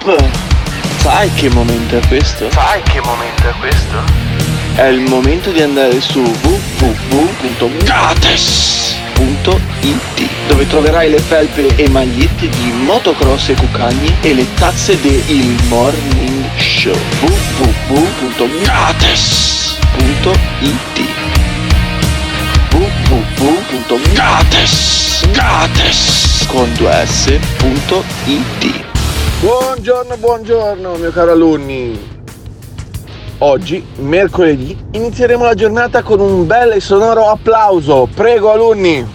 Sai che momento è questo? È il momento di andare su www.gates.it, dove troverai le felpe e magliette di motocross e cuccagni e le tazze del Morning Show. www.gates.it www.gates con 2s.it. Buongiorno mio caro alunni. Oggi, mercoledì, inizieremo la giornata con un bel e sonoro applauso. Prego alunni.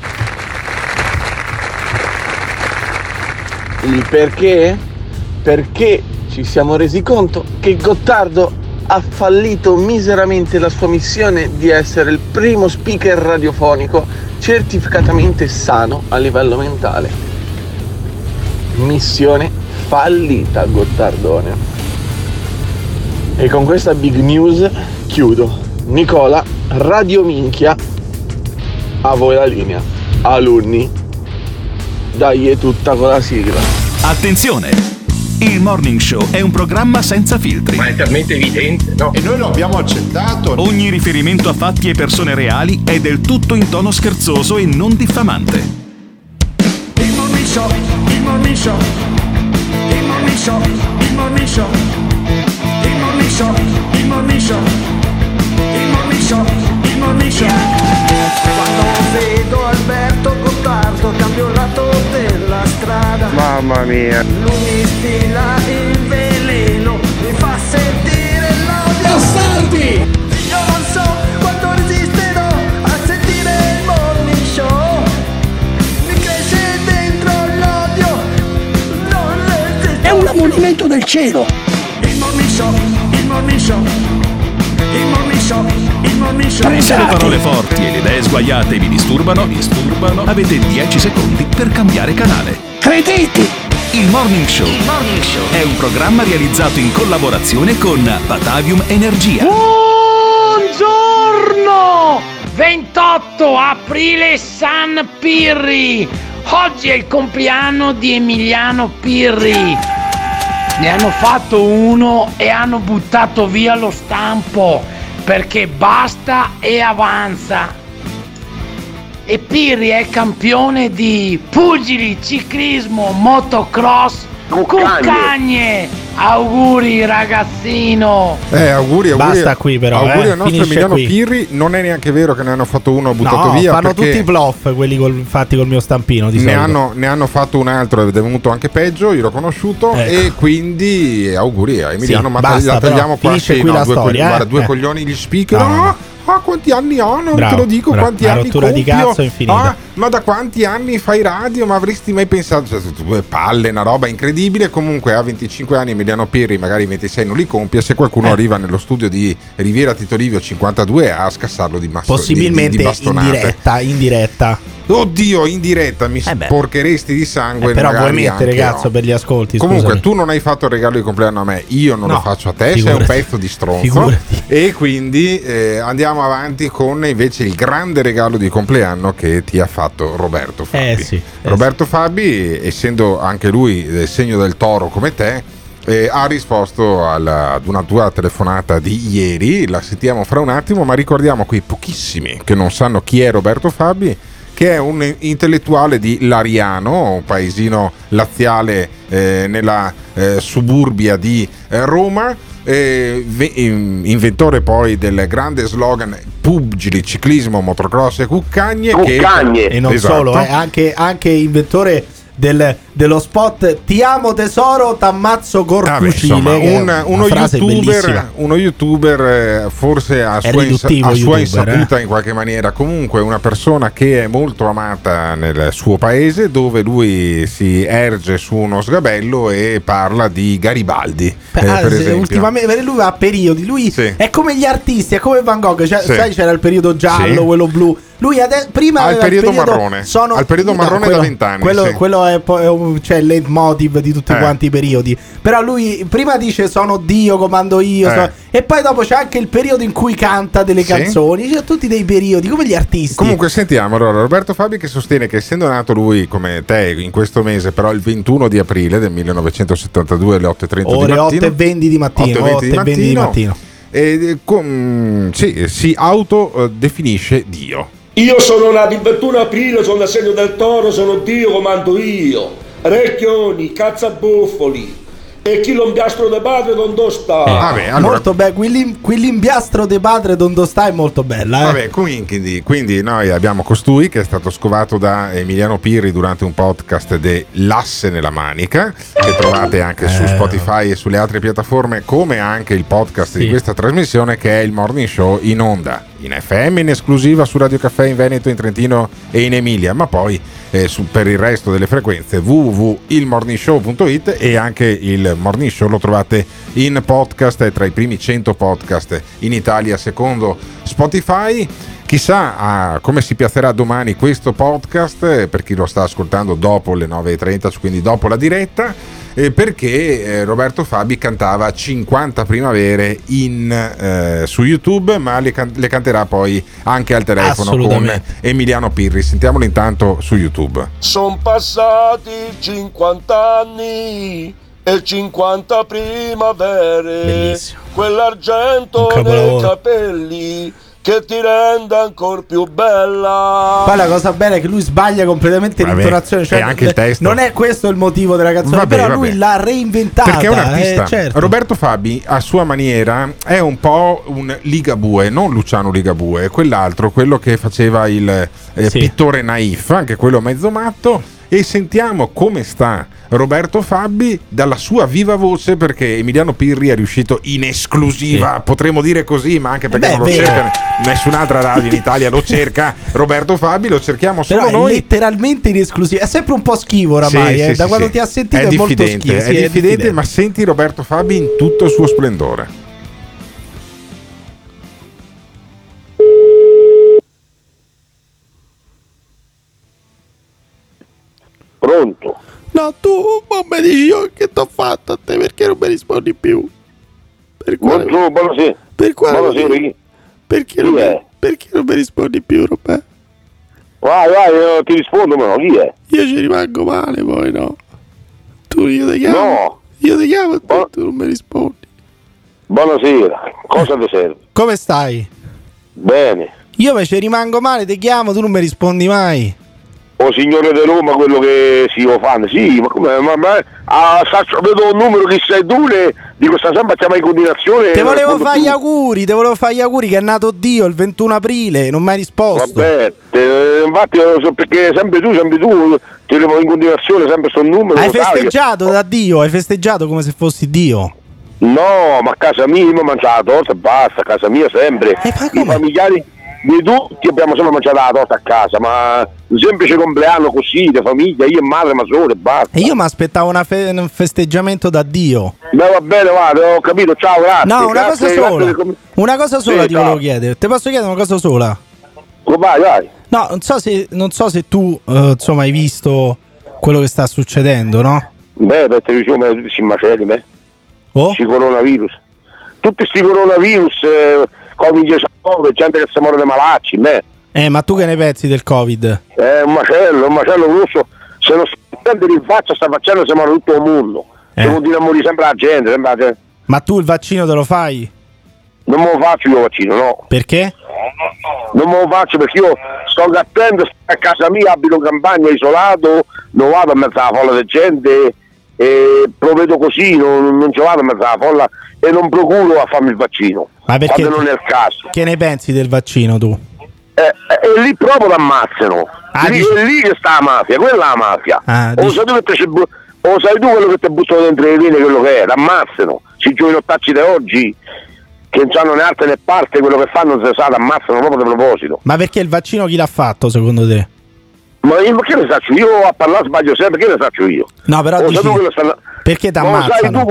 Il perché? Perché ci siamo resi conto che Gottardo ha fallito miseramente la sua missione di essere il primo speaker radiofonico certificatamente sano a livello mentale. Missione fallita, Gottardone. E con questa big news chiudo. Nicola, Radio Minchia, a voi la linea. Alunni, dai è tutta con la sigla. Attenzione! Il Morning Show è un programma senza filtri. Ma è talmente evidente, no? E noi lo abbiamo accettato. Ogni riferimento a fatti e persone reali è del tutto in tono scherzoso e non diffamante. Il Morning Show, il Morning Show, il Morning Show, il Morning Show, il Morning Show, il Morning Show, il Morning Show, il Morning Show. Quando vedo Alberto Gottardo cambio il lato della strada. Mamma mia. Lui mi stila il veleno, mi fa sentire l'odio. Bastardi! Io non so quanto resisterò a sentire il Morning Show. Mi cresce dentro l'odio, non resisto. È un ammonimento del cielo. Il Morning Show, il Morning Show, il Morning Show, il Morning Show. Se le parole forti e le idee sguaiate vi disturbano, avete 10 secondi per cambiare canale. Credete! Il Morning Show è un programma realizzato in collaborazione con Batavium Energia. Buongiorno! 28 aprile San Pirri. Oggi è il compleanno di Emiliano Pirri. Ne hanno fatto uno e hanno buttato via lo stampo perché basta e avanza. E Pirri è campione di pugili, ciclismo, motocross, cuccagne. Auguri ragazzino. Auguri. Basta qui però. Auguri al nostro Finisce Emiliano qui. Pirri. Non è neanche vero che ne hanno fatto uno buttato No, via. fanno perché tutti i bluff quelli fatti col mio stampino di solito. ne hanno fatto un altro ed è venuto anche peggio. Io l'ho conosciuto. Ecco. E quindi auguri a Emiliano. Sì, ma basta, la tagliamo però, qua. finisce Sì, qui la storia, guarda, due eh. coglioni gli speaker. No. Quanti anni ho? Non Bravo, te lo dico. bravo. Quanti Una anni rottura di compio? cazzo infinita. Ma da quanti anni fai radio? Ma avresti mai pensato? Cioè, due palle, una roba incredibile. Comunque a 25 anni Emiliano Pirri, magari 26 non li compie. Se qualcuno arriva nello studio di Riviera Tito Livio 52 a scassarlo di Possibilmente di bastonate. in diretta. Oddio, in diretta mi sporcheresti di sangue. Però vuoi magari mettere anche, cazzo no. per gli ascolti. Comunque scusami. tu non hai fatto il regalo di compleanno a me, io non No, lo faccio a te, sei figurati. un pezzo di stronzo. Figurati. E quindi andiamo avanti con invece il grande regalo di compleanno che ti ha fatto Roberto Fabi. Roberto Fabi, essendo anche lui del segno del toro come te, ha risposto ad una tua telefonata di ieri. La sentiamo fra un attimo, ma ricordiamo quei pochissimi che non sanno chi è Roberto Fabi, che è un intellettuale di Lariano, un paesino laziale nella suburbia di Roma, inventore poi del grande slogan pugili, ciclismo, motocross e cuccagne. E non esatto. solo, anche inventore dello spot Ti amo tesoro, t'ammazzo corfucile. Uno youtuber forse a sua insaputa in qualche maniera, comunque una persona che è molto amata nel suo paese, dove lui si erge su uno sgabello e parla di Garibaldi, per esempio. Ultimamente lui va a periodi, lui è come gli artisti, è come Van Gogh, sai, c'era il periodo giallo, quello blu, Lui prima al periodo marrone. Al periodo marrone da 20 anni. Quello è cioè il leitmotiv di tutti quanti i periodi. Però lui prima dice sono Dio, comando io. E poi dopo c'è anche il periodo in cui canta delle canzoni. C'è tutti dei periodi, come gli artisti. Comunque sentiamo allora Roberto Fabi che sostiene che essendo nato lui come te in questo mese, però il 21 di aprile del 1972 alle 8:30 ore di mattino. 8:20 di mattino. 8:20 di mattino. Si autodefinisce Dio. Io sono nato il 21 aprile, sono il segno del toro, sono Dio, comando io. Recchioni, cazzabuffoli. E chi l'impiastro de padre dove sta? Allora, molto bello, quell'impiastro de padre dove sta è molto bella. Vabbè, quindi noi abbiamo costui che è stato scovato da Emiliano Pirri durante un podcast dell'Asse nella Manica, che trovate anche su Spotify e sulle altre piattaforme, come anche il podcast di questa trasmissione, che è il Morning Show in onda in FM in esclusiva su Radio Caffè in Veneto, in Trentino e in Emilia, ma poi per il resto delle frequenze www.ilmorningshow.it, e anche il Morning Show lo trovate in podcast, è tra i primi 100 podcast in Italia secondo Spotify. Chissà come si piazzerà domani questo podcast, per chi lo sta ascoltando dopo le 9:30, quindi dopo la diretta, perché Roberto Fabi cantava 50 primavere su YouTube, ma le canterà poi anche al telefono con Emiliano Pirri. Sentiamolo intanto su YouTube. Sono passati 50 anni e 50 primavere. Bellissimo. Quell'argento nei capelli che ti rende ancora più bella. Poi la cosa bella è che lui sbaglia completamente l'intonazione, cioè anche il testo. Non è questo il motivo della canzone, però lui l'ha reinventata. Perché è un artista. Certo. Roberto Fabi, a sua maniera, è un po' un Ligabue, non Luciano Ligabue, quell'altro, quello che faceva il pittore naif, anche quello mezzo matto. E sentiamo come sta Roberto Fabi dalla sua viva voce, perché Emiliano Pirri è riuscito in esclusiva, potremmo dire così, ma anche perché non lo cerca nessun'altra radio in Italia, lo cerca Roberto Fabi, lo cerchiamo solo però noi. Letteralmente in esclusiva, è sempre un po' schivo oramai, da quando ti ha sentito è molto schivo. È diffidente, ma senti Roberto Fabi in tutto il suo splendore. Pronto? No, tu mi dici io che t'ho fatto a te, perché non mi rispondi più? Per quale buonasera. Per quale perché non mi rispondi più, Roberto? Vai, io ti rispondo, ma chi è? Io ci rimango male poi, no? Io ti chiamo? No. Io ti chiamo e tu non mi rispondi. Buonasera, cosa ti serve? Come stai? Bene. Io invece rimango male, ti chiamo, tu non mi rispondi mai. Oh signore di Roma, quello che si fanno, sì, ma come? Vedo un numero che sei tu, di questa sempre chiama in continuazione. Ti volevo fare gli auguri che è nato Dio il 21 aprile, non mi hai risposto. Vabbè, infatti perché sempre tu ti levo in continuazione sempre sto numero. Hai festeggiato da Dio, hai festeggiato come se fossi Dio. No, ma a casa mia io mangio la torta e basta, a casa mia sempre. I familiari di tutti abbiamo sempre mangiato la torta a casa, ma un semplice compleanno così, di famiglia, io e madre, ma solo e basta. E io mi aspettavo un festeggiamento da Dio. Beh, va bene, guarda, ho capito, ciao, grazie. No, una cosa sola ti volevo ciao. chiedere. Ti posso chiedere una cosa sola? Vai. No, non so se tu insomma hai visto quello che sta succedendo, no? Beh, per televisione tutti si macelli, Questi coronavirus. Tutti questi coronavirus, Covid-19, gente che si muore di malacci, ma tu che ne pensi del Covid? È un macello grosso. Se non si prende in faccia sta facendo si muore tutto il mondo. Se continua a morire sempre la gente, Ma tu il vaccino te lo fai? Non me lo faccio io il vaccino, no. Perché? Non me lo faccio perché io sto attento a casa mia, abito in campagna, isolato, non vado in mezzo alla folla di gente e provvedo così, non ci vado in mezzo alla folla e non procuro a farmi il vaccino. Ma perché quando non è il caso. Che ne pensi del vaccino tu? E lì proprio t'ammazzano. È lì che sta la mafia, quella è la mafia. O sai tu quello che ti buttano dentro le vene, quello che è, t'ammazzano. Si giovinottacci di oggi che non hanno né arte né parte, quello che fanno non si sa, t'ammazzano proprio di proposito. Ma perché il vaccino chi l'ha fatto secondo te? Ma io che ne faccio? Io a parlare sbaglio sempre, che ne faccio io? No, però perché t'ammazzano?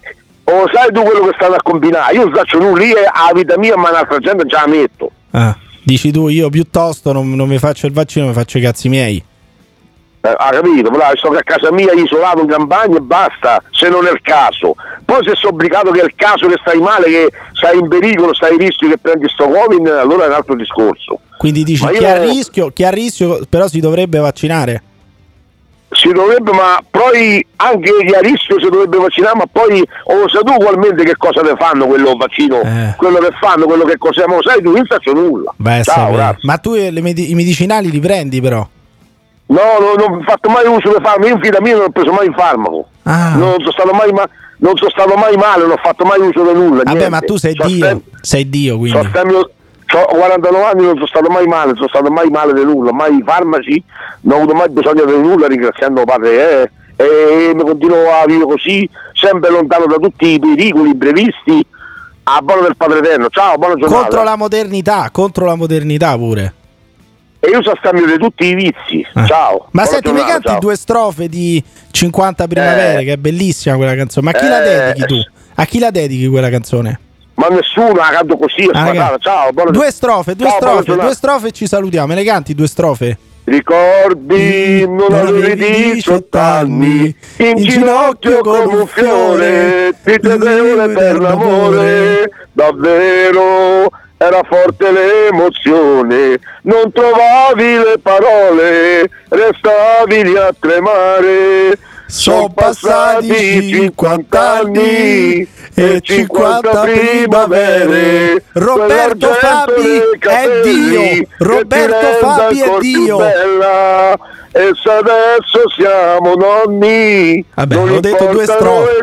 O sai tu quello che stanno a combinare? Io faccio lì e la vita mia, ma un'altra gente ce la metto. Dici tu, io piuttosto non mi faccio il vaccino, mi faccio i cazzi miei. Ha capito? Però sto a casa mia isolato in campagna e basta, se non è il caso. Poi se sono obbligato che è il caso che stai male, che stai in pericolo, stai in rischio che prendi sto Covid, allora è un altro discorso. Quindi dici chi ha rischio però si dovrebbe vaccinare? Si dovrebbe, ma poi anche chi ha rischio si dovrebbe vaccinare, ma poi lo sai tu ugualmente che cosa ne fanno quello vaccino, quello che fanno, quello che cos'è, ma lo sai tu, non faccio nulla. Beh, ciao, ma tu i medicinali li prendi però? No, non ho fatto mai uso di farmaco, io in vita mia non ho preso mai il farmaco, non sono stato mai male, non ho fatto mai uso di nulla. Vabbè, niente. Ma tu sei Dio, sei Dio, quindi. Ho 49 anni, non sono stato mai male, non sono stato mai male di nulla, mai i farmaci, non ho avuto mai bisogno di nulla, ringraziando padre, e mi continuo a vivere così, sempre lontano da tutti i pericoli previsti, a buono del Padre Eterno. Ciao, buona giornata. Contro la modernità pure. E io so scambio di tutti i vizi. Ciao. Ma senti, mi canti 2 strofe di 50 primavere, che è bellissima quella canzone. Ma a chi la dedichi tu? A chi la dedichi quella canzone? Ma nessuno la canto così, ciao. 2 strofe e ci salutiamo. Me le canti 2 strofe? Ricordi, non avevi 18 anni, in ginocchio come un fiore, ti tenevo per l'amore, davvero era forte l'emozione, non trovavi le parole, restavi lì a tremare. Sono passati 50 anni e 50 primavere. Roberto Fabi è Dio. Roberto Fabi è Dio. Bella. E se adesso siamo nonni, vabbè, ho detto 2 strofe.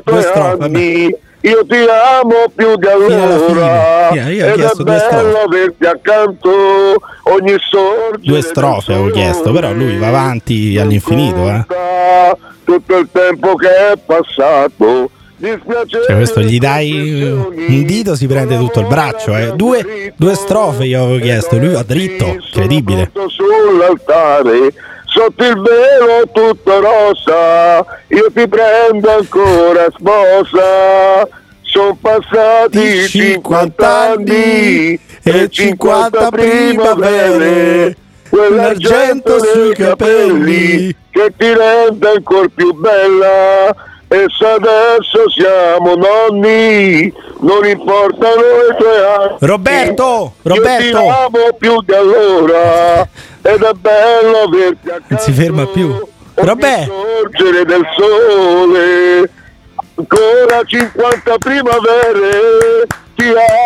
Io ti amo più di allora. Io ho chiesto 2 strofe. Averti accanto ogni sorgere. 2 strofe avevo chiesto, però lui va avanti all'infinito, tutto il tempo che è passato. Cioè, questo gli dai un dito, si prende tutto il braccio. 2 strofe io avevo chiesto, lui va dritto, incredibile. Sull'altare, sotto il velo tutto rosa, io ti prendo ancora sposa. Sono passati 50 anni e 50 primavere. Quell'argento sui capelli che ti rende ancora più bella. E se adesso siamo nonni, non importano i tuoi anni. Roberto! Io ti amo più di allora, ed è bello averti accanto. Non si ferma più. Roberto! Sorgere del sole, ancora 50 primavere, ti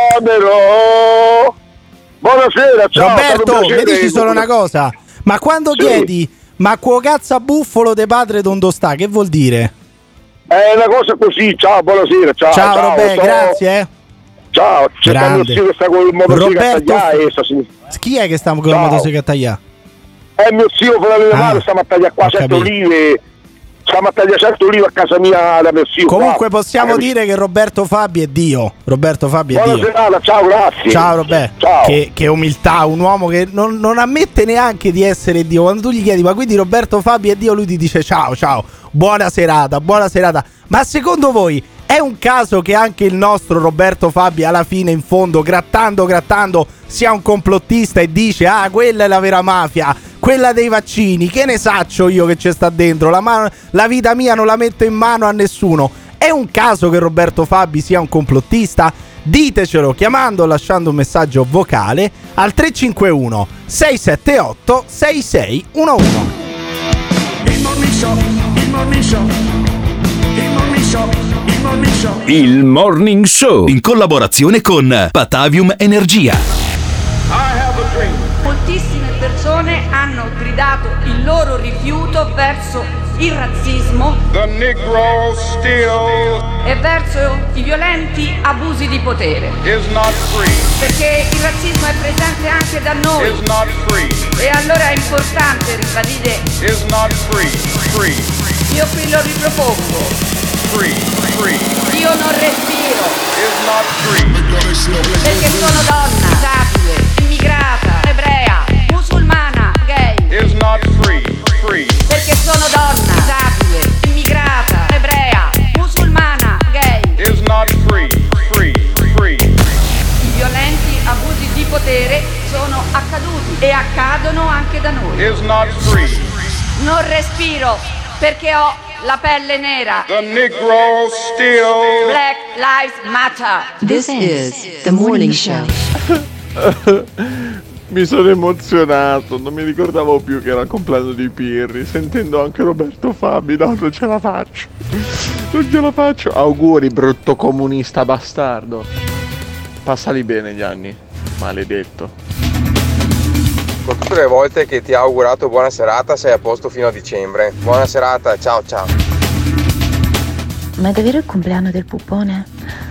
amerò. Buonasera, ciao. Roberto, mi dici solo una cosa, ma quando chiedi ma quo cazzo buffalo de padre donde sta, che vuol dire? È una cosa così, ciao, buonasera, ciao. Ciao Roberto, grazie. Ciao, c'è mio zio che sta con il motosega a tagliare. Chi è che sta con il motosega a tagliare? È mio zio con la mia mano, stiamo a tagliare qua 100 olive. Stiamo a tagliare 100 olive a casa mia da mio zio. Comunque possiamo dire che Roberto Fabi è Dio. Roberto Fabi è Dio. Buona serata, ciao, grazie. Ciao Roberto. Ciao. Che umiltà, un uomo che non ammette neanche di essere Dio. Quando tu gli chiedi ma quindi Roberto Fabi è Dio, lui ti dice ciao, buona serata. Ma secondo voi è un caso che anche il nostro Roberto Fabi alla fine, in fondo, grattando, sia un complottista e dice quella è la vera mafia, quella dei vaccini, che ne saccio io che ci sta dentro, la vita mia non la metto in mano a nessuno. È un caso che Roberto Fabi sia un complottista? Ditecelo chiamando o lasciando un messaggio vocale al 351 678 6611. Il Morning Show in collaborazione con Batavium Energia. Moltissime persone hanno gridato il loro rifiuto verso il razzismo e verso i violenti abusi di potere. Perché il razzismo è presente anche da noi. E allora è importante ribadire. Io qui lo ripropongo. Io non respiro. Perché sono donna, disabile, immigrata, ebrea, musulmana, gay. Perché sono donna, disabile, immigrata, ebrea, musulmana, gay. I violenti abusi di potere sono accaduti e accadono anche da noi. Is not free. Non respiro perché ho la pelle nera. The Negro still. Black Lives Matter. This is the morning show. Mi sono emozionato, non mi ricordavo più che era il compleanno di Pirri. Sentendo anche Roberto Fabi, no, non ce la faccio. Non ce la faccio. Auguri, brutto comunista bastardo. Passali bene gli anni, maledetto. Con tutte le volte che ti ha augurato buona serata sei a posto fino a dicembre. Buona serata, ciao ciao. Ma è davvero il compleanno del pupone?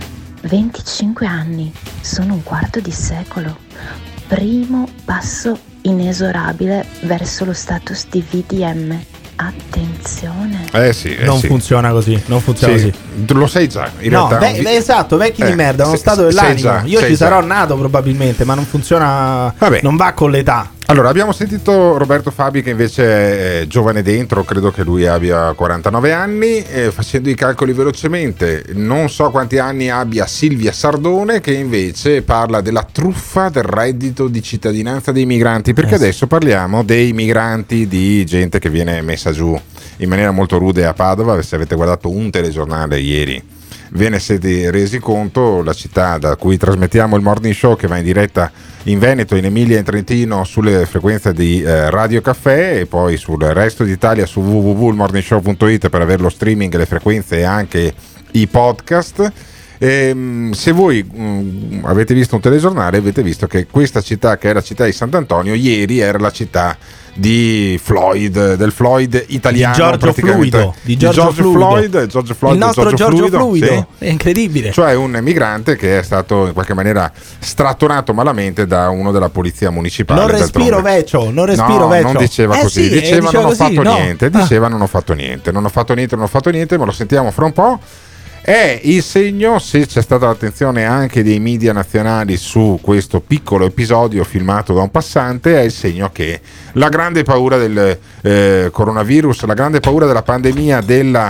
25 anni, sono un quarto di secolo. Primo passo inesorabile verso lo status di VDM. Attenzione. Non funziona così, non funziona così. Lo sai già, in realtà. Esatto, vecchi di merda, uno stato dell'animo. Io ci sarò nato probabilmente, ma non funziona. Vabbè. Non va con l'età. Allora, abbiamo sentito Roberto Fabi che invece è giovane dentro, credo che lui abbia 49 anni, facendo i calcoli velocemente, non so quanti anni abbia Silvia Sardone, che invece parla della truffa del reddito di cittadinanza dei migranti, perché adesso parliamo dei migranti, di gente che viene messa giù in maniera molto rude a Padova. Se avete guardato un telegiornale ieri ve ne siete resi conto, la città da cui trasmettiamo il Morning Show, che va in diretta in Veneto, in Emilia e in Trentino sulle frequenze di Radio Caffè, e poi sul resto d'Italia su www.ilmorningshow.it per avere lo streaming, le frequenze e anche i podcast. Se voi avete visto un telegiornale, avete visto che questa città, che è la città di Sant'Antonio, ieri era la città di Floyd, del Floyd italiano, di Giorgio Fluido, di George Floyd, il nostro Giorgio Fluido, sì. È incredibile. Cioè un migrante che è stato in qualche maniera strattonato malamente da uno della polizia municipale. Non respiro vecchio. Non diceva così, sì, diceva non ho fatto no. niente, diceva non ho fatto niente, ma lo sentiamo fra un po'. È il segno, se c'è stata l'attenzione anche dei media nazionali su questo piccolo episodio filmato da un passante, è il segno che la grande paura del coronavirus, la grande paura della pandemia,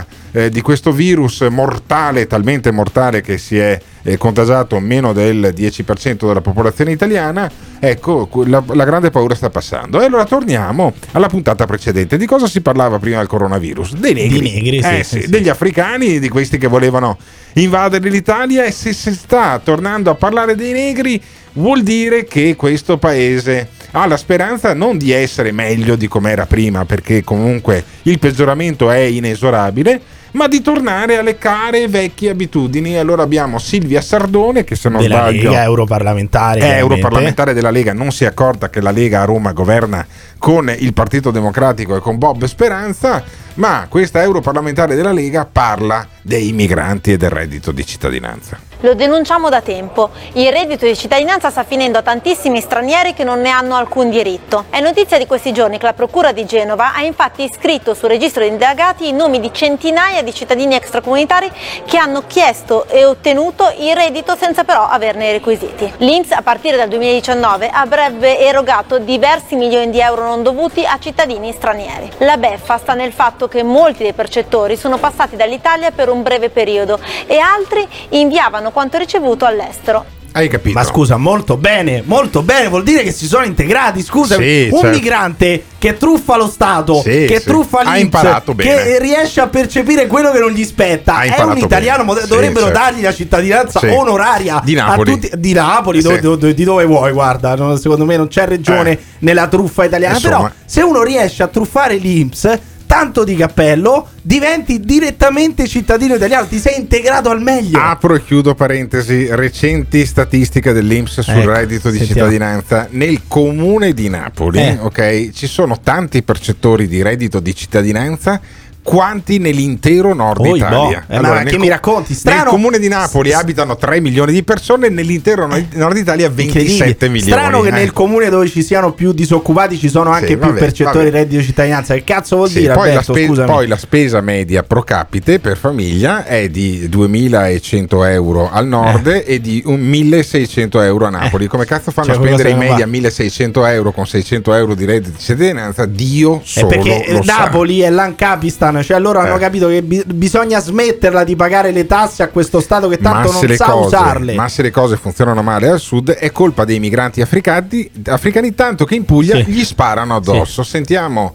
di questo virus mortale, talmente mortale che si è contagiato meno del 10% della popolazione italiana, ecco, la grande paura sta passando. E allora torniamo alla puntata precedente. Di cosa si parlava prima del coronavirus? Dei negri, sì. Degli africani, di questi che volevano invadere l'Italia, e se si sta tornando a parlare dei negri vuol dire che questo paese ha la speranza non di essere meglio di com'era prima, perché comunque il peggioramento è inesorabile, ma di tornare alle care vecchie abitudini. Allora abbiamo Silvia Sardone, che se non sbaglio è europarlamentare della Lega, non si è accorta che la Lega a Roma governa con il Partito Democratico e con Bob Speranza, ma questa europarlamentare della Lega parla dei migranti e del reddito di cittadinanza. Lo denunciamo da tempo. Il reddito di cittadinanza sta finendo a tantissimi stranieri che non ne hanno alcun diritto. È notizia di questi giorni che la Procura di Genova ha infatti iscritto sul registro di indagati i nomi di centinaia di cittadini extracomunitari che hanno chiesto e ottenuto il reddito senza però averne i requisiti. L'INPS a partire dal 2019 avrebbe erogato diversi milioni di euro non dovuti a cittadini stranieri. La beffa sta nel fatto che molti dei percettori sono passati dall'Italia per un breve periodo e altri inviavano quanto ricevuto all'estero. Hai capito? Ma scusa, molto bene, vuol dire che si sono integrati. Scusa, sì, un migrante che truffa lo Stato, truffa l'INPS, che riesce a percepire quello che non gli spetta, è un italiano dovrebbero dargli la cittadinanza onoraria di Napoli, a tutti, di Napoli, di dove vuoi, guarda, secondo me non c'è regione nella truffa italiana. Insomma. Però se uno riesce a truffare l'INPS, tanto di cappello, diventi direttamente cittadino italiano, ti sei integrato al meglio. Apro e chiudo parentesi, recenti statistiche dell'INPS sul reddito di cittadinanza. Nel comune di Napoli, ok, ci sono tanti percettori di reddito di cittadinanza quanti nell'intero nord Italia. Allora, che mi racconti? Strano, nel comune di Napoli abitano 3 milioni di persone, nell'intero nord Italia 27 milioni. Strano che nel comune dove ci siano più disoccupati ci sono anche più percettori di reddito di cittadinanza. Che cazzo vuol dire? Poi, Alberto, poi la spesa media pro capite per famiglia è di 2.100 euro al nord e di 1.600 euro a Napoli. Come cazzo fanno a spendere in media 1.600 euro con 600 euro di reddito di cittadinanza? Dio solo perché lo Napoli sa. e l'Ancapistan One, cioè loro hanno capito che bisogna smetterla di pagare le tasse a questo Stato che tanto non sa usarle. Ma se le cose funzionano male al sud è colpa dei migranti africani, tanto che in Puglia gli sparano addosso. Sentiamo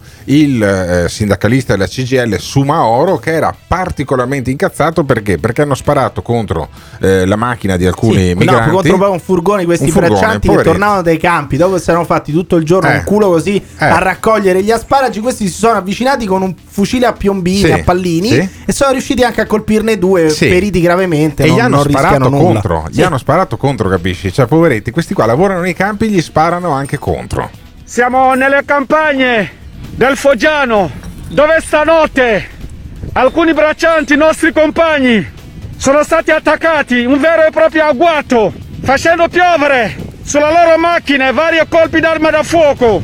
il sindacalista della CGIL Sumaoro, che era particolarmente incazzato perché hanno sparato contro la macchina di alcuni migranti, contro un furgone di questi braccianti che tornavano dai campi dopo che si erano fatti tutto il giorno un culo così a raccogliere gli asparagi. Questi si sono avvicinati con un fucile a piombini, a pallini, e sono riusciti anche a colpirne 2 feriti gravemente e gli hanno sparato contro. Gli hanno sparato contro, capisci? Cioè, poveretti, questi qua lavorano nei campi, gli sparano anche contro. Siamo nelle campagne del Foggiano, dove stanotte alcuni braccianti, nostri compagni, sono stati attaccati, un vero e proprio agguato, facendo piovere sulla loro macchina varie colpi d'arma da fuoco.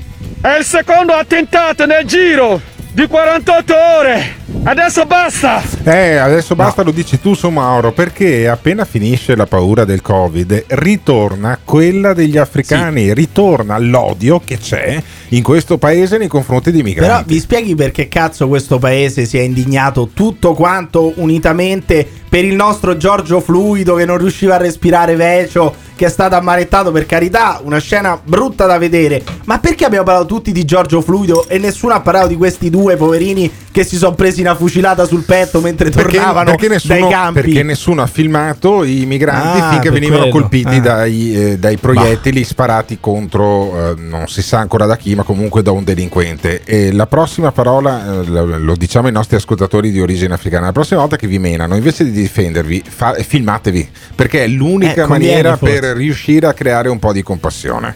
È il secondo attentato nel giro di 48 ore. Adesso basta. Adesso basta, lo dici tu, Mauro, perché appena finisce la paura del Covid ritorna quella degli africani, ritorna l'odio che c'è in questo paese nei confronti dei migranti. Però vi spieghi perché cazzo questo paese si è indignato tutto quanto unitamente per il nostro Giorgio Fluido che non riusciva a respirare Vecio, che è stato ammanettato, per carità, una scena brutta da vedere. Ma perché abbiamo parlato tutti di Giorgio Fluido e nessuno ha parlato di questi 2 poverini che si sono presi una fucilata sul petto mentre tornavano dai campi? Perché nessuno ha filmato i migranti finché venivano colpiti dai proiettili sparati contro non si sa ancora da chi, ma comunque da un delinquente. E la prossima parola, lo diciamo ai nostri ascoltatori di origine africana, la prossima volta che vi menano, invece di difendervi, filmatevi, perché è l'unica maniera per riuscire a creare un po' di compassione.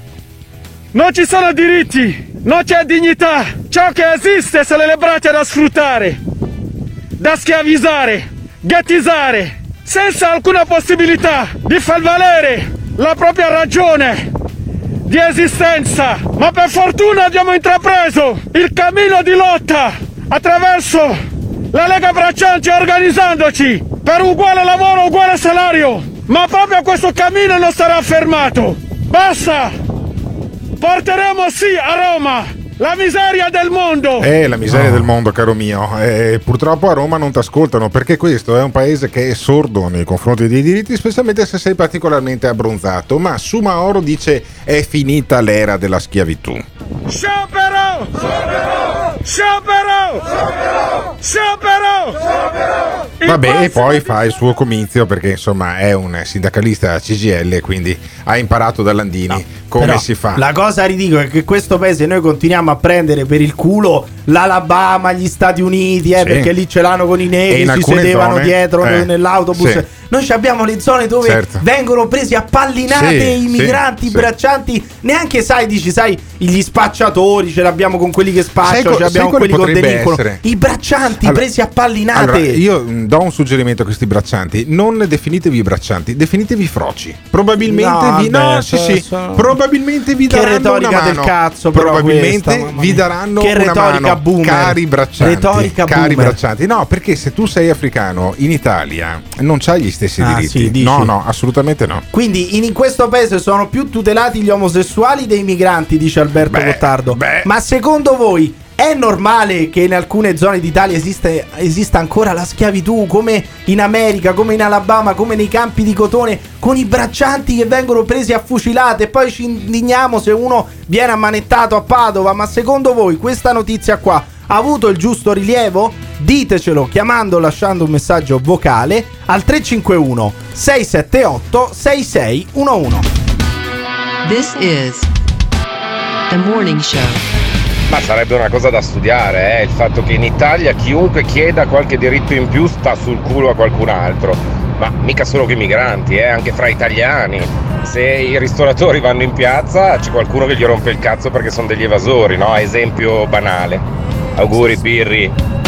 Non ci sono diritti, non c'è dignità. Ciò che esiste sono le braccia da sfruttare, da schiavizzare, ghettizzare, senza alcuna possibilità di far valere la propria ragione di esistenza. Ma per fortuna abbiamo intrapreso il cammino di lotta attraverso la Lega Braccianti, organizzandoci per uguale lavoro, uguale salario. Ma proprio questo cammino non sarà fermato. Basta! Porteremo a Roma la miseria del mondo. La miseria del mondo, caro mio. Purtroppo a Roma non ti ascoltano, perché questo è un paese che è sordo nei confronti dei diritti, specialmente se sei particolarmente abbronzato. Ma Sumaoro dice: è finita l'era della schiavitù. Sciopero! Sciopero! Sciopero! Sciopero! Vabbè, e poi fa il suo comizio, perché insomma è un sindacalista CGIL, quindi ha imparato da Landini come si fa. La cosa ridicola è che questo paese noi continuiamo a prendere per il culo l'Alabama, gli Stati Uniti, perché lì ce l'hanno con i negri, si sedevano dietro nell'autobus. Sì. Noi abbiamo le zone dove vengono presi a pallinate i migranti, i braccianti. Neanche sai, gli spacciatori ce l'abbiamo con quelli che spacciano, ce l'abbiamo con quelli che delinquono. I braccianti presi a pallinate. Allora, io do un suggerimento a questi braccianti: non definitevi braccianti, definitevi froci. Probabilmente probabilmente vi daranno una mano. Del cazzo, probabilmente vi daranno una mano, cari braccianti. Braccianti. No, perché se tu sei africano in Italia non c'hai gli stessi diritti. No, assolutamente no. Quindi in questo paese sono più tutelati gli omosessuali dei migranti, dice Alberto Gottardo. Ma secondo voi è normale che in alcune zone d'Italia esista ancora la schiavitù, come in America, come in Alabama, come nei campi di cotone, con i braccianti che vengono presi a fucilate? E poi ci indigniamo se uno viene ammanettato a Padova. Ma secondo voi questa notizia qua ha avuto il giusto rilievo? Ditecelo chiamando o lasciando un messaggio vocale al 351 678 6611. This is The Morning Show. Ma sarebbe una cosa da studiare, il fatto che in Italia chiunque chieda qualche diritto in più sta sul culo a qualcun altro. Ma mica solo che i migranti, anche fra italiani. Se i ristoratori vanno in piazza c'è qualcuno che gli rompe il cazzo perché sono degli evasori, no? Esempio banale. Auguri Pirri.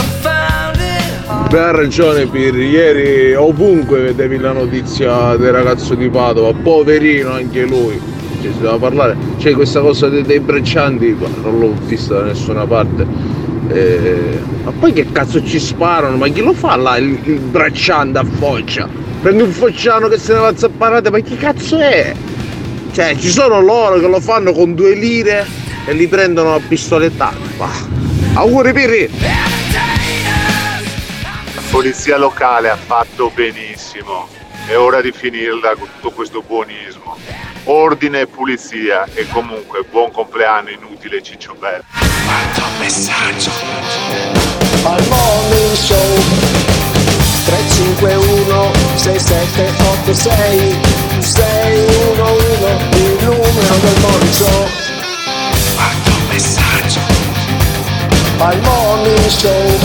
Ha ragione Pirri, ieri ovunque vedevi la notizia del ragazzo di Padova, poverino anche lui. Si doveva parlare, c'è questa cosa dei braccianti, non l'ho vista da nessuna parte. Ma poi che cazzo ci sparano? Ma chi lo fa là il bracciante a Foggia? Prendi un foggiano che se ne va a zapparate, ma chi cazzo è? Cioè ci sono loro che lo fanno con 2 lire e li prendono a pistolettate. Auguri Pirri! polizia locale ha fatto benissimo. È ora di finirla con tutto questo buonismo. Ordine e pulizia, e comunque buon compleanno inutile Cicciobello. Quanto messaggio. Al Morning Show 351 6786 611, il numero del Morning Show. Quanto messaggio. Al Morning Show.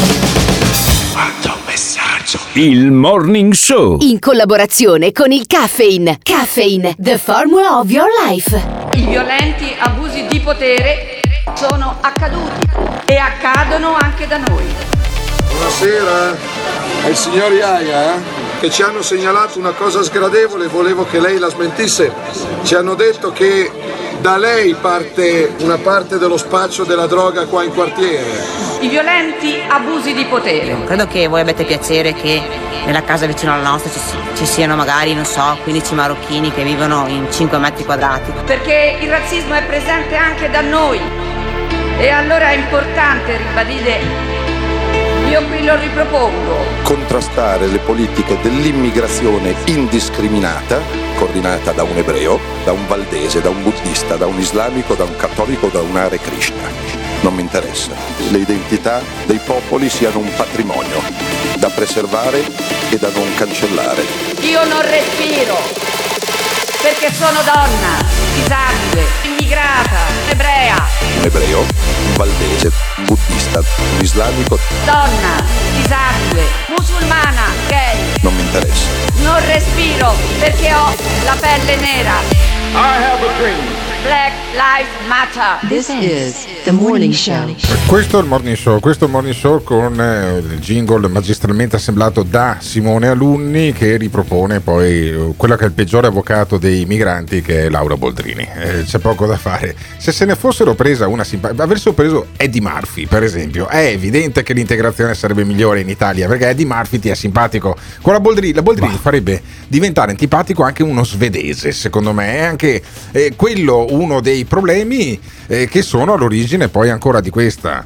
Quanto messaggio. Il Morning Show. In collaborazione con il Caffeine. Caffeine, the formula of your life. I violenti abusi di potere sono accaduti e accadono anche da noi. Buonasera, è il signor Iaia che ci hanno segnalato una cosa sgradevole, volevo che lei la smentisse. Ci hanno detto che da lei parte una parte dello spaccio della droga qua in quartiere. I violenti abusi di potere. Credo che voi abbiate piacere che nella casa vicino alla nostra ci siano magari, non so, 15 marocchini che vivono in 5 metri quadrati. Perché il razzismo è presente anche da noi. E allora è importante ribadire, io qui lo ripropongo. Contrastare le politiche dell'immigrazione indiscriminata, coordinata da un ebreo, da un valdese, da un buddista, da un islamico, da un cattolico, da un Hare Krishna. Non mi interessa. Le identità dei popoli siano un patrimonio da preservare e da non cancellare. Io non respiro perché sono donna, disabile, immigrata, ebrea. Un ebreo, un valdese, un buddista, un islamico. Donna, disabile, musulmana, gay. Non mi interessa. Non respiro perché ho la pelle nera. I have a dream. Black Lives Matter. This is the Morning Show. Questo è il Morning Show con il jingle magistralmente assemblato da Simone Alunni, che ripropone poi quello che è il peggiore avvocato dei migranti, che è Laura Boldrini. C'è poco da fare. Se ne fossero presa una simpatica, avessero preso Eddie Murphy per esempio, è evidente che l'integrazione sarebbe migliore in Italia, perché Eddie Murphy ti è simpatico. Con la Boldrini farebbe diventare antipatico anche uno svedese, secondo me. È anche quello uno dei problemi che sono all'origine poi ancora di questa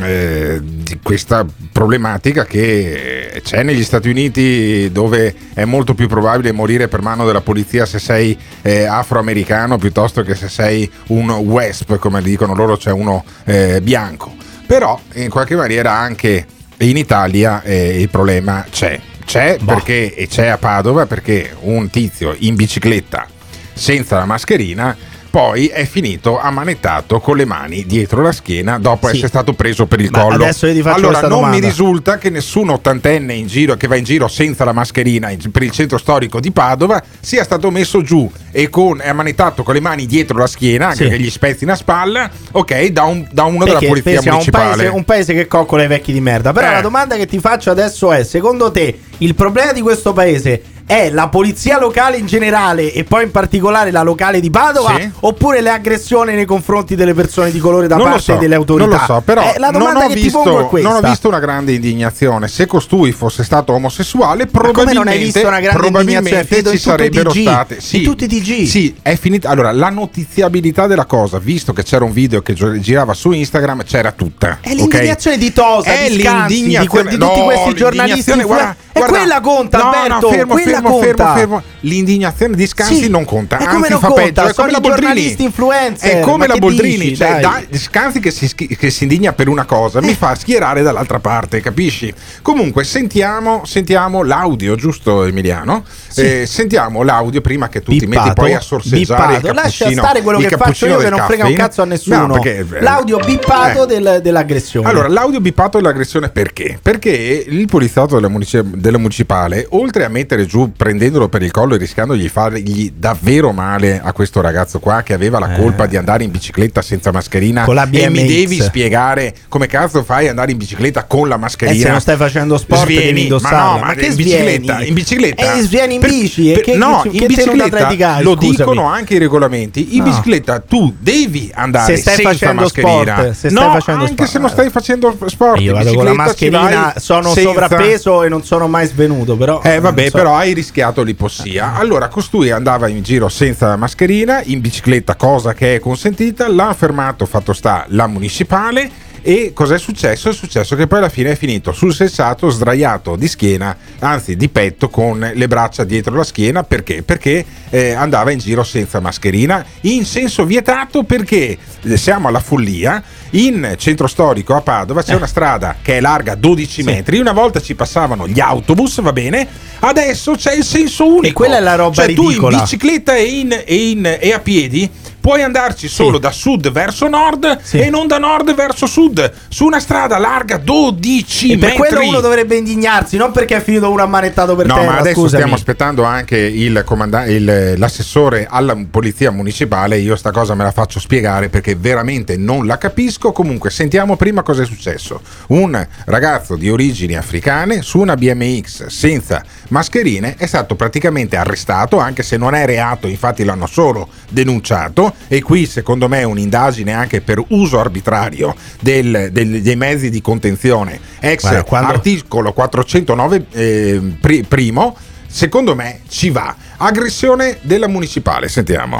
problematica che c'è negli Stati Uniti, dove è molto più probabile morire per mano della polizia se sei afroamericano piuttosto che se sei un WESP, come dicono loro, cioè uno bianco. Però in qualche maniera anche in Italia il problema c'è perché, e c'è a Padova, perché un tizio in bicicletta senza la mascherina poi è finito ammanettato con le mani dietro la schiena dopo essere stato preso per il collo. Adesso io ti faccio allora questa non domanda. mi risulta che nessun ottantenne in giro che va in giro senza la mascherina per il centro storico di Padova sia stato messo giù e è ammanettato con le mani dietro la schiena, anche che gli spezzino a spalla, ok, da uno della polizia municipale. Un paese che coccola i vecchi di merda. Però la domanda che ti faccio adesso è: secondo te il problema di questo paese è la polizia locale in generale e poi in particolare la locale di Padova, oppure le aggressioni nei confronti delle persone di colore da parte delle autorità? Non lo so, però la domanda che ti pongo è questa. non ho visto una grande indignazione. Se costui fosse stato omosessuale, come non hai visto una grande indignazione? ci sarebbero state. In tutti i TG. Sì, è finita. Allora, la notiziabilità della cosa, visto che c'era un video che girava su Instagram, c'era tutta. È l'indignazione di Tosa, è di Scanzi, di tutti questi giornalisti. Guarda, quella conta, Alberto. Fermo. L'indignazione di Scanzi non conta, anzi fa peggio. È come la Boldrini, influencer. È come la Boldrini, Scanzi che si indigna per una cosa mi fa schierare dall'altra parte, capisci? Comunque sentiamo l'audio, giusto Emiliano? Sentiamo l'audio prima che tu ti metti poi a sorseggiare il cappuccino. Lascia stare quello che faccio io, che non frega un cazzo a nessuno. L'audio bippato dell'aggressione. Allora, l'audio bippato dell'aggressione perché? Perché il poliziotto della municipale, oltre a mettere giù, prendendolo per il collo e rischiando di fargli davvero male a questo ragazzo qua, che aveva la colpa di andare in bicicletta senza mascherina, con la BMX. E mi devi spiegare come cazzo fai ad andare in bicicletta con la mascherina? Se non stai facendo sport devi indossarla. Ma che in bicicletta svieni in bici? In bicicletta lo dicono anche i regolamenti. In bicicletta tu devi andare senza mascherina. Se non stai facendo sport, io vado con la mascherina, sono sovrappeso e non sono mai svenuto, però però hai rischiato l'ipossia. Allora costui andava in giro senza mascherina in bicicletta, cosa che è consentita. L'ha fermato, fatto sta, la municipale, E cos'è successo? È successo che poi alla fine è finito sul selciato, sdraiato di schiena, anzi di petto, con le braccia dietro la schiena. Perché? Perché andava in giro senza mascherina, in senso vietato, perché siamo alla follia. In centro storico a Padova c'è una strada che è larga 12 metri, una volta ci passavano gli autobus, va bene, adesso c'è il senso unico. E quella è la roba ridicola. Tu in bicicletta e a piedi puoi andarci solo da sud verso nord e non da nord verso sud, su una strada larga 12 metri. Per quello uno dovrebbe indignarsi, non perché è finito uno ammanettato per terra. No, ma adesso scusami. stiamo aspettando anche l'assessore alla polizia municipale. Io sta cosa me la faccio spiegare perché veramente non la capisco. Comunque sentiamo prima cosa è successo. Un ragazzo di origini africane su una BMX senza mascherine è stato praticamente arrestato, anche se non è reato, infatti l'hanno solo denunciato. E qui secondo me un'indagine anche per uso arbitrario dei mezzi di contenzione articolo 409 primo, secondo me ci va. Aggressione della municipale, sentiamo.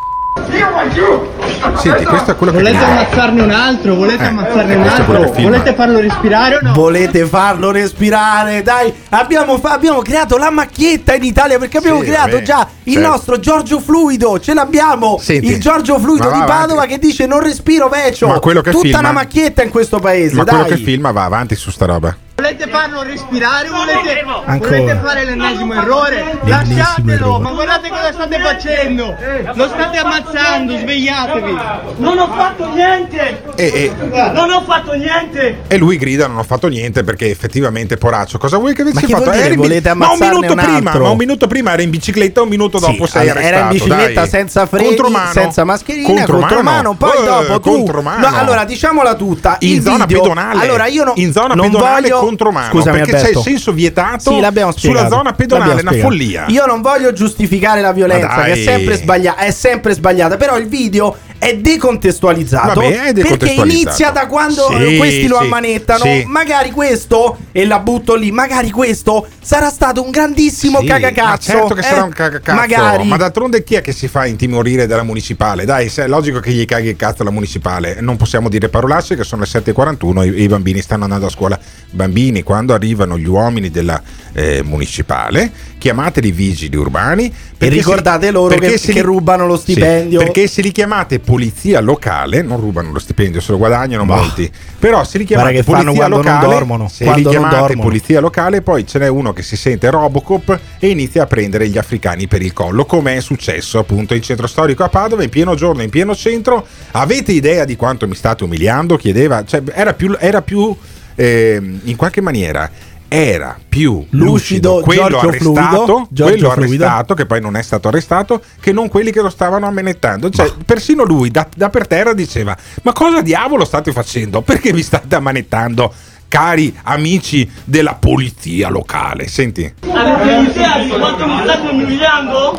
Senti, questo è quello volete che ammazzarne un altro? Volete ammazzarne un altro? Volete farlo respirare o no? Volete farlo respirare? Dai, abbiamo creato la macchietta in Italia perché abbiamo creato già il nostro Giorgio Fluido. Ce l'abbiamo. Senti, il Giorgio Fluido di Padova che dice non respiro vecio. Ma quello che tutta filma, una macchietta in questo paese. Ma dai. quello che filma va avanti su sta roba. Volete farlo respirare o volete fare l'ennesimo errore? Lasciatelo, ma guardate cosa state facendo. Lo state ammazzando, svegliatevi. Non ho fatto niente. Non ho fatto niente. E lui grida non ho fatto niente perché effettivamente poraccio. Cosa vuoi che avessi fatto? Volete ammazzarne ma un minuto prima era in bicicletta, un minuto dopo sei arrestato. Era in bicicletta senza freni, senza mascherina, contromano. Poi dopo tu allora diciamola tutta, in zona pedonale. Allora io non voglio contromano. Scusami, perché Alberto. c'è il senso vietato l'abbiamo sulla zona pedonale, è una follia. Io non voglio giustificare la violenza, che è sempre sbagliata, però il video è decontestualizzato. Perché inizia da quando questi lo ammanettano. Magari questo, e la butto lì, magari questo sarà stato un grandissimo cagacazzo. Ma certo che sarà un cagacazzo. Magari. Ma d'altronde chi è che si fa intimorire dalla municipale? Dai, è logico che gli caghi il cazzo alla municipale. Non possiamo dire parolacce, che sono le 7:41, i bambini stanno andando a scuola. Bambini, quando arrivano gli uomini della municipale, chiamateli vigili urbani e ricordate loro che rubano lo stipendio. Perché se li chiamate polizia locale, non rubano lo stipendio, se lo guadagnano molti. Però se li chiamate polizia locale, polizia locale, poi ce n'è uno che si sente Robocop e inizia a prendere gli africani per il collo, come è successo appunto in centro storico a Padova, in pieno giorno, in pieno centro. Avete idea di quanto mi state umiliando? Chiedeva, cioè era più in qualche maniera era più lucido quello arrestato, che poi non è stato arrestato, che non quelli che lo stavano ammanettando. Cioè, persino lui da per terra diceva: ma cosa diavolo state facendo? Perché vi state ammanettando, cari amici della polizia locale? Senti. Avete idea di quanto mi state umiliando?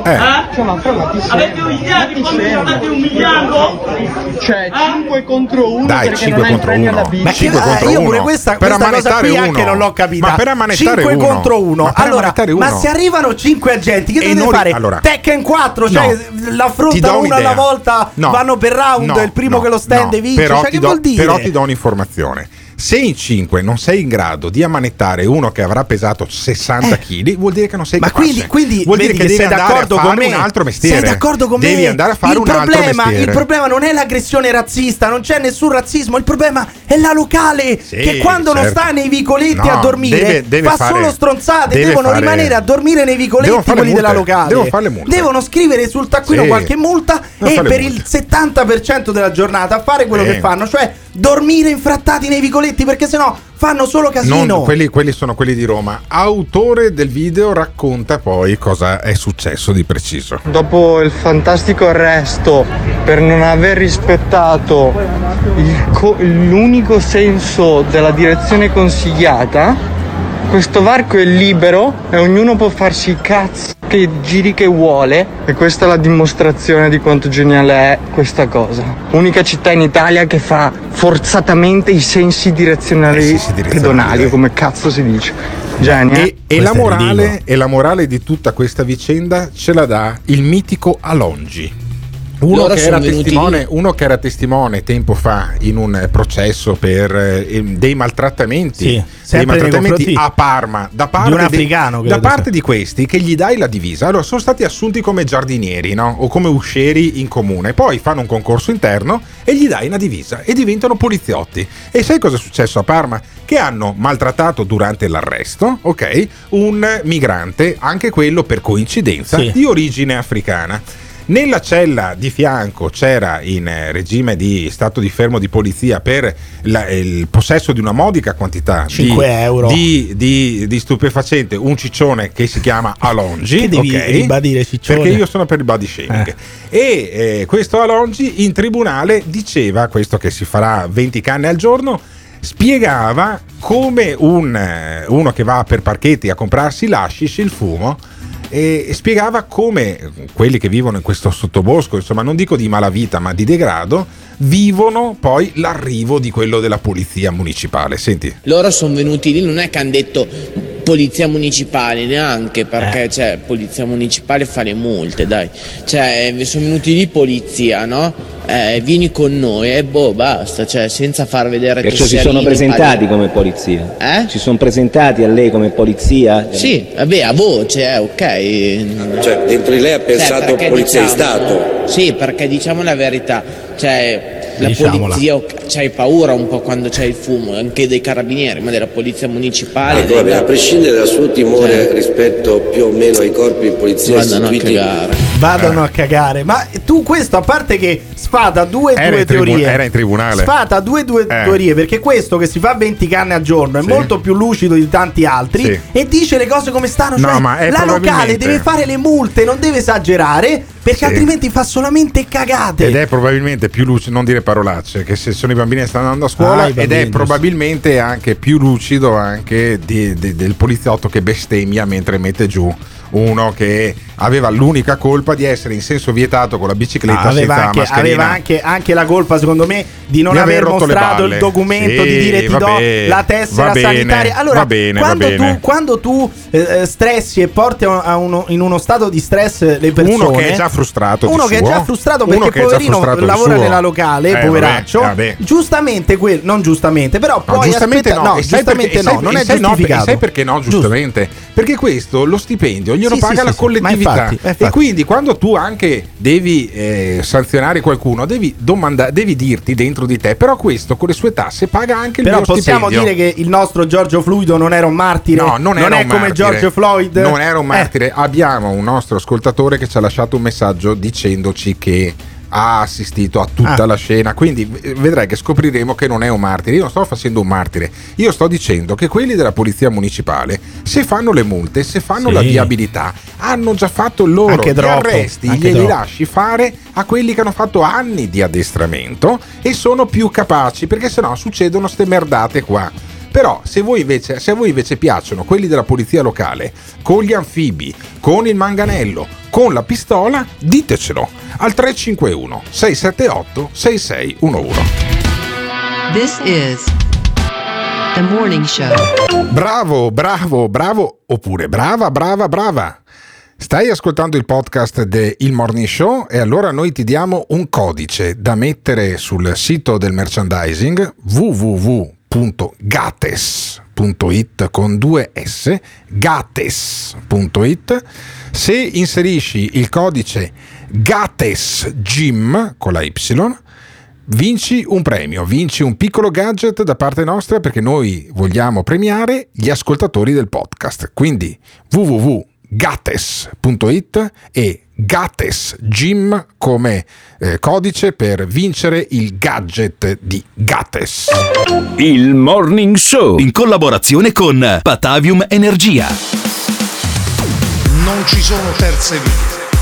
Avete idea di quanto mi state umiliando? Cioè 5 contro 1. Dai, 5 contro 1. Ma 5 contro 1. Io pure questa cosa qui anche non l'ho capita. Ma per ammanettare 5 uno. contro 1. Allora, ma se arrivano 5 agenti, che dovete fare? Allora, Tekken 4, cioè l'affrontano uno alla volta, vanno per round, il primo che lo stand vince. Cioè, che vuol dire? Però ti do un'informazione. Se in 5 non sei in grado di ammanettare uno che avrà pesato 60 kg, vuol dire che non sei capace. Ma quindi vuol dire che devi andare a fare un altro mestiere. Sei d'accordo con me? Devi andare a fare un altro mestiere. Il problema non è l'aggressione razzista, non c'è nessun razzismo. Il problema è la locale, che quando non sta nei vicoletti a dormire fa solo stronzate. Devono rimanere a dormire nei vicoletti quelli della locale. Devono scrivere sul taccuino qualche multa e per il 70% della giornata fare quello che fanno, cioè dormire infrattati nei vicoletti, perché sennò fanno solo casino. Quelli sono quelli di Roma. Autore del video racconta poi cosa è successo di preciso. Dopo il fantastico arresto per non aver rispettato l'unico senso della direzione consigliata, questo varco è libero e ognuno può farsi i cazzi che giri che vuole, e questa è la dimostrazione di quanto geniale è questa cosa. Unica città in Italia che fa forzatamente i sensi direzionali pedonali, o come cazzo si dice. Genio. E la morale di tutta questa vicenda ce la dà il mitico Alongi. Uno che era testimone tempo fa in un processo per dei maltrattamenti, a Parma da parte di un africano, da parte di questi che gli dai la divisa. Allora sono stati assunti come giardinieri, no? O come uscieri in comune, poi fanno un concorso interno e gli dai una divisa e diventano poliziotti. E sai cosa è successo a Parma? Che hanno maltrattato durante l'arresto, ok, un migrante, anche quello per coincidenza di origine africana. Nella cella di fianco c'era, in regime di stato di fermo di polizia per il possesso di una modica quantità 5 euro di stupefacente, un ciccione che si chiama Alongi. Che devi ribadire ciccione? Perché io sono per il body shaming. E questo Alongi in tribunale diceva, questo che si farà 20 canne al giorno, spiegava come uno che va per parchetti a comprarsi l'hashish, il fumo, e spiegava come quelli che vivono in questo sottobosco, insomma non dico di malavita ma di degrado, vivono poi l'arrivo di quello della polizia municipale. Senti, loro sono venuti lì, non è che hanno detto polizia municipale, neanche, perché cioè polizia municipale fa le multe, dai, cioè sono venuti lì polizia, no? Vieni con noi e basta, cioè senza far vedere che si sono presentati come polizia. Si sono presentati a lei come polizia? Sì, vabbè, a voce, ok. Cioè dentro di lei ha pensato polizia di Stato? Sì, perché diciamo la verità, cioè la polizia, c'hai paura un po' quando c'è il fumo, anche dei carabinieri, ma della polizia municipale. Vabbè, a prescindere dal suo timore rispetto più o meno ai corpi di polizia istituiti, vadano a cagare. Ma tu questo, a parte che sfata due teorie, era in tribunale, sfata due teorie, perché questo che si fa 20 canne al giorno è molto più lucido di tanti altri e dice le cose come stanno, cioè la locale deve fare le multe, non deve esagerare, perché altrimenti fa solamente cagate. Ed è probabilmente più lucido, non dire parolacce, che se sono i bambini che stanno andando a scuola, ed è probabilmente anche più lucido anche del poliziotto che bestemmia mentre mette giù uno che aveva l'unica colpa di essere in senso vietato con la bicicletta senza mascherina. Aveva anche la colpa, secondo me, di non aver mostrato il documento, di dire ti do la tessera sanitaria. Allora, quando tu stressi e porti in uno stato di stress le persone, uno che è già frustrato, perché poverino lavora nella locale, poveraccio, giustamente non giustamente, però poi giustamente non è giustificato. Sai perché no, giustamente? Perché questo, lo stipendio glielo paga la collettività, e quindi quando tu anche devi sanzionare qualcuno devi dirti dentro di te, però questo con le sue tasse paga anche il mio stipendio. Però possiamo dire che il nostro Giorgio Fluido non era un martire? No, non è come martire. George Floyd, non era un martire. Abbiamo un nostro ascoltatore che ci ha lasciato un messaggio dicendoci che ha assistito a tutta la scena, quindi vedrai che scopriremo che non è un martire. Io non sto facendo un martire, io sto dicendo che quelli della polizia municipale, se fanno le multe, se fanno la viabilità, hanno già fatto il loro. Gli arresti glieli lasci fare a quelli che hanno fatto anni di addestramento e sono più capaci, perché sennò succedono ste merdate qua. Però se a voi invece piacciono quelli della polizia locale con gli anfibi, con il manganello, con la pistola, ditecelo al 351 678 6611. This is The Morning Show. Bravo oppure brava. Stai ascoltando il podcast del Morning Show e allora noi ti diamo un codice da mettere sul sito del merchandising www.gates.it con 2 S, gates.it. Se inserisci il codice GATESGYM con la Y, vinci un premio, vinci un piccolo gadget da parte nostra, perché noi vogliamo premiare gli ascoltatori del podcast. Quindi www.gates.it e GATESGYM come codice per vincere il gadget di Gates. Il Morning Show in collaborazione con Patavium Energia. Non ci sono terze vie.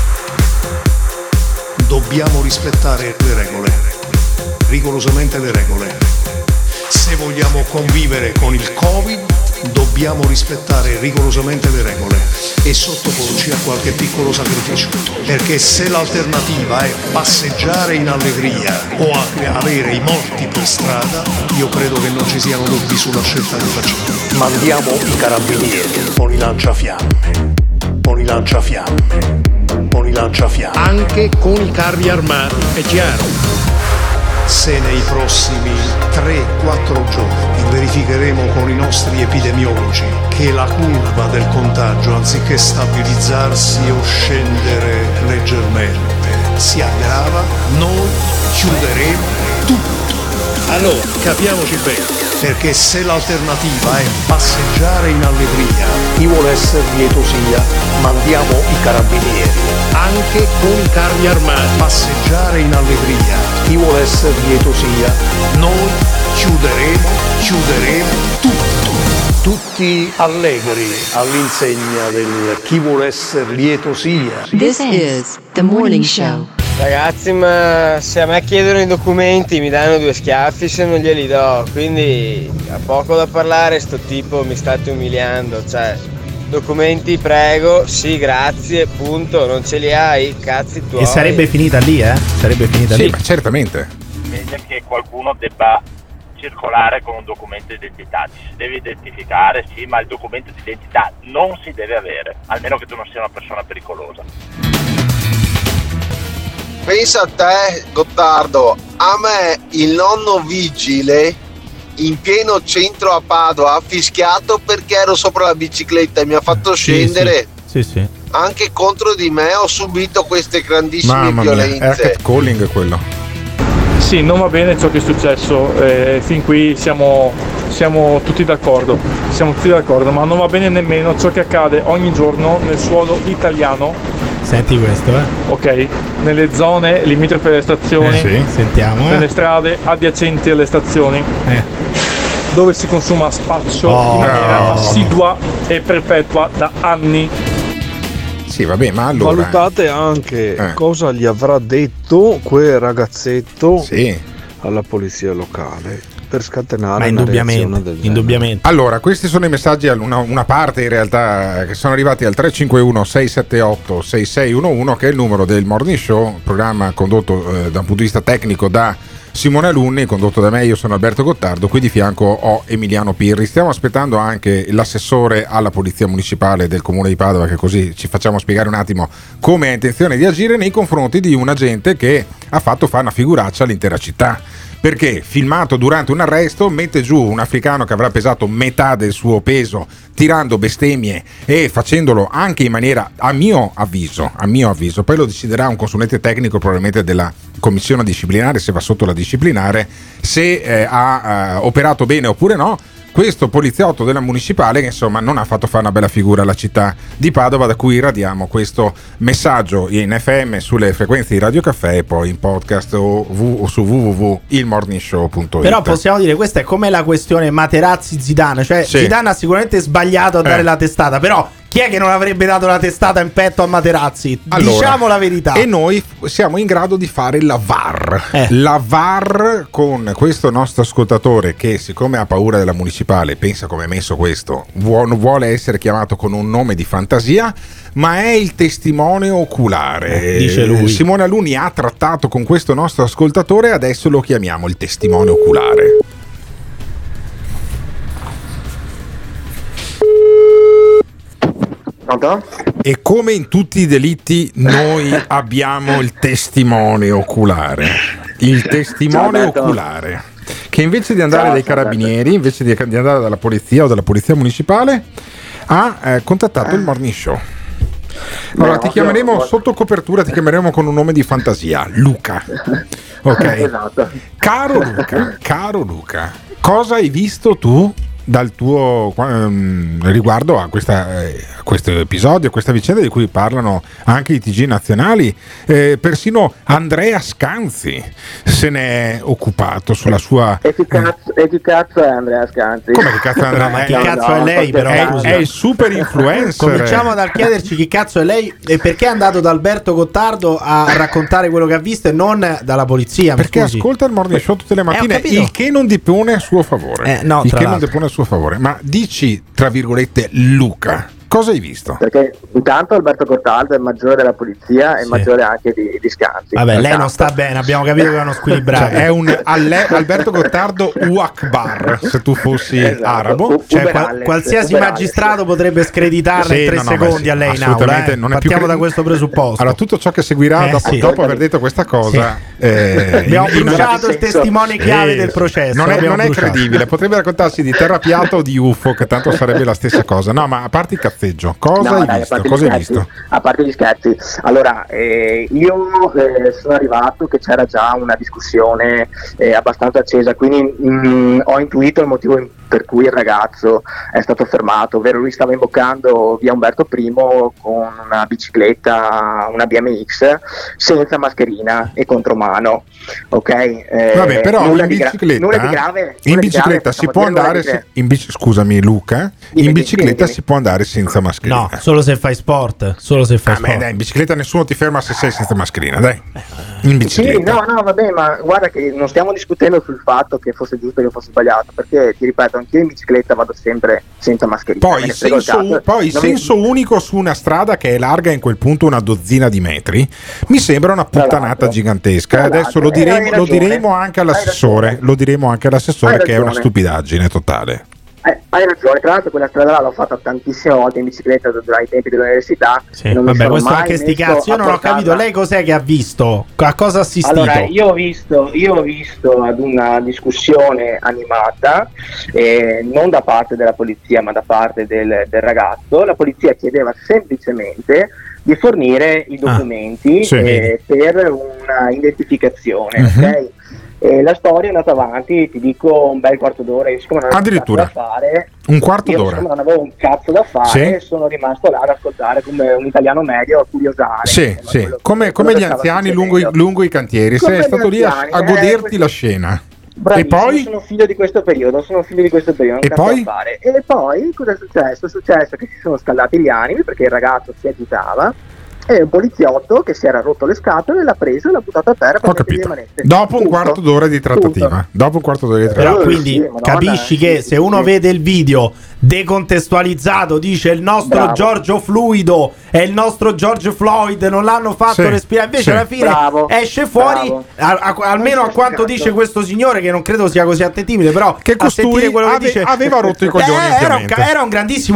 Dobbiamo rispettare le regole, rigorosamente le regole. Se vogliamo convivere con il Covid, dobbiamo rispettare rigorosamente le regole e sottoporci a qualche piccolo sacrificio, perché se l'alternativa è passeggiare in allegria o avere i morti per strada, io credo che non ci siano dubbi sulla scelta che facciamo. Mandiamo i carabinieri con i lanciafiamme, con i i lanciafiamme, anche con i carri armati, è chiaro. Se nei prossimi 3-4 giorni verificheremo con i nostri epidemiologi che la curva del contagio, anziché stabilizzarsi o scendere leggermente, si aggrava, noi chiuderemo tutto. Allora, capiamoci bene, perché se l'alternativa è passeggiare in allegria, chi vuole essere lieto sia, mandiamo i carabinieri, anche con i carri armati, passeggiare in allegria, chi vuole essere lieto sia, noi chiuderemo tutto. Tutti allegri all'insegna del chi vuole essere lieto sia. This is the morning show. Ragazzi, ma se a me chiedono i documenti mi danno 2 schiaffi se non glieli do, quindi ha poco da parlare sto tipo, mi state umiliando, cioè documenti prego, sì grazie, punto, non ce li hai, cazzi tuoi. E sarebbe finita lì, Sarebbe finita lì. Sì, certamente. Vede che qualcuno debba circolare con un documento di identità, ci si deve identificare, sì, ma il documento di identità non si deve avere, almeno che tu non sia una persona pericolosa. Pensa a te, Gottardo, a me il nonno vigile in pieno centro a Padova ha fischiato perché ero sopra la bicicletta e mi ha fatto scendere. Sì. Anche contro di me ho subito queste grandissime Mamma violenze. mia, è catcalling quello. Sì, non va bene ciò che è successo, fin qui siamo tutti d'accordo, ma non va bene nemmeno ciò che accade ogni giorno nel suolo italiano. Senti questo, Ok, nelle zone limitrofe alle stazioni, sì, sentiamo, nelle strade adiacenti alle stazioni, dove si consuma spaccio in maniera assidua e perpetua da anni. Sì, vabbè, ma allora valutate anche cosa gli avrà detto quel ragazzetto alla polizia locale per scatenare una reazione del genere. Allora, questi sono i messaggi, una parte in realtà che sono arrivati al 351 678 6611, che è il numero del Morning Show, programma condotto da un punto di vista tecnico da Simone Alunni, condotto da me. Io sono Alberto Gottardo, qui di fianco ho Emiliano Pirri. Stiamo aspettando anche l'assessore alla polizia municipale del comune di Padova, che così ci facciamo spiegare un attimo come ha intenzione di agire nei confronti di un agente che ha fatto fare una figuraccia all'intera città. Perché filmato durante un arresto mette giù un africano che avrà pesato metà del suo peso, tirando bestemmie e facendolo anche in maniera, a mio avviso, poi lo deciderà un consulente tecnico probabilmente della commissione disciplinare, se va sotto la disciplinare, se ha operato bene oppure no. Questo poliziotto della municipale che insomma non ha fatto fare una bella figura alla città di Padova, da cui irradiamo questo messaggio in FM sulle frequenze di Radio Caffè e poi in podcast o su www.ilmorningshow.it. Però possiamo dire, questa è come la questione Materazzi-Zidane, cioè Zidane ha sicuramente sbagliato a dare la testata, però chi è che non avrebbe dato la testata in petto a Materazzi? Allora, diciamo la verità. E noi siamo in grado di fare la VAR. La VAR con questo nostro ascoltatore che, siccome ha paura della municipale, pensa come è messo questo, vuole essere chiamato con un nome di fantasia, ma è il testimone oculare. Dice lui. Simone Alunni ha trattato con questo nostro ascoltatore, adesso lo chiamiamo il testimone oculare. E come in tutti i delitti noi abbiamo il testimone oculare. Il testimone oculare che invece di andare dai carabinieri, invece di andare dalla polizia o dalla polizia municipale, ha contattato il Morning Show. Allora ti chiameremo sotto copertura, ti chiameremo con un nome di fantasia, Luca. Ok. Esatto. Caro Luca, cosa hai visto tu dal tuo riguardo a questo episodio, a questa vicenda di cui parlano anche i TG nazionali? Persino Andrea Scanzi se ne è occupato sulla sua. E chi cazzo è Andrea Scanzi? Come che cazzo è Andrea? Ma chi cazzo è lei? Però è il super influencer. Cominciamo dal chiederci chi cazzo è lei e perché è andato da Alberto Gottardo a raccontare quello che ha visto e non dalla polizia. Perché ascolta il Morning Show tutte le mattine, il che non dipone a suo favore. No, il che non dipone a suo favore. Ma dici, tra virgolette, Luca, Cosa hai visto? Perché intanto Alberto Gottardo è maggiore della polizia e maggiore anche di Scanzi. Vabbè, lei non sta bene, abbiamo capito che è uno squilibrato. Cioè, è un Alberto Gottardo Uakbar, se tu fossi arabo. Cioè, qualsiasi magistrato potrebbe screditarla in 3 secondi a lei in aula. Non è Partiamo da questo presupposto. Allora, tutto ciò che seguirà dopo aver detto questa cosa, abbiamo bruciato il testimone chiave del processo. Non è credibile. Potrebbe raccontarsi di terrapiatto o di UFO, che tanto sarebbe la stessa cosa. No, ma a parte il cazzeggio, cosa hai visto? Cosa hai visto? A parte gli scherzi, allora io sono arrivato che c'era già una discussione abbastanza accesa, quindi ho intuito il motivo per cui il ragazzo è stato fermato, ovvero lui stava imboccando via Umberto I con una bicicletta, una BMX, senza mascherina e contromano. Ok? Vabbè, però nulla in bicicletta, nulla di grave, in bicicletta si può andare scusami Luca, in bicicletta si può andare senza mascherina. No, solo se fai sport. Dai, in bicicletta nessuno ti ferma se sei senza mascherina, dai. In bicicletta. Sì, no, vabbè, ma guarda che non stiamo discutendo sul fatto che fosse giusto o che fosse sbagliato, perché ti ripeto, anch'io in bicicletta vado sempre senza mascherina. Poi il senso unico su una strada che è larga in quel punto una dozzina di metri mi sembra una puttanata gigantesca. Adesso lo diremo anche all'assessore, che è una stupidaggine totale. Hai ragione, tra l'altro quella strada là l'ho fatta tantissime volte in bicicletta ai tempi dell'università. Sì, vabbè, questo anche sti cazzi. Io non ho capito, lei cos'è che ha visto? A cosa ha assistito? Allora, io ho visto ad una discussione animata, non da parte della polizia ma da parte del ragazzo. La polizia chiedeva semplicemente di fornire i documenti per una identificazione, ok? La storia è andata avanti, ti dico un bel quarto d'ora. Io siccome non avevo un cazzo da fare, un quarto d'ora? Non avevo un cazzo da fare, sono rimasto là ad ascoltare come un italiano medio, a curiosare. Come gli anziani lungo i cantieri. Sei stato lì a goderti la scena. Bravissimo, e poi? Sono figlio di questo periodo, E poi? E poi cosa è successo? È successo che si sono scaldati gli animi perché il ragazzo si agitava e un poliziotto che si era rotto le scatole l'ha preso e l'ha buttato a terra per mettere le manette. Dopo un quarto d'ora di trattativa. Però quindi capisci che se uno vede il video decontestualizzato, dice il nostro Giorgio Fluido è il nostro George Floyd, non l'hanno fatto respirare, invece alla fine esce fuori almeno a quanto dice questo signore, che non credo sia così attentibile, però che costui aveva rotto i coglioni. Era un grandissimo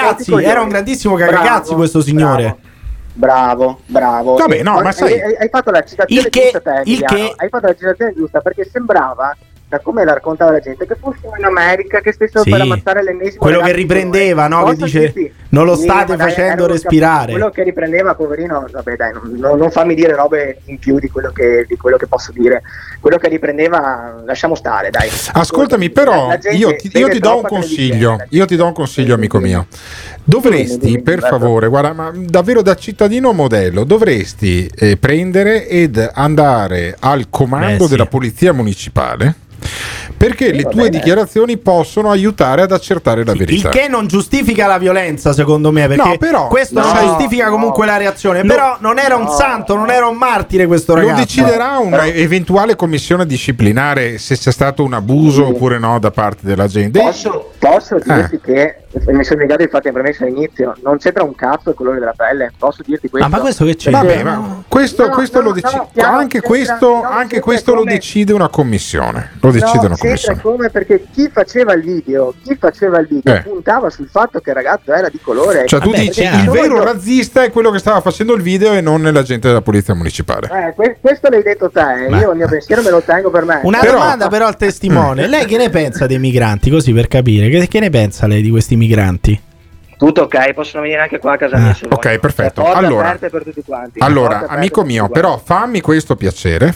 cagacazzi questo signore. Bravo. Vabbè, no, ma sai, hai fatto la citazione giusta, hai fatto la citazione giusta, perché sembrava, da come la raccontava la gente, che fossimo in America, che stessero per ammazzare l'ennesimo. Quello che riprendeva, no? Che dice non lo state facendo respirare. Quello che riprendeva, poverino, vabbè dai, non fammi dire robe in più di quello che posso dire. Quello che riprendeva, lasciamo stare, dai. Ascoltami, però io ti do un consiglio, amico mio. Dovresti, per favore, guarda, ma davvero da cittadino modello, dovresti prendere ed andare al comando della polizia municipale, perché le tue dichiarazioni possono aiutare ad accertare la verità. Il che non giustifica la violenza, secondo me, perché questo non giustifica comunque la reazione. Però non era un santo, non era un martire questo ragazzo. Lo deciderà un'eventuale commissione disciplinare se c'è stato un abuso oppure no da parte della gente. Posso dirti che mi sono negato il fatto in premessa all'inizio, non c'entra un cazzo il colore della pelle, posso dirti questo? Ma questo che c'è? Vabbè, ma questo lo decide, anche questo lo decide una commissione. C'entra come, perché chi faceva il video puntava sul fatto che il ragazzo era di colore. Cioè tu dici il vero razzista è quello che stava facendo il video e non l'agente della polizia municipale. Questo l'hai detto te, io il mio pensiero me lo tengo per me. Una domanda però al testimone, lei che ne pensa dei migranti, così per capire, che ne pensa lei di questi migranti? Tutto ok, possono venire anche qua a casa mia. Ok, perfetto. Allora, per tutti quanti. Amico mio, però fammi questo piacere,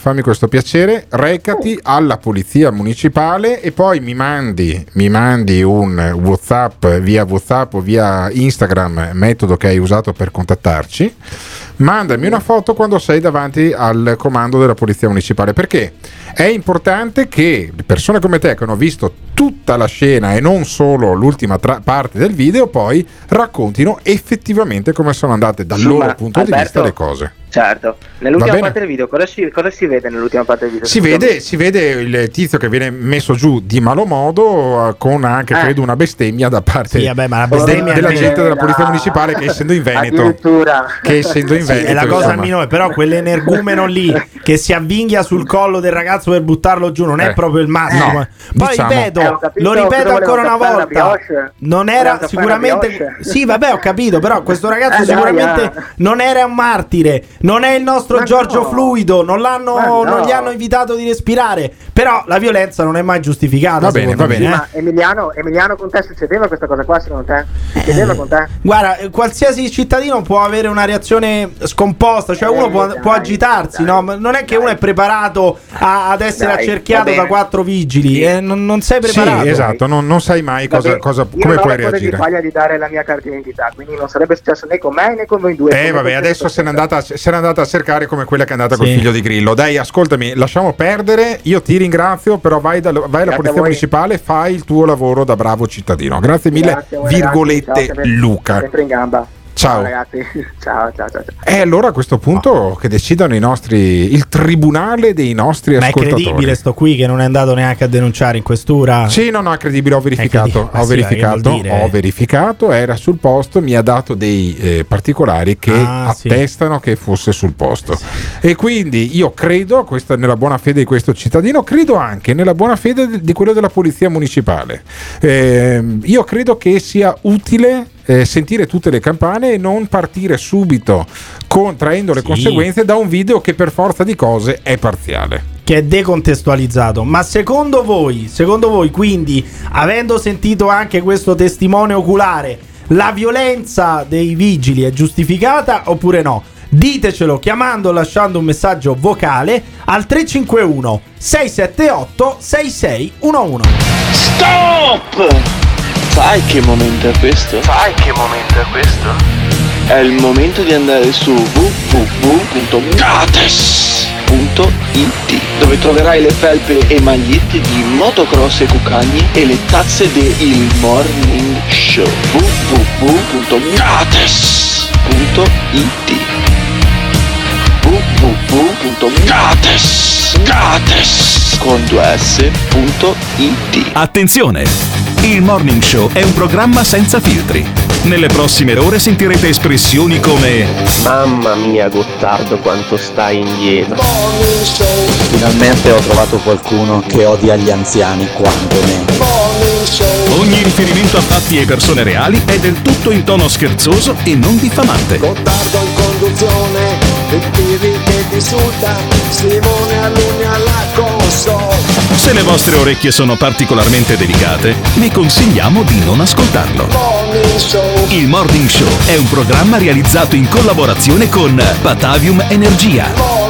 recati alla polizia municipale e poi mi mandi un WhatsApp o via Instagram, metodo che hai usato per contattarci. Mandami una foto quando sei davanti al comando della polizia municipale, perché è importante che persone come te che hanno visto tutta la scena e non solo l'ultima parte del video, poi raccontino effettivamente come sono andate dal loro punto di vista le cose. Certo, nell'ultima parte del video cosa si vede nell'ultima parte del video? Si vede il tizio che viene messo giù di malo modo con anche credo una bestemmia da parte della gente della polizia municipale che essendo in Veneto è la cosa minore, però quell'energumeno lì che si avvinghia sul collo del ragazzo per buttarlo giù non è proprio il massimo. No, poi lo ripeto ancora una volta, non era sicuramente sì vabbè ho capito, però questo ragazzo sicuramente non era un martire, non è il nostro Giorgio Fluido, non gli hanno invitato di respirare, però la violenza non è mai giustificata. Va bene. Ma Emiliano, con te succedeva questa cosa qua secondo te? Succedeva con te? Guarda, qualsiasi cittadino può avere una reazione scomposta, cioè uno può agitarsi, no? Ma non è che uno è preparato ad essere accerchiato da 4 vigili, non sei preparato. Sì, esatto, non sai mai come puoi reagire. Io non ho di fare la mia carta d'identità, quindi non sarebbe successo né con me né con voi due. Vabbè, adesso se n'è andata a cercare come quella che è andata col figlio di Grillo. Dai, ascoltami, lasciamo perdere, io ti ringrazio, però vai alla polizia municipale, fai il tuo lavoro da bravo cittadino. Grazie mille, virgolette Luca. Sempre in gamba. Ciao ragazzi, ciao. E allora a questo punto che decidano il tribunale dei nostri ascoltatori. Ma è credibile sto qui che non è andato neanche a denunciare in questura? Sì, no, è credibile, ho verificato, era sul posto, mi ha dato dei particolari che attestano che fosse sul posto. E quindi io credo, questa nella buona fede di questo cittadino, credo anche nella buona fede di quello della polizia municipale. Io credo che sia utile sentire tutte le campane e non partire subito traendo le conseguenze da un video che per forza di cose è parziale, che è decontestualizzato. Ma secondo voi quindi, avendo sentito anche questo testimone oculare, la violenza dei vigili è giustificata oppure no? Ditecelo chiamando o lasciando un messaggio vocale al 351 678 6611. Stop! Sai che momento è questo? È il momento di andare su www.gates.it, dove troverai le felpe e magliette di motocross e cucagni e le tazze del Morning Show. www.gates.it www.gates.it. Attenzione! Il Morning Show è un programma senza filtri. Nelle prossime ore sentirete espressioni come: mamma mia Gottardo quanto stai indietro. Finalmente ho trovato qualcuno che odia gli anziani quanto me. Ogni riferimento a fatti e persone reali è del tutto in tono scherzoso e non diffamante. Gottardo in conduzione, il TV che ti insulta, Simone Alunni alla console. Se le vostre orecchie sono particolarmente delicate, vi consigliamo di non ascoltarlo. Il Morning Show è un programma realizzato in collaborazione con Batavium Energia.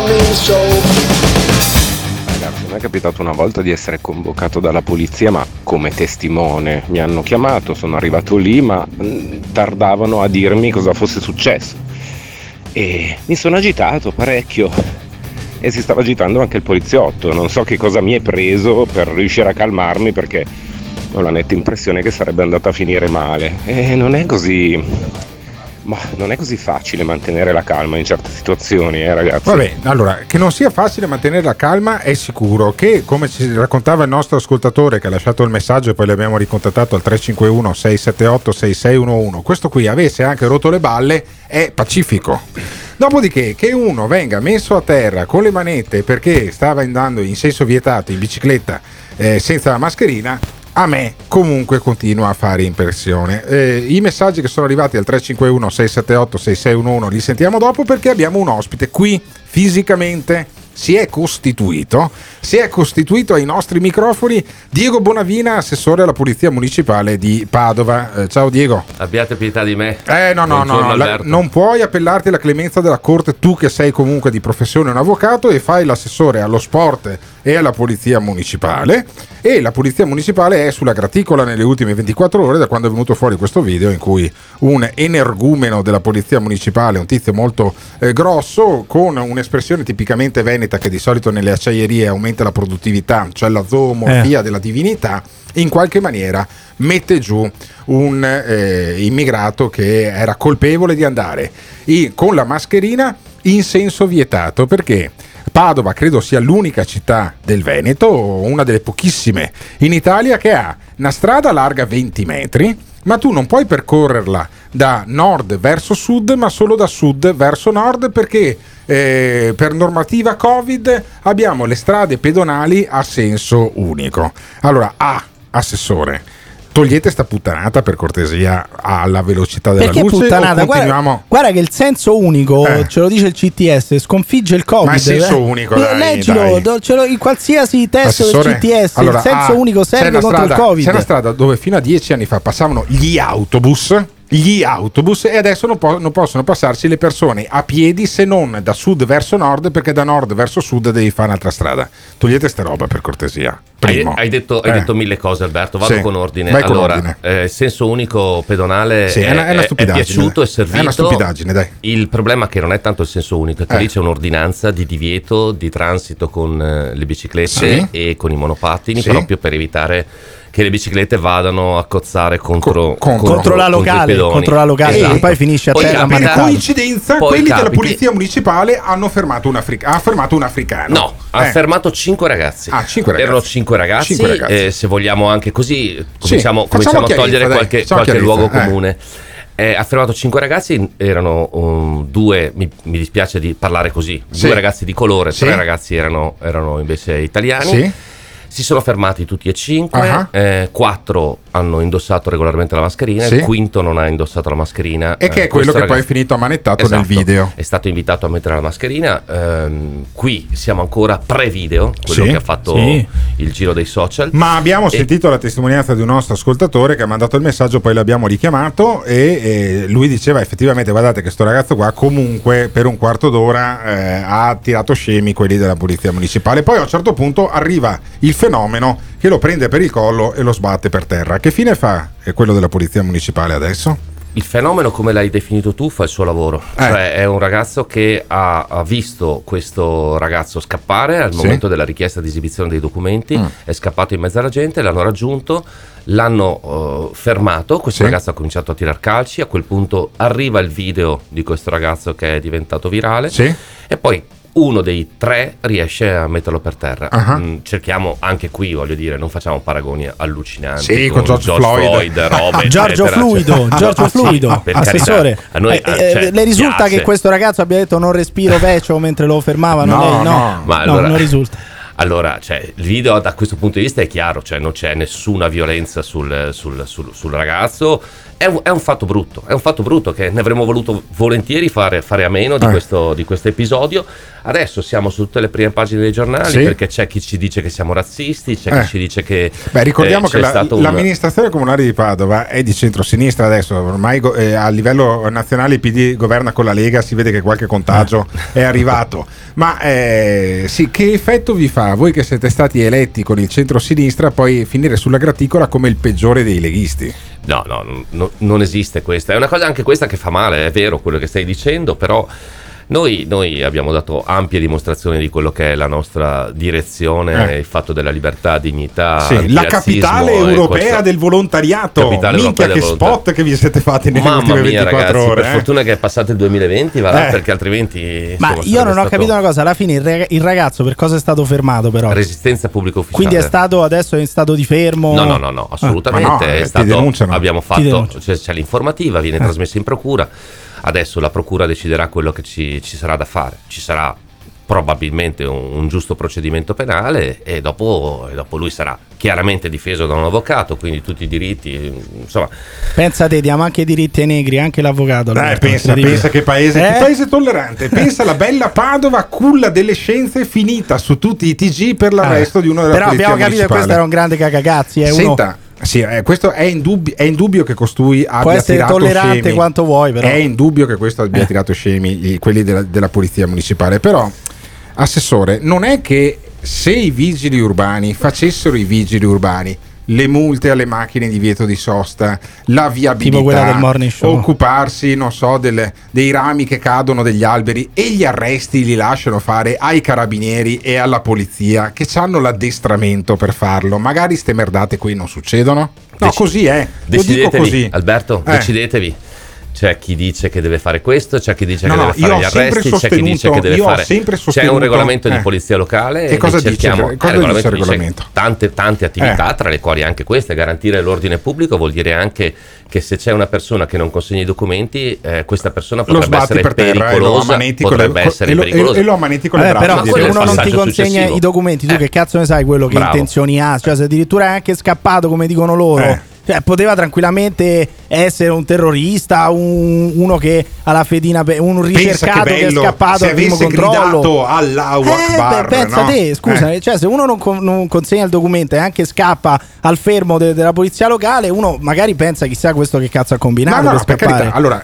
Ragazzi, mi è capitato una volta di essere convocato dalla polizia, ma come testimone. Mi hanno chiamato, sono arrivato lì, ma tardavano a dirmi cosa fosse successo. E mi sono agitato parecchio. E si stava agitando anche il poliziotto. Non so che cosa mi è preso per riuscire a calmarmi, perché ho la netta impressione che sarebbe andata a finire male. E non è così facile mantenere la calma in certe situazioni, ragazzi. Vabbè, allora, che non sia facile mantenere la calma è sicuro. Che, come ci raccontava il nostro ascoltatore che ha lasciato il messaggio e poi l'abbiamo ricontattato al 351 678 6611, questo qui avesse anche rotto le balle è pacifico. Dopodiché che uno venga messo a terra con le manette perché stava andando in senso vietato in bicicletta senza la mascherina, a me comunque continua a fare impressione. I messaggi che sono arrivati al 351 678 6611 li sentiamo dopo, perché abbiamo un ospite qui fisicamente. Si è costituito ai nostri microfoni Diego Bonavina, assessore alla Polizia Municipale di Padova. Ciao Diego. Abbiate pietà di me. No, non puoi appellarti alla clemenza della Corte, tu che sei comunque di professione un avvocato e fai l'assessore allo sport e alla Polizia Municipale, e la Polizia Municipale è sulla graticola nelle ultime 24 ore, da quando è venuto fuori questo video in cui un energumeno della Polizia Municipale, un tizio molto grosso, con un'espressione tipicamente veneta che di solito nelle acciaierie aumenta la produttività, cioè la zoomorfia della divinità, in qualche maniera mette giù un immigrato che era colpevole di andare con la mascherina in senso vietato, perché Padova credo sia l'unica città del Veneto, una delle pochissime in Italia, che ha una strada larga 20 metri, ma tu non puoi percorrerla da nord verso sud, ma solo da sud verso nord, perché per normativa Covid abbiamo le strade pedonali a senso unico. Allora, assessore, togliete sta puttanata per cortesia alla velocità della perché luce. Puttanata? Continuiamo... Guarda che il senso unico, ce lo dice il CTS, sconfigge il Covid. Ma il senso unico, leggilo, ce lo, in qualsiasi testo Assessore, del CTS, allora, il senso unico serve contro il Covid. C'è una strada dove fino a 10 anni fa passavano gli autobus e adesso non possono passarci le persone a piedi, se non da sud verso nord, perché da nord verso sud devi fare un'altra strada. Togliete sta roba per cortesia. Hai detto mille cose, Alberto, vado con ordine. Vai con allora, senso unico pedonale è una stupidaggine, è piaciuto, è servito. È una stupidaggine, dai. Il problema è che non è tanto il senso unico, è che lì c'è un'ordinanza di divieto di transito con le biciclette e con i monopattini, proprio per evitare che le biciclette vadano a cozzare contro la locale, esatto. E poi finisce a terra. Per coincidenza quelli della polizia municipale hanno fermato un africano. No, ha fermato 5 ragazzi. 5 ragazzi. Erano 5 ragazzi. Se vogliamo anche così cominciamo a togliere qualche luogo comune. Ha fermato 5 ragazzi, erano 2, mi dispiace di parlare così, 2 ragazzi di colore, 3 ragazzi erano invece italiani. Si sono fermati tutti e 5, 4 hanno indossato regolarmente la mascherina, il quinto non ha indossato la mascherina. E che è quello che poi è finito manettato nel video. È stato invitato a mettere la mascherina. Qui siamo ancora pre-video, quello che ha fatto il giro dei social. Ma abbiamo sentito la testimonianza di un nostro ascoltatore che ha mandato il messaggio, poi l'abbiamo richiamato e lui diceva effettivamente: guardate che sto ragazzo qua comunque per un quarto d'ora ha tirato scemi quelli della polizia municipale. Poi a un certo punto arriva il fenomeno che lo prende per il collo e lo sbatte per terra. Che fine fa quello della polizia municipale adesso? Il fenomeno, come l'hai definito tu, fa il suo lavoro. Cioè è un ragazzo che ha visto questo ragazzo scappare al momento della richiesta di esibizione dei documenti, è scappato in mezzo alla gente, l'hanno raggiunto, l'hanno fermato, questo ragazzo ha cominciato a tirar calci, a quel punto arriva il video di questo ragazzo che è diventato virale e poi uno dei 3 riesce a metterlo per terra. Cerchiamo anche qui, voglio dire, non facciamo paragoni allucinanti con George Floyd, robe, Giorgio Fluido, assessore. A noi, le risulta piace che questo ragazzo abbia detto non respiro vecio mentre lo fermavano? No, non risulta. Allora, il video da questo punto di vista è chiaro, non c'è nessuna violenza sul ragazzo. È un fatto brutto che ne avremmo voluto volentieri fare a meno di questo episodio. Adesso siamo su tutte le prime pagine dei giornali perché c'è chi ci dice che siamo razzisti, c'è chi ci dice che ricordiamo che l'amministrazione comunale di Padova è di centrosinistra adesso, ormai a livello nazionale il PD governa con la Lega, si vede che qualche contagio è arrivato. Ma che effetto vi fa voi che siete stati eletti con il centrosinistra poi finire sulla graticola come il peggiore dei leghisti? No, non esiste questa. È una cosa anche questa che fa male, è vero quello che stai dicendo, però noi abbiamo dato ampie dimostrazioni di quello che è la nostra direzione, il fatto della libertà, dignità, la capitale europea del volontariato. Minchia che spot che vi siete fatti nelle ultime 24 ragazzi, ore. Per fortuna che è passato il 2020, perché altrimenti io non ho capito una cosa, alla fine il ragazzo per cosa è stato fermato però? Resistenza pubblica ufficiale. Quindi adesso è in stato di fermo? No, assolutamente. Abbiamo fatto, c'è l'informativa, viene trasmessa in procura. Adesso la procura deciderà quello che ci sarà da fare. Ci sarà probabilmente un giusto procedimento penale e dopo lui sarà chiaramente difeso da un avvocato, quindi tutti i diritti, insomma. Pensa te, diamo anche i diritti ai negri, anche l'avvocato. Pensa che paese tollerante. Pensa alla bella Padova, culla delle scienze, finita su tutti i TG per l'arresto di uno della polizia municipale. Però abbiamo capito che questo era un grande cagagazzi. Senta, questo è indubbio che costui abbia tirato tollerante scemi. Quanto vuoi, però. È indubbio che questo abbia tirato scemi quelli della polizia municipale. Però, assessore, non è che se i vigili urbani facessero i vigili urbani le multe alle macchine di vieto di sosta, la viabilità, tipo quella del Morning Show, occuparsi, non so, dei rami che cadono, degli alberi, e gli arresti li lasciano fare ai carabinieri e alla polizia che hanno l'addestramento per farlo. Magari ste merdate qui non succedono. No, così è. Lo dico così. Alberto, decidetevi. C'è chi dice che deve fare questo, c'è chi dice che deve fare gli arresti, c'è chi dice che deve fare. C'è un regolamento di polizia locale. E cosa dice? Cosa dice il regolamento? Tante attività, tra le quali anche queste. Garantire l'ordine pubblico vuol dire anche che se c'è una persona che non consegna i documenti, questa persona potrebbe essere pericolosa. E lo ammanetti con le braccia. Però se uno non ti consegna i documenti, tu che cazzo ne sai quello che intenzioni ha? Cioè, se addirittura è anche scappato, come dicono loro. Cioè, poteva tranquillamente essere un terrorista, uno che ha la fedina, un ricercato che è scappato al primo controllo. Allahu Akbar, pensa te, scusa, cioè, se uno non consegna il documento e anche scappa al fermo della polizia locale, uno magari pensa chissà questo che cazzo ha combinato per scappare. Allora,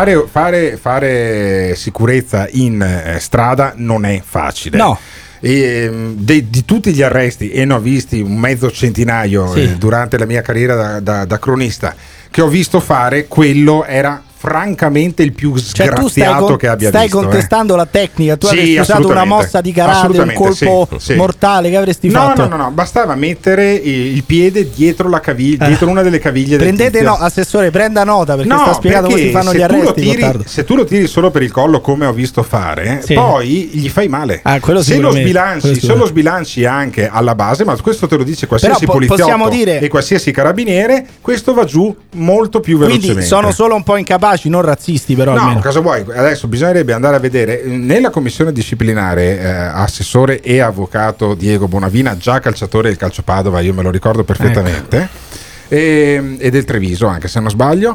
fare sicurezza in strada non è facile. No. Di tutti gli arresti, e ne ho visti un mezzo centinaio durante la mia carriera da cronista, che ho visto fare, quello era francamente il più sgraziato che abbia visto. Stai contestando la tecnica, tu avresti usato una mossa di karate, un colpo mortale che avresti fatto. No, bastava mettere il piede dietro la caviglia, dietro una delle caviglie del tizio. Assessore, prenda nota, perché sta spiegando come si fanno gli arresti. Se tu lo tiri solo per il collo, come ho visto fare, poi gli fai male. Se lo sbilanci anche alla base, ma questo te lo dice qualsiasi poliziotto e qualsiasi carabiniere, questo va giù molto più velocemente. Quindi sono solo un po' incapaci, non razzisti, però. No, cosa vuoi? Adesso bisognerebbe andare a vedere nella commissione disciplinare, assessore e avvocato Diego Bonavina, già calciatore del Calcio Padova, io me lo ricordo perfettamente, e del Treviso, anche se non sbaglio.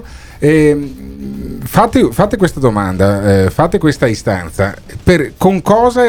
Fate questa domanda, fate questa istanza: con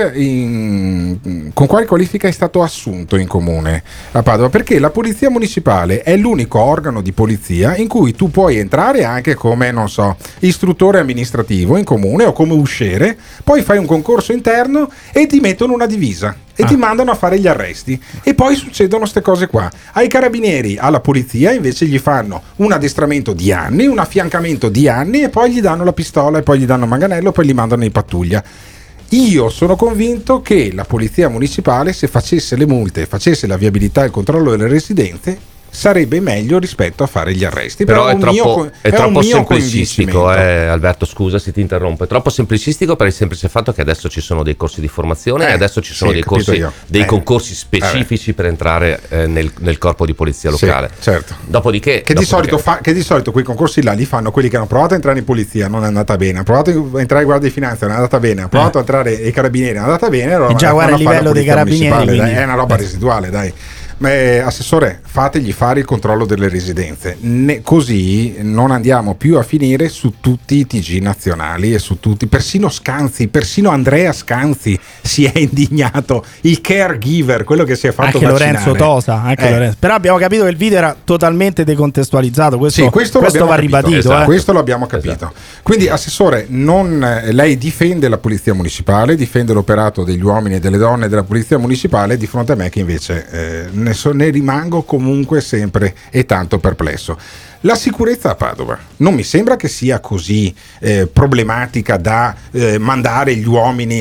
quale qualifica è stato assunto in comune a Padova? Perché la polizia municipale è l'unico organo di polizia in cui tu puoi entrare anche come, non so, istruttore amministrativo in comune o come usciere, poi fai un concorso interno e ti mettono una divisa e ti mandano a fare gli arresti, e poi succedono queste cose qua. Ai carabinieri, alla polizia invece gli fanno un addestramento di anni, un affiancamento di anni, e poi gli danno la pistola, e poi gli danno il manganello, e poi li mandano in pattuglia. Io sono convinto che la polizia municipale, se facesse le multe, facesse la viabilità e il controllo delle residenze, sarebbe meglio rispetto a fare gli arresti. Però è troppo semplicistico, Alberto, scusa se ti interrompo, è troppo semplicistico per il semplice fatto che adesso ci sono dei corsi di formazione e adesso ci sono dei concorsi specifici per entrare nel corpo di polizia locale. Certo. Dopodiché che di solito quei concorsi là li fanno quelli che hanno provato a entrare in polizia, non è andata bene, hanno provato a entrare in guardia di finanza, non è andata bene, hanno provato a entrare ai carabinieri, non è andata bene, allora già guarda il livello dei carabinieri, è una roba residuale, dai. Assessore, fategli fare il controllo delle residenze, così non andiamo più a finire su tutti i TG nazionali e su tutti, persino Andrea Scanzi si è indignato, il caregiver, quello che si è fatto anche vaccinare. Lorenzo Tosa, Lorenzo. Però abbiamo capito che il video era totalmente decontestualizzato, questo va ribadito. Esatto. Questo l'abbiamo capito. Esatto. Quindi, assessore, lei difende la polizia municipale, difende l'operato degli uomini e delle donne della polizia municipale, di fronte a me che invece ne rimango comunque sempre e tanto perplesso. La sicurezza a Padova non mi sembra che sia così problematica da mandare gli uomini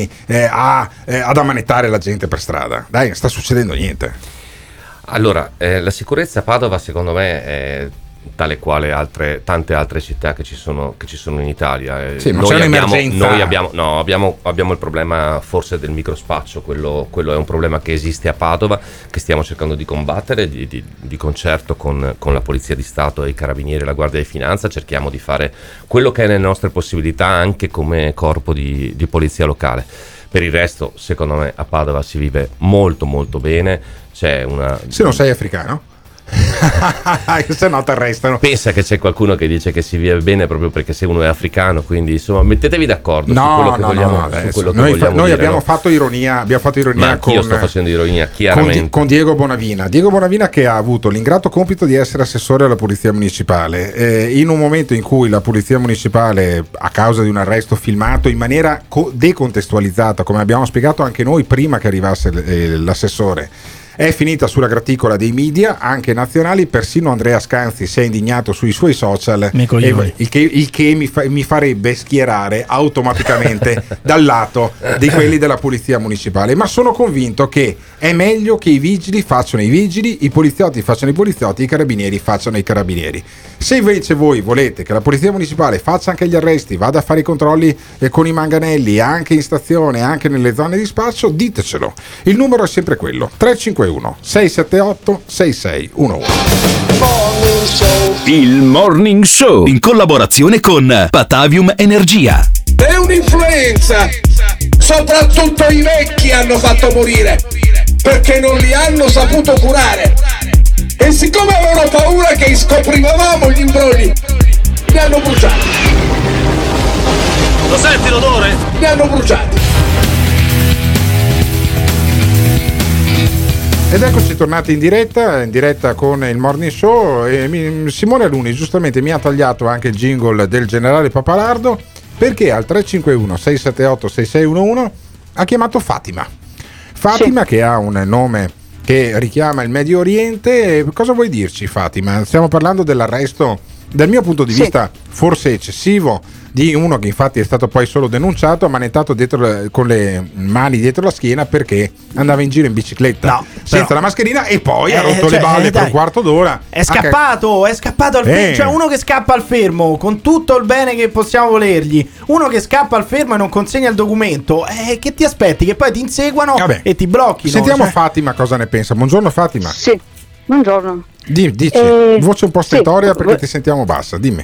ad ammanettare la gente per strada. Dai, non sta succedendo niente. Allora, la sicurezza a Padova secondo me è tale quale tante altre città che ci sono in Italia. Sì, ma c'è un'emergenza. Noi abbiamo il problema forse del microspaccio, quello è un problema che esiste a Padova, che stiamo cercando di combattere di concerto con la Polizia di Stato e i Carabinieri e la Guardia di Finanza. Cerchiamo di fare quello che è nelle nostre possibilità anche come corpo di polizia locale. Per il resto, secondo me, a Padova si vive molto molto bene. Se non sei africano? Se no ti arrestano. Pensa che c'è qualcuno che dice che si vive bene proprio perché se uno è africano, quindi insomma mettetevi d'accordo su quello che vogliamo dire. Noi abbiamo fatto ironia, io sto facendo ironia chiaramente con Diego Bonavina che ha avuto l'ingrato compito di essere assessore alla polizia municipale, in un momento in cui la polizia municipale, a causa di un arresto filmato in maniera decontestualizzata, come abbiamo spiegato anche noi prima che arrivasse l'assessore, È finita sulla graticola dei media, anche nazionali. Persino Andrea Scanzi si è indignato sui suoi social, il che mi farebbe schierare automaticamente dal lato di quelli della polizia municipale. Ma sono convinto che è meglio che i vigili facciano i vigili, i poliziotti facciano i poliziotti, i carabinieri facciano i carabinieri. Se invece voi volete che la polizia municipale faccia anche gli arresti, vada a fare i controlli con i manganelli anche in stazione, anche nelle zone di spaccio, ditecelo. Il numero è sempre quello: 351 678 6611. Il Morning Show in collaborazione con Patavium Energia. È un'influenza, soprattutto i vecchi hanno fatto morire perché non li hanno saputo curare, e siccome avevano paura che scoprivamo gli imbrogli, li hanno bruciati. Lo senti l'odore? Li hanno bruciati. Ed eccoci tornati in diretta con il Morning Show, e Simone Alunni giustamente mi ha tagliato anche il jingle del generale Papalardo, perché al 351 678 6611 ha chiamato Fatima, sì, che ha un nome che richiama il Medio Oriente. Cosa vuoi dirci, Fatima? Stiamo parlando dell'arresto, dal mio punto di vista forse eccessivo, di uno che infatti è stato poi solo denunciato, ammanettato con le mani dietro la schiena perché andava in giro in bicicletta senza la mascherina, e poi ha rotto le balle per un quarto d'ora. È scappato al fermo, cioè uno che scappa al fermo con tutto il bene che possiamo volergli, uno che scappa al fermo e non consegna il documento, che ti aspetti? Che poi ti inseguano e ti blocchino. Sentiamo Fatima cosa ne pensa. Buongiorno Fatima. Sì, buongiorno. Dici, voce un po' stentoria, perché ti sentiamo bassa, dimmi.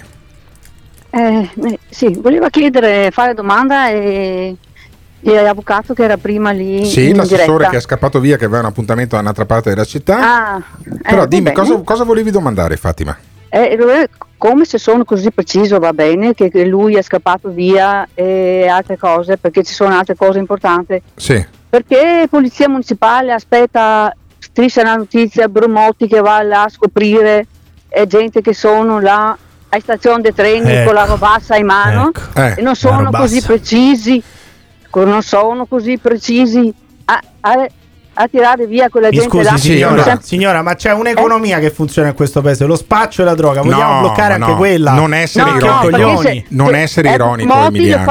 Sì, voleva fare domanda e l'avvocato che era prima lì. Sì, in l'assessore diretta, che è scappato via, che aveva un appuntamento da un'altra parte della città. Però dimmi, cosa volevi domandare, Fatima? Come se sono così preciso va bene che lui è scappato via e altre cose, perché ci sono altre cose importanti. Sì. Perché polizia municipale aspetta, striscia la notizia, Brumotti che va là a scoprire, gente che sono là a stazione dei treni con la robassa in mano, e non sono così precisi, a tirare via quella gente. Scusi, signora, ma c'è un'economia che funziona in questo paese, lo spaccio e la droga, vogliamo bloccare anche quella? Non essere ironico, non essere ironico, Emiliano.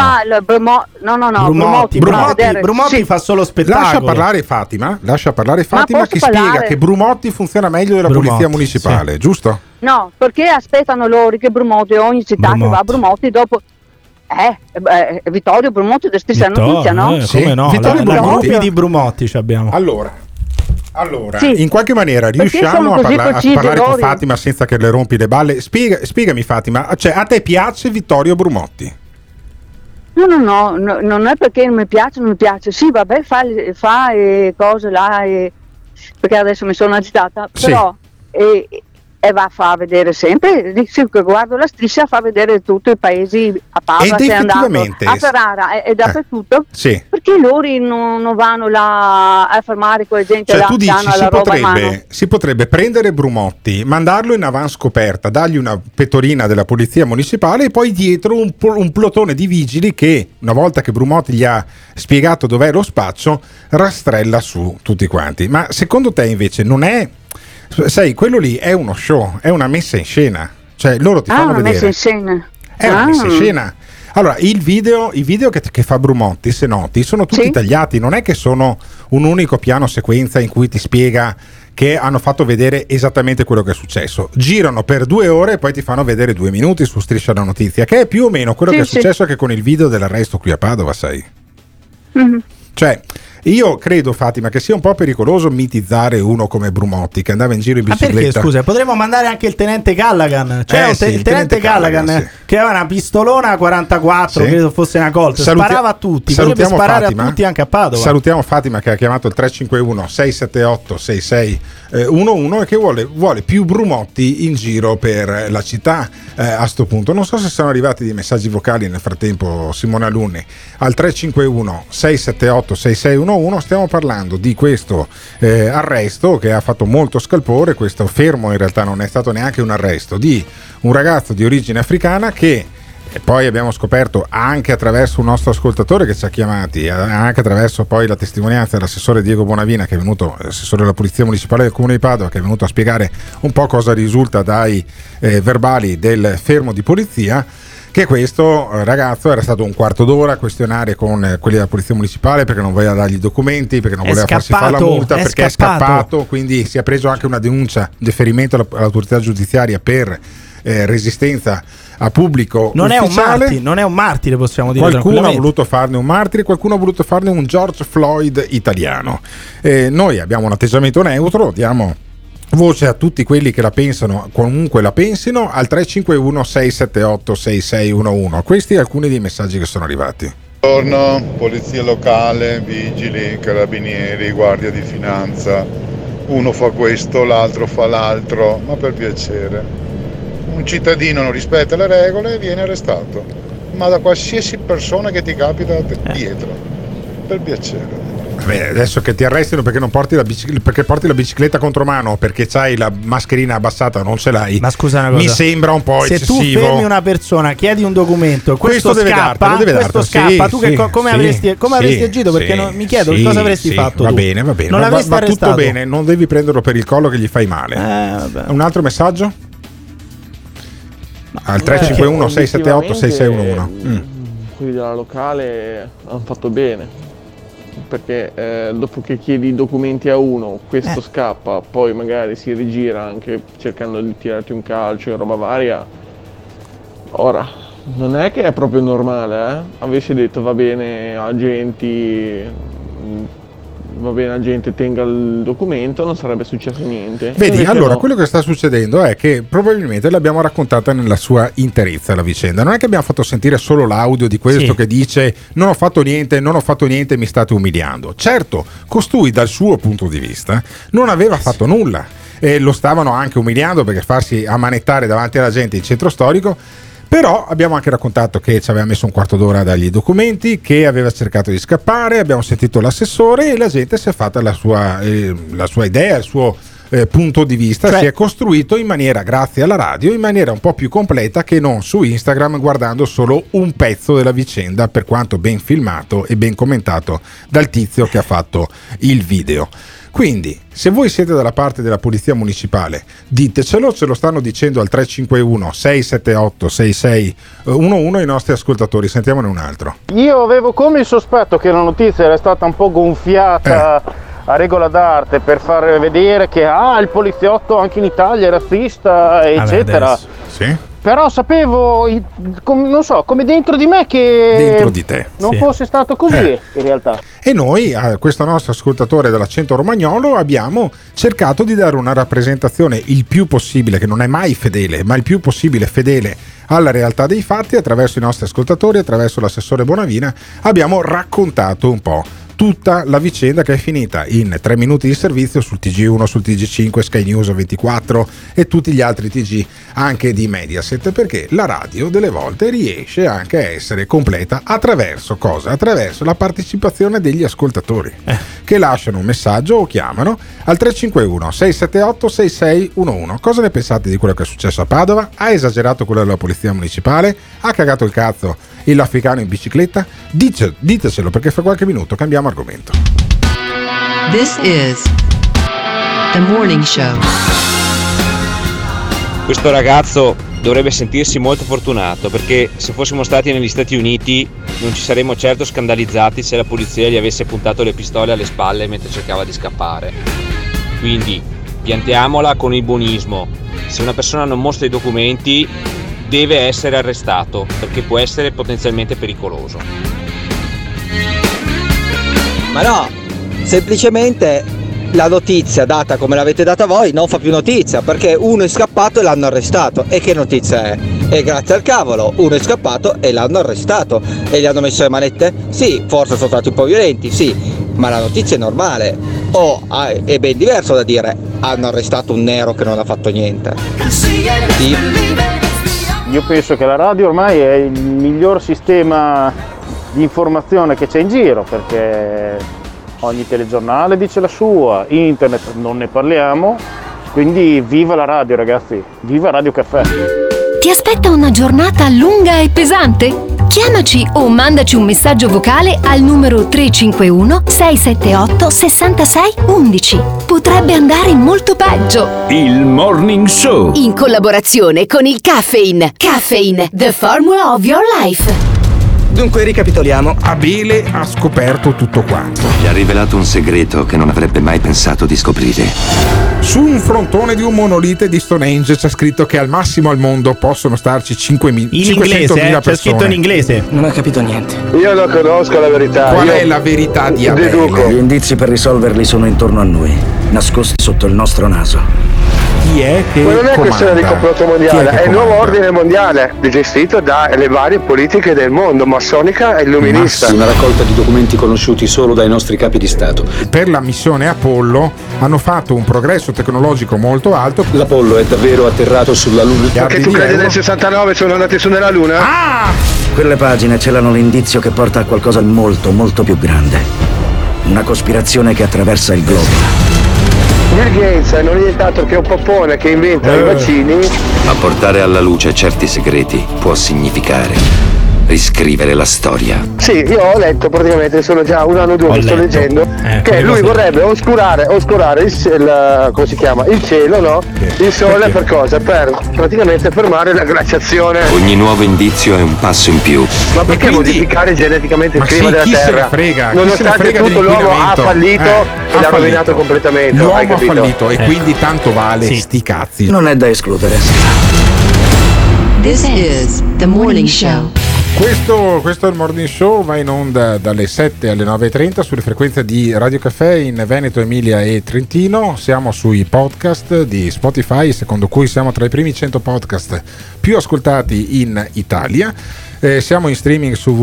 Brumotti fa solo spettacolo. Lascia parlare Fatima che spiega che Brumotti funziona meglio della polizia municipale, giusto? No, perché aspettano loro che Brumotti, ogni città che va a Brumotti dopo Vittorio Brumotti da stessa notizia, no? Come no? La gruppi di Brumotti abbiamo. Allora sì, in qualche maniera riusciamo a parlare con Fatima senza che le rompi le balle. Spiegami Fatima, cioè a te piace Vittorio Brumotti? No, non è perché non mi piace. Sì, vabbè, fa cose là, perché adesso mi sono agitata, però e va a far vedere sempre, guardo la striscia, fa vedere tutti i paesi, a Padova, sei andato a Ferrara e dappertutto, perché loro non vanno là a fermare quella gente, cioè, là tu dici si potrebbe prendere Brumotti, mandarlo in avanscoperta, dargli una pettorina della polizia municipale e poi dietro un plotone di vigili che, una volta che Brumotti gli ha spiegato dov'è lo spaccio, rastrella su tutti quanti. Ma secondo te invece non è... Sai, quello lì è uno show, è una messa in scena. Cioè loro ti fanno vedere. Messa in scena. È una messa in scena. Allora, i video che fa Brumotti, se noti, sono tutti tagliati, non è che sono un unico piano sequenza in cui ti spiega che hanno fatto vedere esattamente quello che è successo. Girano per 2 ore e poi ti fanno vedere 2 minuti su Striscia la Notizia, che è più o meno quello che è successo anche con il video dell'arresto qui a Padova, sai? Mm-hmm. Cioè, io credo, Fatima, che sia un po' pericoloso mitizzare uno come Brumotti che andava in giro in bicicletta. Ma perché, scusa, potremmo mandare anche il tenente Callaghan. Il tenente Callaghan che aveva una pistolona 44, credo fosse una Colt, sparava a tutti, potrebbe sparare Fatima, a tutti anche a Padova. Salutiamo Fatima che ha chiamato il 351 678 6611 e che vuole più Brumotti in giro per la città a sto punto. Non so se sono arrivati dei messaggi vocali nel frattempo, Simone Alunni, al 351 678 6611. Stiamo parlando di questo arresto che ha fatto molto scalpore, questo fermo in realtà non è stato neanche un arresto, di un ragazzo di origine africana che E poi abbiamo scoperto anche attraverso un nostro ascoltatore che ci ha chiamati, anche attraverso poi la testimonianza dell'assessore Diego Bonavina, che è venuto, assessore della Polizia Municipale del Comune di Padova, che è venuto a spiegare un po' cosa risulta dai verbali del fermo di polizia, che questo ragazzo era stato un quarto d'ora a questionare con quelli della Polizia Municipale perché non voleva dargli i documenti, perché non voleva farsi fare la multa, perché è scappato, quindi si è preso anche una denuncia, deferimento all'autorità giudiziaria per resistenza a pubblico ufficiale. Non è un martire, possiamo dire. Qualcuno ha voluto farne un martire, qualcuno ha voluto farne un George Floyd italiano. Noi abbiamo un atteggiamento neutro, diamo voce a tutti quelli che la pensano, comunque la pensino, al 351 678 6611. Questi alcuni dei messaggi che sono arrivati. Buongiorno, polizia locale, vigili, carabinieri, guardia di finanza. Uno fa questo, l'altro fa l'altro, ma per piacere. Un cittadino non rispetta le regole e viene arrestato, ma da qualsiasi persona che ti capita dietro, per piacere. Beh, adesso che ti arrestino perché non porti perché porti la bicicletta contromano, perché c'hai la mascherina abbassata, non ce l'hai. Ma scusa una cosa, mi sembra un po' eccessivo. Se tu fermi una persona, chiedi un documento, questo deve scappa, dartelo, questo scappa, tu come avresti agito? Perché mi chiedo cosa avresti fatto. Va tu. bene. Non l'avresti arrestato. Tutto bene, non devi prenderlo per il collo che gli fai male. Un altro messaggio? Al 351 678 6611. Quelli della locale hanno fatto bene, perché dopo che chiedi i documenti a uno, questo scappa, poi magari si rigira anche cercando di tirarti un calcio e roba varia. Ora, non è che è proprio normale, avessi detto va bene agente tenga il documento, non sarebbe successo niente. Vedi, invece allora no. quello che sta succedendo è che probabilmente l'abbiamo raccontata nella sua interezza la vicenda. Non è che abbiamo fatto sentire solo l'audio di questo che dice non ho fatto niente, mi state umiliando. Certo, costui dal suo punto di vista non aveva fatto nulla e lo stavano anche umiliando, perché farsi ammanettare davanti alla gente in centro storico. Però abbiamo anche raccontato che ci aveva messo un quarto d'ora a dargli i documenti, che aveva cercato di scappare, abbiamo sentito l'assessore e la gente si è fatta la sua idea, il suo punto di vista, si è costruito in maniera, grazie alla radio, in maniera un po' più completa che non su Instagram guardando solo un pezzo della vicenda, per quanto ben filmato e ben commentato dal tizio che ha fatto il video. Quindi, se voi siete dalla parte della Polizia Municipale, ditecelo, ce lo stanno dicendo al 351 678 6611 i nostri ascoltatori. Sentiamone un altro. Io avevo come il sospetto che la notizia era stata un po' gonfiata a regola d'arte per far vedere che il poliziotto anche in Italia è razzista, eccetera. Sì. Però sapevo, non so, come dentro di me che dentro di te non fosse stato così in realtà. E noi, a questo nostro ascoltatore dell'accento romagnolo, abbiamo cercato di dare una rappresentazione il più possibile, che non è mai fedele, ma il più possibile fedele alla realtà dei fatti. Attraverso i nostri ascoltatori, attraverso l'assessore Bonavina, abbiamo raccontato un po' tutta la vicenda, che è finita in 3 minuti di servizio sul TG1, sul TG5, Sky News 24 e tutti gli altri TG anche di Mediaset, perché la radio delle volte riesce anche a essere completa attraverso cosa? Attraverso la partecipazione degli ascoltatori che lasciano un messaggio o chiamano al 351 678 6611. Cosa ne pensate di quello che è successo a Padova? Ha esagerato quello della Polizia Municipale? Ha cagato il cazzo l'africano in bicicletta? Ditecelo, perché fra qualche minuto cambiamo argomento. This is The Morning Show. Questo ragazzo dovrebbe sentirsi molto fortunato, perché se fossimo stati negli Stati Uniti non ci saremmo certo scandalizzati se la polizia gli avesse puntato le pistole alle spalle mentre cercava di scappare. Quindi piantiamola con il buonismo. Se una persona non mostra i documenti deve essere arrestato, perché può essere potenzialmente pericoloso. Ma no, semplicemente la notizia data come l'avete data voi non fa più notizia, perché uno è scappato e l'hanno arrestato. E che notizia è? E grazie al cavolo, uno è scappato e l'hanno arrestato. E gli hanno messo le manette? Sì, forse sono stati un po' violenti, sì, ma la notizia è normale. È ben diverso da dire hanno arrestato un nero che non ha fatto niente. Sì. Io penso che la radio ormai è il miglior sistema di informazione che c'è in giro, perché ogni telegiornale dice la sua, internet non ne parliamo, quindi viva la radio, ragazzi, viva Radio Caffè. Ti aspetta una giornata lunga e pesante? Chiamaci o mandaci un messaggio vocale al numero 351 678 66 11. Potrebbe andare molto peggio. Il Morning Show, In collaborazione con il Caffeine. Caffeine, the formula of your life. Dunque ricapitoliamo. Abele ha scoperto tutto quanto. Gli ha rivelato un segreto che non avrebbe mai pensato di scoprire. Su un frontone di un monolite di Stonehenge c'è scritto che al massimo al mondo possono starci 500.000 persone. C'è scritto in inglese. Non ho capito niente. Io non conosco la verità. Qual è la verità di Abele? Deduco. Gli indizi per risolverli sono intorno a noi, nascosti sotto il nostro naso. Chi è che Ma non è comanda? questione di complotto mondiale, Chi è il nuovo ordine mondiale, gestito dalle varie politiche del mondo, massonica e illuminista. Una raccolta di documenti conosciuti solo dai nostri capi di Stato. Per la missione Apollo hanno fatto un progresso tecnologico molto alto. L'Apollo è davvero atterrato sulla Luna. Perché tu credi nel 69 sono andati su nella Luna? Quelle pagine celano l'indizio che porta a qualcosa di molto, molto più grande. Una cospirazione che attraversa il globo. Bill Gates non è nient'altro che un poppone che inventa i vaccini. Ma portare alla luce certi segreti può significare riscrivere la storia. Sì, io ho letto praticamente, sono già un anno o due che sto leggendo, che lui vorrebbe oscurare come si chiama? Il cielo, no? Il sole per cosa? Per praticamente fermare la glaciazione. Ogni nuovo indizio è un passo in più. Ma perché modificare geneticamente il clima della Terra? Nonostante tutto l'uomo ha fallito e l'ha rovinato completamente. L'uomo ha fallito e quindi tanto vale sti cazzi. Non è da escludere. This is the morning show. Questo è il Morning Show, va in onda dalle 7 alle 9.30 sulle frequenze di Radio Caffè in Veneto, Emilia e Trentino. Siamo sui podcast di Spotify, secondo cui siamo tra i primi 100 podcast più ascoltati in Italia. Siamo in streaming su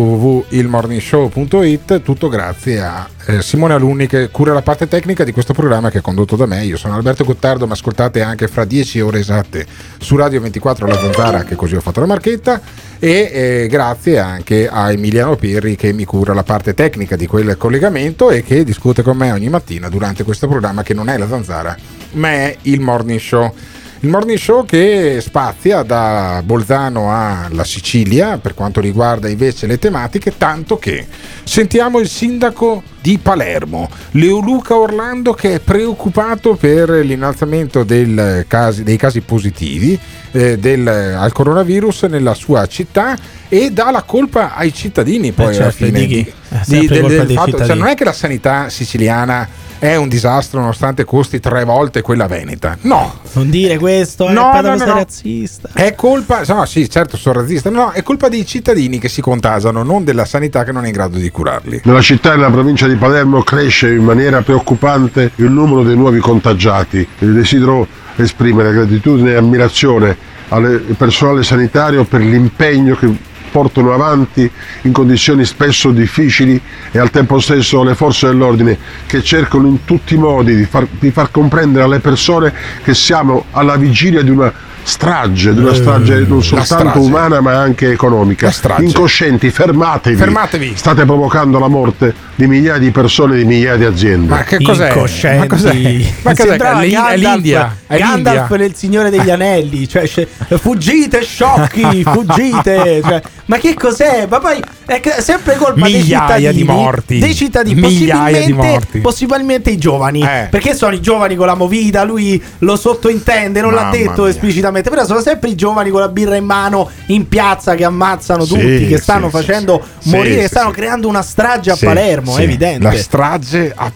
www.ilmorningshow.it, tutto grazie a Simone Alunni che cura la parte tecnica di questo programma che è condotto da me. Io sono Alberto Gottardo, ma ascoltate anche fra 10 ore esatte su Radio 24 La Zanzara, che così ho fatto la marchetta, e grazie anche a Emiliano Pirri che mi cura la parte tecnica di quel collegamento e che discute con me ogni mattina durante questo programma che non è La Zanzara ma è il Morning Show. Il Morning Show che spazia da Bolzano alla Sicilia per quanto riguarda invece le tematiche, tanto che sentiamo il sindaco di Palermo, Leoluca Orlando, che è preoccupato per l'innalzamento dei casi positivi al coronavirus nella sua città e dà la colpa ai cittadini poi alla fine del fatto, cioè non è che la sanità siciliana è un disastro nonostante costi 3 volte quella veneta. No. Non dire questo, no, sei razzista. È colpa, no, sì, certo sono razzista, no, è colpa dei cittadini che si contagiano, non della sanità che non è in grado di curarli. Nella città e nella provincia di Palermo cresce in maniera preoccupante il numero dei nuovi contagiati. Desidero esprimere gratitudine e ammirazione al personale sanitario per l'impegno che portano avanti in condizioni spesso difficili e al tempo stesso le forze dell'ordine che cercano in tutti i modi di far comprendere alle persone che siamo alla vigilia di una strage non soltanto umana ma anche economica. Incoscienti, fermatevi. State provocando la morte di migliaia di persone, di migliaia di aziende. Ma che cos'è? Ma cos'è? L'India. Gandalf nel Signore degli Anelli, cioè fuggite sciocchi, fuggite, cioè, ma che cos'è? Ma poi è sempre colpa migliaia di morti. Dei cittadini, possibilmente i giovani, perché sono i giovani con la movida, lui lo sottointende, non l'ha detto esplicitamente, però sono sempre i giovani con la birra in mano in piazza che ammazzano tutti, che stanno facendo morire, che stanno creando una strage a Palermo, è evidente. La strage a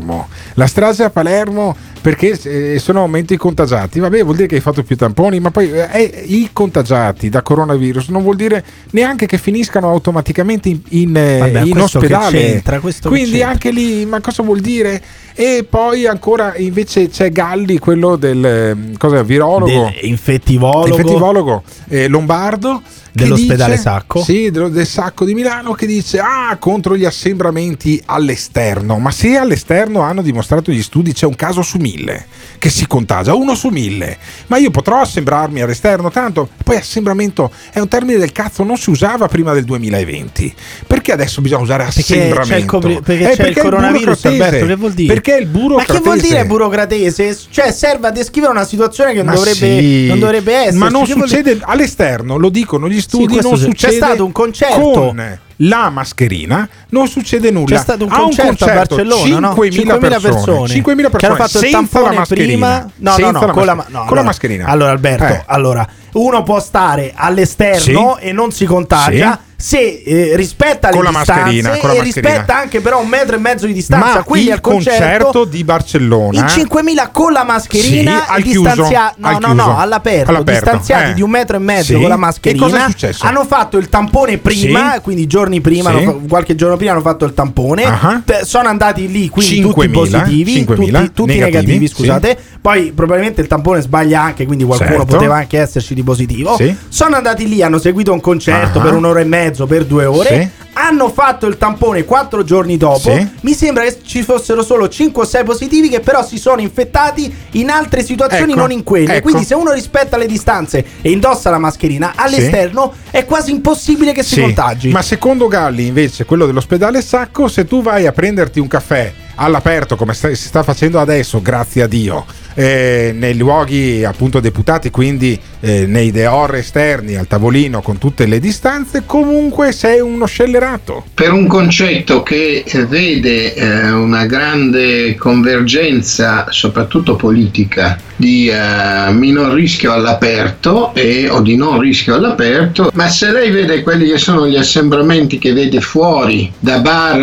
Palermo perché sono aumenti i contagiati. Vabbè, vuol dire che hai fatto più tamponi, ma poi i contagiati da coronavirus non vuol dire neanche che finiscano automaticamente in ospedale. Quindi anche lì, ma cosa vuol dire? E poi ancora invece c'è Galli, quello del virologo, infettivologo lombardo, dell'ospedale Sacco. Sì, del Sacco di Milano, che dice contro gli assembramenti all'esterno. Ma se all'esterno hanno dimostrato gli studi, c'è un caso su 1000 1000 che si contagia, 1 su 1000. Ma io potrò assembrarmi all'esterno? Tanto poi assembramento è un termine del cazzo, non si usava prima del 2020. Perché adesso bisogna usare assembramento? Perché c'è il coronavirus, Alberto, che vuol dire? Perché il burocratese. Ma che vuol dire burocratese? Cioè serve a descrivere una situazione che non dovrebbe essere. Ma non succede all'esterno, lo dicono gli studi, non succede. C'è stato un concerto con la mascherina, non succede nulla. C'è stato un concerto a Barcellona, 5.000 persone 5.000 che hanno fatto il tampone prima. Con la mascherina. Allora Alberto, uno può stare all'esterno e non si contagia se rispetta le distanze e rispetta anche però 1,5 metri di distanza. Ma quindi al concerto di Barcellona in 5.000 con la mascherina all'aperto distanziati di 1,5 metri con la mascherina. E cosa è successo? Hanno fatto il tampone prima, quindi giorni prima, qualche giorno prima hanno fatto il tampone, sono andati lì, quindi tutti positivi, tutti negativi, scusate. Poi probabilmente il tampone sbaglia anche, quindi qualcuno poteva anche esserci di positivo. Sono andati lì, hanno seguito un concerto per 1 ora e mezzo, per 2 ore, hanno fatto il tampone 4 giorni dopo. Mi sembra che ci fossero solo 5 o 6 positivi che però si sono infettati in altre situazioni, non in quelle. Quindi se uno rispetta le distanze e indossa la mascherina all'esterno è quasi impossibile che si contagi. Ma secondo Galli invece, quello dell'ospedale Sacco, se tu vai a prenderti un caffè all'aperto come si sta facendo adesso, grazie a Dio, nei luoghi appunto deputati, quindi nei dehors esterni al tavolino con tutte le distanze, comunque sei uno scellerato. Per un concetto che vede una grande convergenza soprattutto politica di minor rischio all'aperto o di non rischio all'aperto, ma se lei vede quelli che sono gli assembramenti che vede fuori da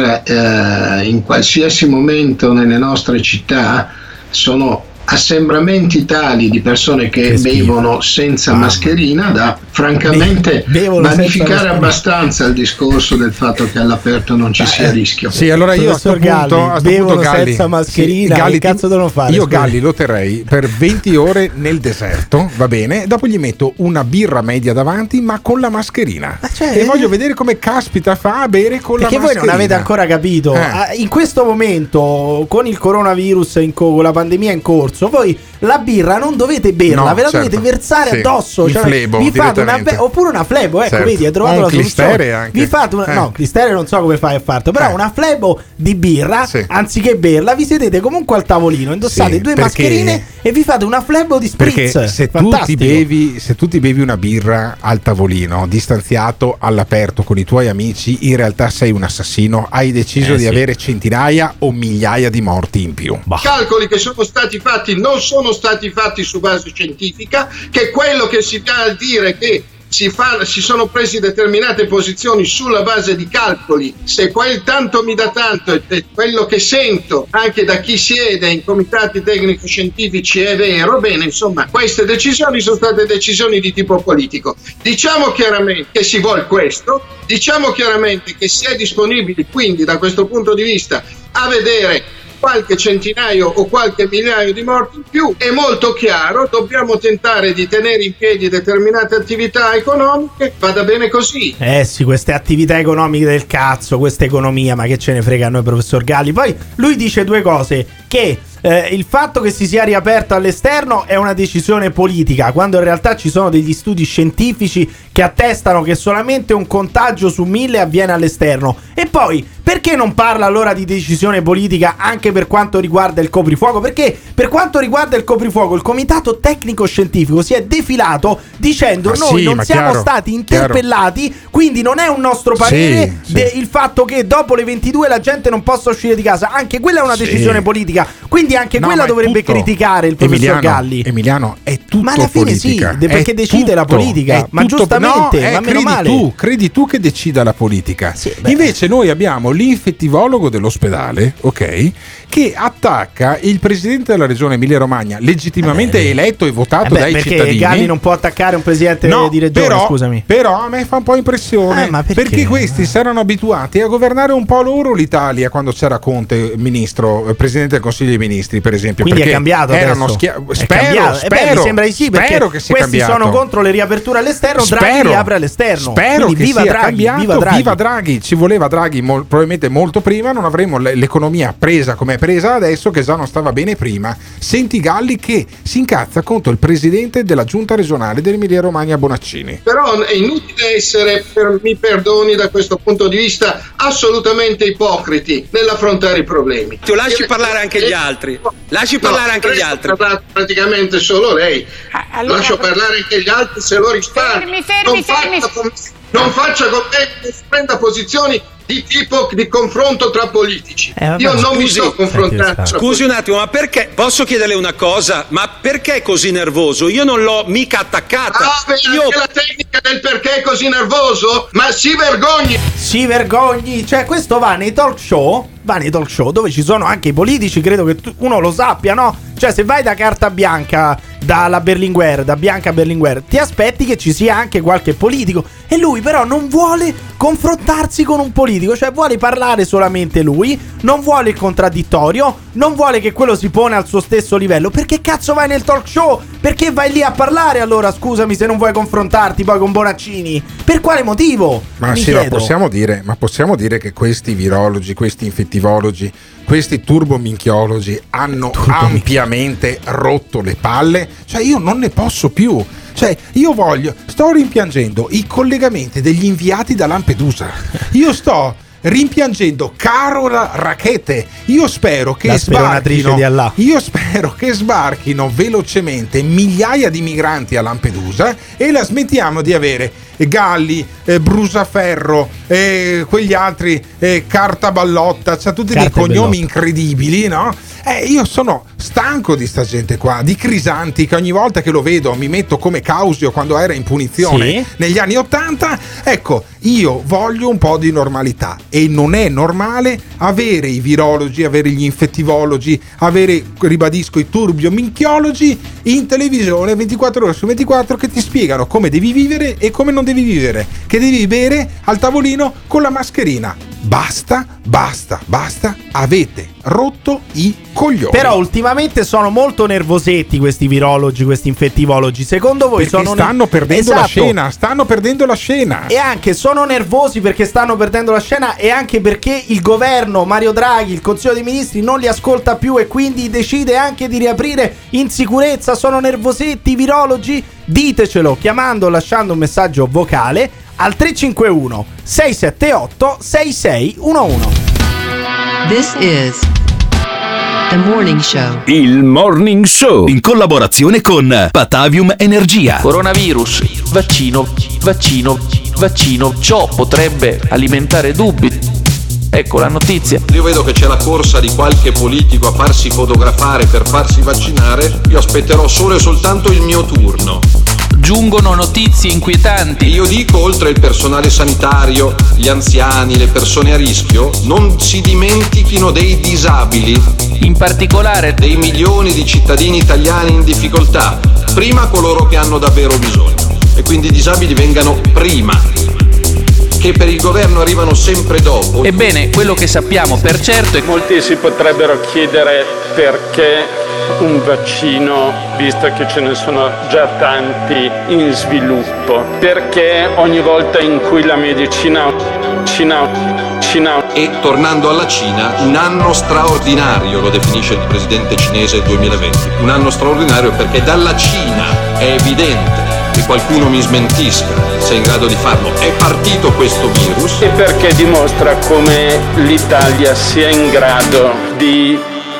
bar in qualsiasi momento nelle nostre città, sono assembramenti tali di persone che bevono senza mascherina da francamente vanificare abbastanza il discorso del fatto che all'aperto non ci sia rischio. Sì, allora io a questo punto Galli, senza mascherina, Galli, che cazzo devono fare? Io Galli lo terrei per 20 ore nel deserto, va bene? Dopo gli metto una birra media davanti, ma con la mascherina. E voglio vedere come caspita fa a bere con la mascherina. Perché voi non avete ancora capito. In questo momento, con il coronavirus, con la pandemia in corso, voi la birra non dovete berla, ve la dovete versare addosso, cioè, flebo, vi fate oppure una flebo, vedi, hai trovato la soluzione. Anche. Vi fate no, clistere non so come fai a farlo, però una flebo di birra, anziché berla, vi sedete comunque al tavolino, indossate 2 mascherine e vi fate una flebo di spritz. Perché se tu ti bevi una birra al tavolino, distanziato all'aperto con i tuoi amici, in realtà sei un assassino, hai deciso di avere centinaia o migliaia di morti in più. I calcoli che sono stati fatti non sono stati fatti su base scientifica, che quello che si va a dire che si sono presi determinate posizioni sulla base di calcoli, se quel tanto mi dà tanto e quello che sento anche da chi siede in comitati tecnico-scientifici è vero, bene, insomma, queste decisioni sono state decisioni di tipo politico. Diciamo chiaramente che si vuole questo, diciamo chiaramente che si è disponibili quindi da questo punto di vista a vedere qualche centinaio o qualche migliaio di morti in più. È molto chiaro, dobbiamo tentare di tenere in piedi determinate attività economiche, vada bene così. Sì, queste attività economiche del cazzo, questa economia, ma che ce ne frega a noi, professor Galli. Poi lui dice 2 cose, che il fatto che si sia riaperto all'esterno è una decisione politica, quando in realtà ci sono degli studi scientifici che attestano che solamente un contagio su 1000 avviene all'esterno. E poi, perché non parla allora di decisione politica anche per quanto riguarda il coprifuoco? Perché per quanto riguarda il coprifuoco il comitato tecnico scientifico si è defilato dicendo noi non siamo stati interpellati, quindi non è un nostro parere il fatto che dopo le 22 la gente non possa uscire di casa. Anche quella è una decisione politica, quindi anche quella dovrebbe criticare il professor Galli. Emiliano, è tutto ma alla fine politica, perché decide la politica, ma giustamente, ma meno male. Credi tu che decida la politica. Invece noi abbiamo l'infettivologo dell'ospedale, ok, che attacca il presidente della regione Emilia Romagna, legittimamente eletto e votato dai cittadini. Perché Galli non può attaccare un presidente di regione, scusami. Però a me fa un po' impressione, perché questi si erano abituati a governare un po' loro l'Italia quando c'era Conte, presidente del Consiglio dei Ministri. ministri, per esempio. Quindi è cambiato erano spero, mi sembra di sì, perché spero che sia questi cambiato. sono contro le riaperture all'esterno, Draghi li apre all'esterno. Spero quindi che viva sia Draghi, cambiato, viva Draghi. Ci voleva Draghi probabilmente molto prima, non avremmo l'economia presa come è presa adesso, che già non stava bene prima. Senti Galli che si incazza contro il presidente della giunta regionale dell'Emilia Romagna Bonaccini. Però è inutile essere, mi perdoni da questo punto di vista, assolutamente ipocriti nell'affrontare i problemi. Tu lasci parlare anche gli altri. Lasci parlare anche gli altri. Praticamente solo lei. Allora, lascio parlare anche gli altri se lo risparmio. Non faccia con me, prenda posizioni di tipo di confronto tra politici. Io non mi sto confrontando. Scusi un attimo, ma perché? Posso chiederle una cosa? Ma perché è così nervoso? Io non l'ho mica attaccata. Anche la tecnica del perché è così nervoso? Ma si vergogni! Si vergogni! Cioè, questo va nei talk show dove ci sono anche i politici, credo che uno lo sappia, no? Cioè, se vai da carta bianca, da Bianca Berlinguer, ti aspetti che ci sia anche qualche politico, e lui però non vuole confrontarsi con un politico, cioè vuole parlare solamente lui, non vuole il contraddittorio, non vuole che quello si pone al suo stesso livello. Perché cazzo vai nel talk show? Perché vai lì a parlare allora, scusami, se non vuoi confrontarti poi con Bonaccini? Per quale motivo? Ma sì, possiamo dire che questi virologi, questi infettivologi, questi turbominchiologi hanno ampiamente rotto le palle. Cioè io non ne posso più. Cioè io sto rimpiangendo i collegamenti degli inviati da Lampedusa. Io sto rimpiangendo Carola Rackete. Io spero che sbarchino velocemente migliaia di migranti a Lampedusa e la smettiamo di avere Galli, Brusaferro, quegli altri, Cartaballotta, cioè tutti dei cognomi incredibili, no? Io sono stanco di sta gente qua, di Crisanti, che ogni volta che lo vedo mi metto come Causio quando era in punizione negli anni '80. Ecco, io voglio un po' di normalità, e non è normale avere i virologi, avere gli infettivologi, avere, ribadisco, i turbiominchiologi in televisione 24 ore su 24 che ti spiegano come devi vivere e come non devi vivere, che devi bere al tavolino con la mascherina. Basta, avete rotto i coglioni. Però ultimamente sono molto nervosetti questi virologi, questi infettivologi. Secondo voi perché stanno perdendo la scena? Stanno perdendo la scena. E anche sono nervosi perché stanno perdendo la scena, e anche perché il governo, Mario Draghi, il Consiglio dei Ministri non li ascolta più e quindi decide anche di riaprire in sicurezza. Sono nervosetti i virologi? Ditecelo chiamando o lasciando un messaggio vocale al 351 678 6611. This is The Morning Show. Il Morning Show in collaborazione con Patavium Energia. Coronavirus, vaccino. Ciò potrebbe alimentare dubbi. Ecco la notizia. Io vedo che c'è la corsa di qualche politico a farsi fotografare per farsi vaccinare. Io aspetterò solo e soltanto il mio turno. Giungono notizie inquietanti. Io dico, oltre il personale sanitario, gli anziani, le persone a rischio, non si dimentichino dei disabili, in particolare dei milioni di cittadini italiani in difficoltà, prima coloro che hanno davvero bisogno, e quindi i disabili vengano prima, che per il governo arrivano sempre dopo. Ebbene, quello che sappiamo per certo è che molti si potrebbero chiedere perché un vaccino, visto che ce ne sono già tanti in sviluppo, perché ogni volta in cui la medicina e tornando alla Cina, un anno straordinario lo definisce il presidente cinese il 2020, un anno straordinario perché dalla Cina è evidente, che qualcuno mi smentisca se è in grado di farlo, è partito questo virus, e perché dimostra come l'Italia sia in grado di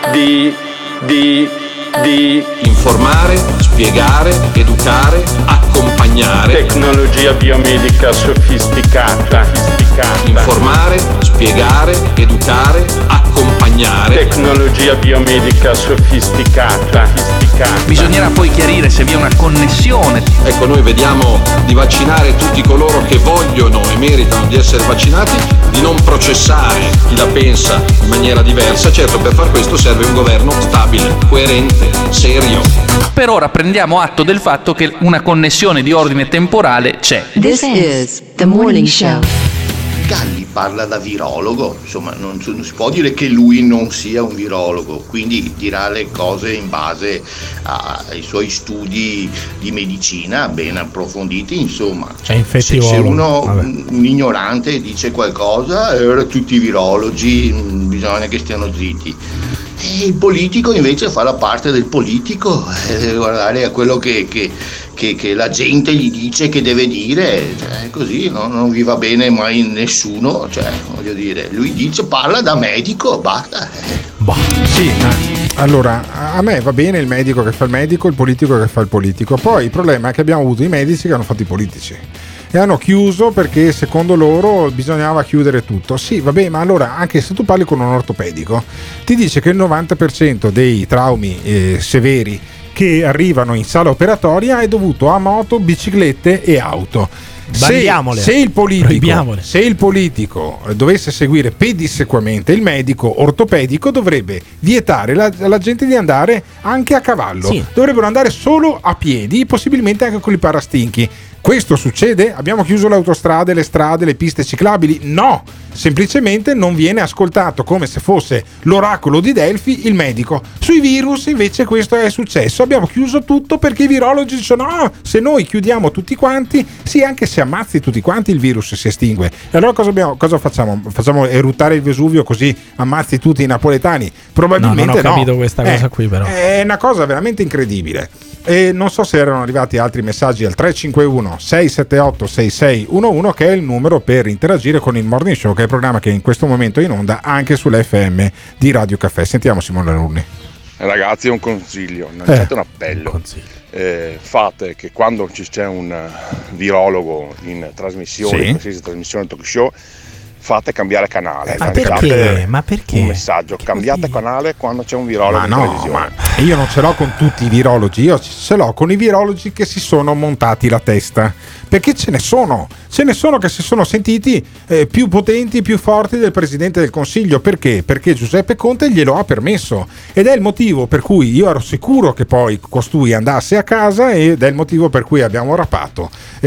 informare, spiegare, educare, accompagnare. Tecnologia biomedica sofisticata. Informare, spiegare, educare, accompagnare. Tecnologia biomedica sofisticata. Bisognerà poi chiarire se vi è una connessione. Ecco, noi vediamo di vaccinare tutti coloro che vogliono e meritano di essere vaccinati, di non processare chi la pensa in maniera diversa. Certo, per far questo serve un governo stabile, coerente, serio. Per ora prendiamo atto del fatto che una connessione di ordine temporale c'è. This is The Morning Show. Galli parla da virologo, insomma non si può dire che lui non sia un virologo, quindi dirà le cose in base ai suoi studi di medicina ben approfonditi, insomma. Se uno un ignorante dice qualcosa, tutti i virologi bisogna che stiano zitti. E il politico invece fa la parte del politico, guardare a quello che la gente gli dice che deve dire, cioè, così non vi va bene mai nessuno, cioè, voglio dire, lui parla da medico, basta. Sì, allora a me va bene il medico che fa il medico, il politico che fa il politico, poi il problema è che abbiamo avuto i medici che hanno fatto i politici e hanno chiuso perché secondo loro bisognava chiudere tutto. Sì, vabbè, ma allora anche se tu parli con un ortopedico ti dice che il 90% dei traumi severi che arrivano in sala operatoria è dovuto a moto, biciclette e auto. Se il politico dovesse seguire pedissequamente il medico ortopedico, dovrebbe vietare alla gente di andare anche a cavallo. Sì. Dovrebbero andare solo a piedi, possibilmente anche con i parastinchi. Questo succede? Abbiamo chiuso le autostrade, le strade, le piste ciclabili? No, semplicemente non viene ascoltato come se fosse l'oracolo di Delfi il medico. Sui virus invece questo è successo, abbiamo chiuso tutto perché i virologi dicono no, se noi chiudiamo tutti quanti, sì, anche se ammazzi tutti quanti il virus si estingue. E allora cosa facciamo? Facciamo eruttare il Vesuvio così ammazzi tutti i napoletani? Probabilmente no. Non ho capito questa cosa qui, però. È una cosa veramente incredibile. E non so se erano arrivati altri messaggi al 351 678 6611, che è il numero per interagire con il Morning Show, che è il programma che in questo momento è in onda anche sull'FM di Radio Caffè. Sentiamo Simone Nurni. Ragazzi, un consiglio, lanciate un appello. Fate che quando c'è un virologo in trasmissione, in qualsiasi trasmissione talk show, fate cambiare canale. Ma perché? Un messaggio, cambiate canale quando c'è un virologo in televisione. Ma io non ce l'ho con tutti i virologi, io ce l'ho con i virologi che si sono montati la testa, perché ce ne sono che si sono sentiti più potenti, più forti del Presidente del Consiglio. Perché? Perché Giuseppe Conte glielo ha permesso, ed è il motivo per cui io ero sicuro che poi costui andasse a casa, ed è il motivo per cui abbiamo rapato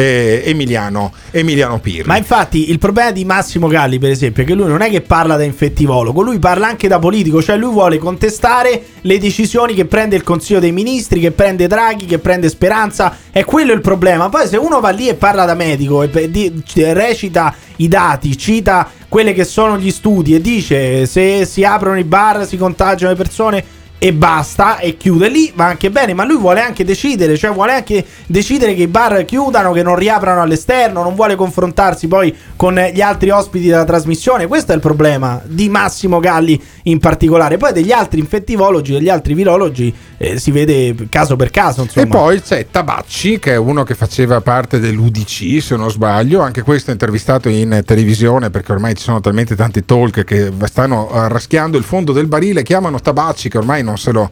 Emiliano Pirri. Ma infatti il problema di Massimo Galli, per esempio, è che lui non è che parla da infettivologo, lui parla anche da politico, cioè lui vuole contestare le decisioni che prende il Consiglio dei Ministri, che prende Draghi, che prende Speranza. È quello il problema. Poi se uno va lì e parla da medico e recita i dati, cita quelle che sono gli studi e dice se si aprono i bar si contagiano le persone e basta, e chiude lì, va anche bene. Ma lui vuole anche decidere, cioè vuole anche decidere che i bar chiudano, che non riaprano all'esterno, non vuole confrontarsi poi con gli altri ospiti della trasmissione. Questo è il problema di Massimo Galli in particolare. Poi degli altri infettivologi, degli altri virologi si vede caso per caso, insomma. E poi c'è Tabacci, che è uno che faceva parte dell'UDC, se non sbaglio, anche questo è intervistato in televisione, perché ormai ci sono talmente tanti talk che stanno raschiando il fondo del barile. Chiamano Tabacci, che ormai non se lo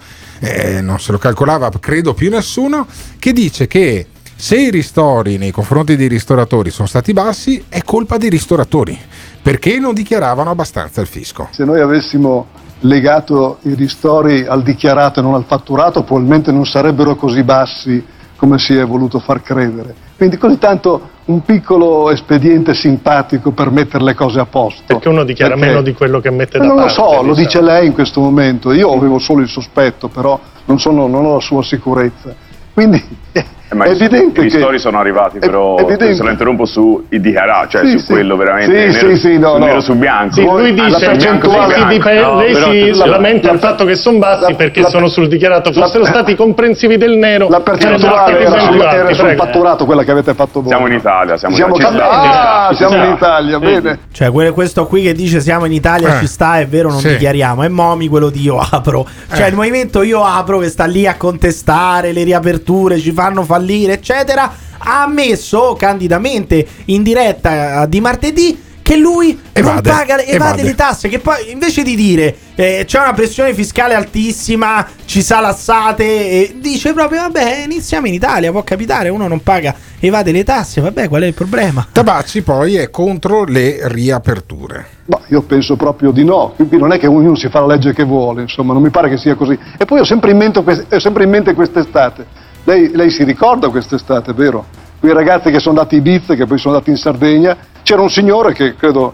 calcolava credo più nessuno, che dice che se i ristori nei confronti dei ristoratori sono stati bassi è colpa dei ristoratori, perché non dichiaravano abbastanza il fisco. Se noi avessimo legato i ristori al dichiarato e non al fatturato, probabilmente non sarebbero così bassi come si è voluto far credere. Quindi così tanto un piccolo espediente simpatico per mettere le cose a posto. Perché uno dichiara meno di quello che mette da parte. Non lo so, lo dice lei in questo momento. Io avevo solo il sospetto, però non ho la sua sicurezza. Quindi ma è evidente i ristori sono arrivati, però se lo interrompo su i dichiarati, cioè su quello veramente nero su bianco. Sì, lui dice lei si lamenta del fatto che sono bassi perché sono sul dichiarato, fossero stati comprensivi del nero. La percentuale era sul fatturato, quella che avete fatto voi. Siamo in Italia, siamo in Italia, bene. Cioè questo qui che dice siamo in Italia ci sta, è vero, non dichiariamo. È Momi quello di Io Apro, cioè il movimento Io Apro, che sta lì a contestare le riaperture, ci fanno fallire eccetera, ha ammesso candidamente in diretta di martedì che lui evade le tasse, che poi invece di dire c'è una pressione fiscale altissima, ci salassate, e dice proprio vabbè, iniziamo in Italia, può capitare, uno non paga, evade le tasse, vabbè, qual è il problema? Tabacci poi è contro le riaperture. Io penso proprio di no, quindi non è che ognuno si fa la legge che vuole, insomma, non mi pare che sia così. E poi ho sempre in mente quest'estate. Lei si ricorda quest'estate, vero? Quei ragazzi che sono andati a Ibiza, che poi sono andati in Sardegna. C'era un signore che credo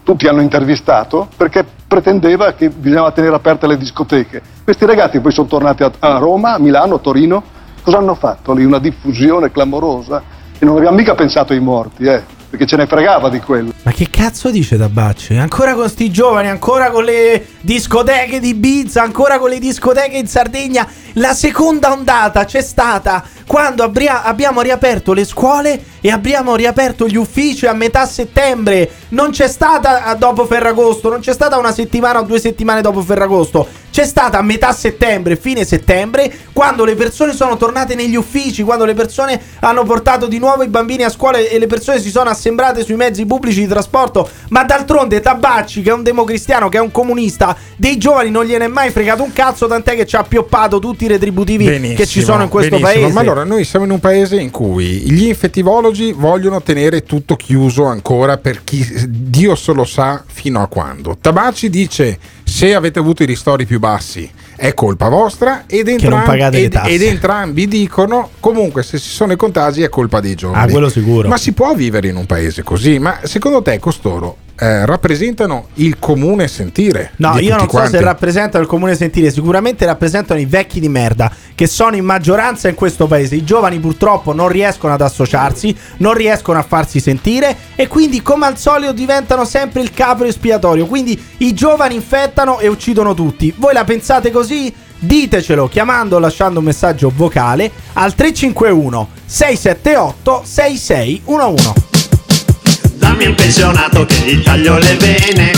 tutti hanno intervistato perché pretendeva che bisognava tenere aperte le discoteche. Questi ragazzi poi sono tornati a Roma, a Milano, a Torino. Cosa hanno fatto lì? Una diffusione clamorosa e non abbiamo mica pensato ai morti, perché ce ne fregava di quello. Ma che cazzo dice Tabacci? Ancora con sti giovani, ancora con le discoteche di Ibiza, ancora con le discoteche in Sardegna. La seconda ondata c'è stata quando abbiamo riaperto le scuole e abbiamo riaperto gli uffici a metà settembre. Non c'è stata dopo Ferragosto, non c'è stata una settimana o 2 settimane dopo Ferragosto. C'è stata a metà settembre, fine settembre, quando le persone sono tornate negli uffici, quando le persone hanno portato di nuovo i bambini a scuola e le persone si sono assembrate sui mezzi pubblici di trasporto. Ma d'altronde Tabacci, che è un democristiano, che è un comunista, dei giovani non gliene è mai fregato un cazzo, tant'è che ci ha appioppato tutti i retributivi che ci sono in questo paese. Ma allora noi siamo in un paese in cui gli infettivologi vogliono tenere tutto chiuso ancora per chi Dio solo sa fino a quando. Tabacci dice: se avete avuto i ristori più bassi è colpa vostra, ed entrambi dicono comunque se ci sono i contagi è colpa dei giovani. Quello sicuro. Ma si può vivere in un paese così? Ma secondo te costoro rappresentano il comune sentire? No, io non so se rappresentano il comune sentire, sicuramente rappresentano i vecchi di merda che sono in maggioranza in questo paese. I giovani purtroppo non riescono ad associarsi, non riescono a farsi sentire e quindi come al solito diventano sempre il capro espiatorio. Quindi i giovani infettano e uccidono tutti. Voi la pensate così? Ditecelo chiamando o lasciando un messaggio vocale al 351 678 6611. Dammi un pensionato che gli taglio le vene,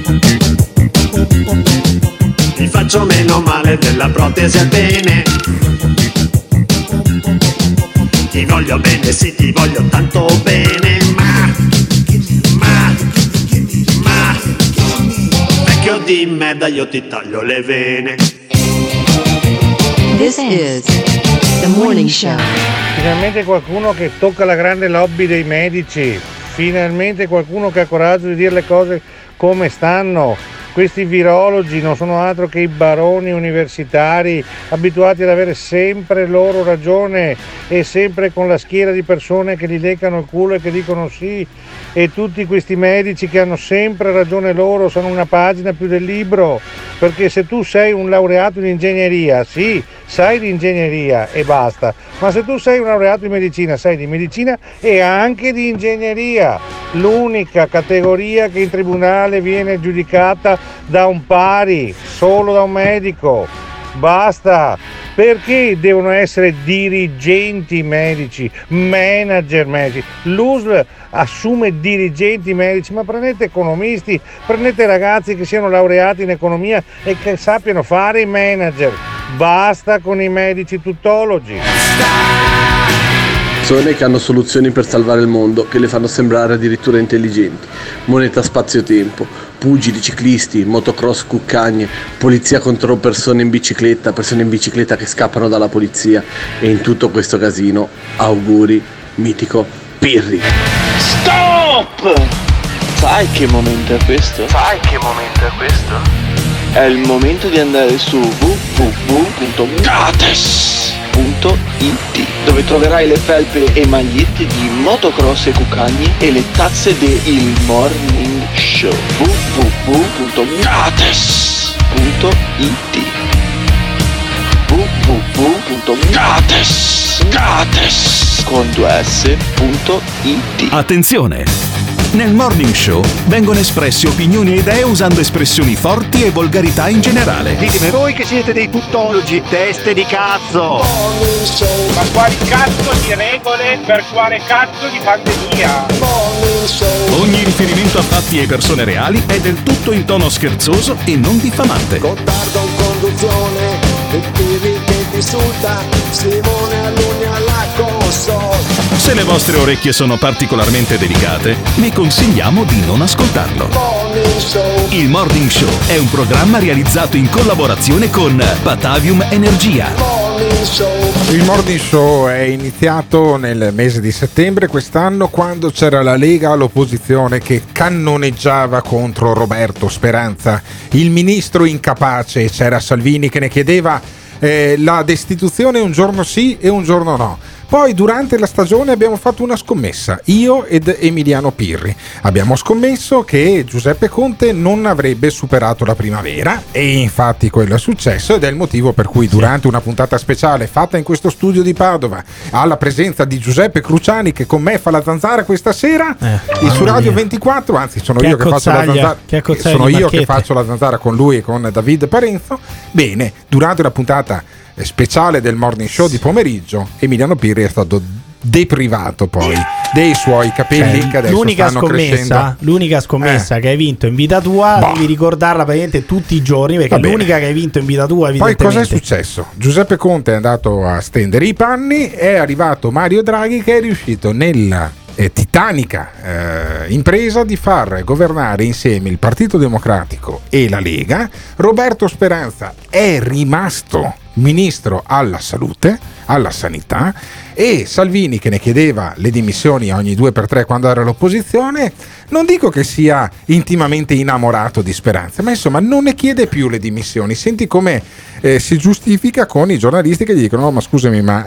mi faccio meno male della protesi al pene. Ti voglio bene, sì, ti voglio tanto bene, ma vecchio di merda, io ti taglio le vene. This is The Morning Show. Finalmente qualcuno che tocca la grande lobby dei medici. Finalmente qualcuno che ha coraggio di dire le cose come stanno. Questi virologi non sono altro che i baroni universitari abituati ad avere sempre loro ragione e sempre con la schiera di persone che gli leccano il culo e che dicono sì, e tutti questi medici che hanno sempre ragione loro sono una pagina più del libro, perché se tu sei un laureato in ingegneria, sì, sai di ingegneria e basta, ma se tu sei un laureato in medicina, sai di medicina e anche di ingegneria. L'unica categoria che in tribunale viene giudicata da un pari, solo da un medico. Basta. Perché devono essere dirigenti medici, manager medici? L'USL assume dirigenti medici, ma prendete economisti, prendete ragazzi che siano laureati in economia e che sappiano fare i manager. Basta con i medici tuttologi. Persone che hanno soluzioni per salvare il mondo, che le fanno sembrare addirittura intelligenti. Moneta spazio-tempo, pugili, ciclisti, motocross, cuccagne, polizia contro persone in bicicletta che scappano dalla polizia. E in tutto questo casino, auguri, mitico Pirri. Stop! Sai che momento è questo? È il momento di andare su www.gates.it, dove troverai le felpe e magliette di motocross e cucagni e le tazze de Il Morning Show. www.gates.it www.gates.it. Attenzione! Nel Morning Show vengono espresse opinioni e idee usando espressioni forti e volgarità in generale. Ditemi voi che siete dei tuttologi, teste di cazzo! Ma quali cazzo di regole per quale cazzo di pandemia? Ogni riferimento a fatti e persone reali è del tutto in tono scherzoso e non diffamante. Gottardo in conduzione, e Pirri che ti insulta, Simone all'ugna alla console. Se le vostre orecchie sono particolarmente delicate, vi consigliamo di non ascoltarlo. Il Morning Show è un programma realizzato in collaborazione con Patavium Energia. Il Morning Show è iniziato nel mese di settembre quest'anno, quando c'era la Lega all'opposizione che cannoneggiava contro Roberto Speranza, il ministro incapace, e c'era Salvini che ne chiedeva la destituzione un giorno sì e un giorno no. Poi durante la stagione abbiamo fatto una scommessa, io ed Emiliano Pirri. Abbiamo scommesso che Giuseppe Conte non avrebbe superato la primavera e infatti quello è successo, ed è il motivo per cui durante una puntata speciale fatta in questo studio di Padova, alla presenza di Giuseppe Cruciani, che con me fa la zanzara questa sera su Radio 24, anzi sono io che faccio la zanzara, sono io che faccio la zanzara con lui e con David Parenzo. Bene, durante una puntata speciale del Morning Show di pomeriggio, Emiliano Pirri è stato deprivato poi dei suoi capelli, che adesso stanno crescendo. L'unica scommessa che hai vinto in vita tua, devi ricordarla praticamente tutti i giorni, perché è l'unica che hai vinto in vita tua, evidentemente. Poi cosa è successo? Giuseppe Conte è andato a stendere i panni, è arrivato Mario Draghi, che è riuscito nella titanica impresa di far governare insieme il Partito Democratico e la Lega. Roberto Speranza è rimasto ministro alla salute, alla sanità, e Salvini, che ne chiedeva le dimissioni ogni 2x3 quando era all'opposizione, non dico che sia intimamente innamorato di Speranza, ma insomma non ne chiede più le dimissioni. Senti come si giustifica con i giornalisti che gli dicono: no, ma scusami, ma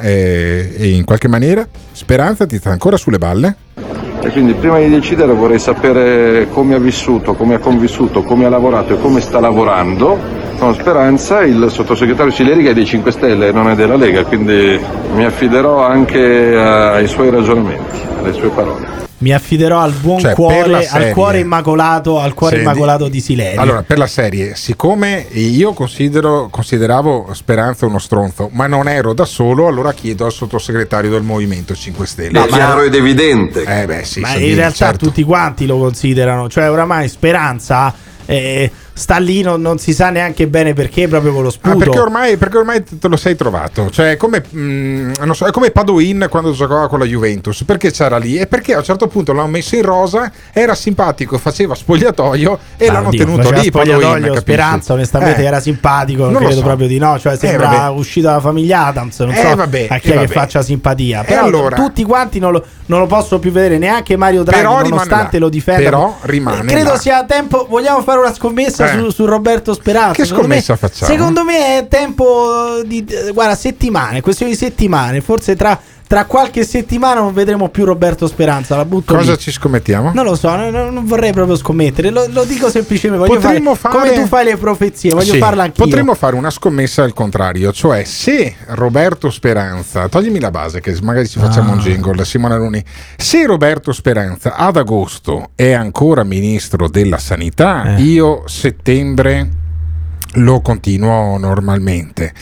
in qualche maniera Speranza ti sta ancora sulle balle? E quindi prima di decidere vorrei sapere come ha vissuto, come ha convissuto, come ha lavorato e come sta lavorando con Speranza il sottosegretario Sileri, che è dei 5 Stelle, non è della Lega, quindi mi affiderò anche ai suoi ragionamenti, alle sue parole. Mi affiderò al buon cuore, al cuore immacolato, immacolato di Sileri. Allora, per la serie, siccome io consideravo Speranza uno stronzo, ma non ero da solo, allora chiedo al sottosegretario del Movimento 5 Stelle. È chiaro ed evidente. Sì, ma in realtà tutti quanti lo considerano, cioè oramai Speranza sta lì, non si sa neanche bene perché, proprio con lo sputo. Perché ormai te lo sei trovato, cioè come non so, è come Padoin quando giocava con la Juventus. Perché c'era lì? E perché a un certo punto l'hanno messo in rosa, era simpatico, faceva spogliatoio e l'hanno tenuto lì. Padoin, Speranza onestamente era simpatico, non credo proprio di no, cioè sembra uscito dalla famiglia Adams, non so a chi è che faccia simpatia. Però allora, tutti quanti non lo posso più vedere, neanche Mario Draghi, nonostante lo difenda. Però rimane credo sia tempo. Vogliamo fare una scommessa su Roberto Speranza? Che scommessa facciamo? Secondo me è tempo di settimane, questione di settimane, forse tra qualche settimana non vedremo più Roberto Speranza. La butto Cosa lì. ci scommettiamo? Non lo so, non vorrei proprio scommettere, lo dico semplicemente, voglio fare come tu fai le profezie, voglio farla anch'io. Potremmo fare una scommessa al contrario, cioè se Roberto Speranza, toglimi la base che magari ci facciamo un jingle, Simone Aluni, se Roberto Speranza ad agosto è ancora ministro della sanità, io settembre lo continuo normalmente.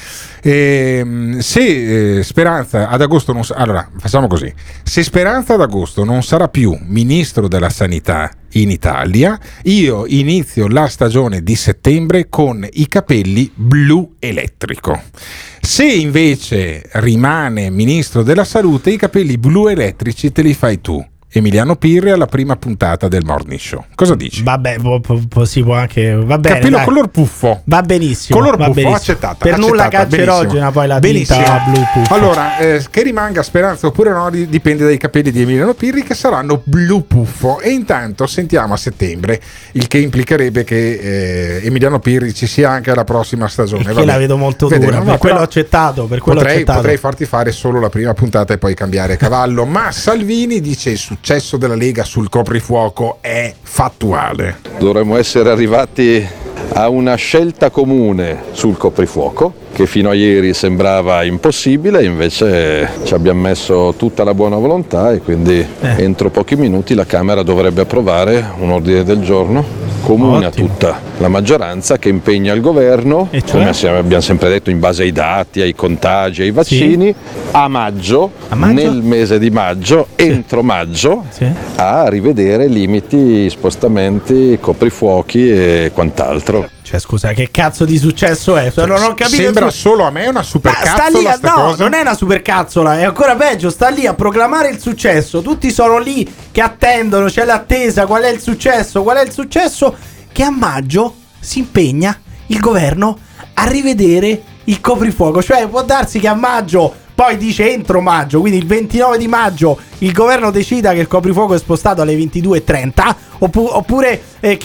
Se Speranza ad agosto allora facciamo così: se Speranza ad agosto non sarà più ministro della sanità in Italia, io inizio la stagione di settembre con i capelli blu elettrico. Se invece rimane ministro della salute, i capelli blu elettrici te li fai tu, Emiliano Pirri, alla prima puntata del Morning Show. Cosa dici? Vabbè, si può anche. Va bene. Capello color puffo. Va benissimo. Color puffo, accettata. Per nulla cancerogena, poi la tinta blu puffo. Allora, che rimanga Speranza oppure no, dipende dai capelli di Emiliano Pirri, che saranno blu puffo. E intanto sentiamo a settembre, il che implicherebbe che Emiliano Pirri ci sia anche alla prossima stagione. Che la vedo molto dura. Per quello ho accettato. Potrei farti fare solo la prima puntata e poi cambiare cavallo. Ma Salvini dice: il successo della Lega sul coprifuoco è fattuale. Dovremmo essere arrivati a una scelta comune sul coprifuoco, che fino a ieri sembrava impossibile, invece ci abbiamo messo tutta la buona volontà e quindi entro pochi minuti la Camera dovrebbe approvare un ordine del giorno comune a tutta la maggioranza, che impegna il governo, come abbiamo sempre detto, in base ai dati, ai contagi, ai vaccini, a maggio, nel mese di maggio, entro maggio, a rivedere limiti, spostamenti, coprifuochi e quant'altro. Cioè, scusa, che cazzo di successo è? Non ho capito. Sembra solo a me una supercazzola. No, non è una supercazzola, è ancora peggio. Sta lì a proclamare il successo. Tutti sono lì che attendono, c'è l'attesa. Qual è il successo? Qual è il successo? Che a maggio si impegna il governo a rivedere il coprifuoco. Cioè, può darsi che a maggio, poi dice entro maggio, quindi il 29 di maggio il governo decida che il coprifuoco è spostato alle 22:30, oppure che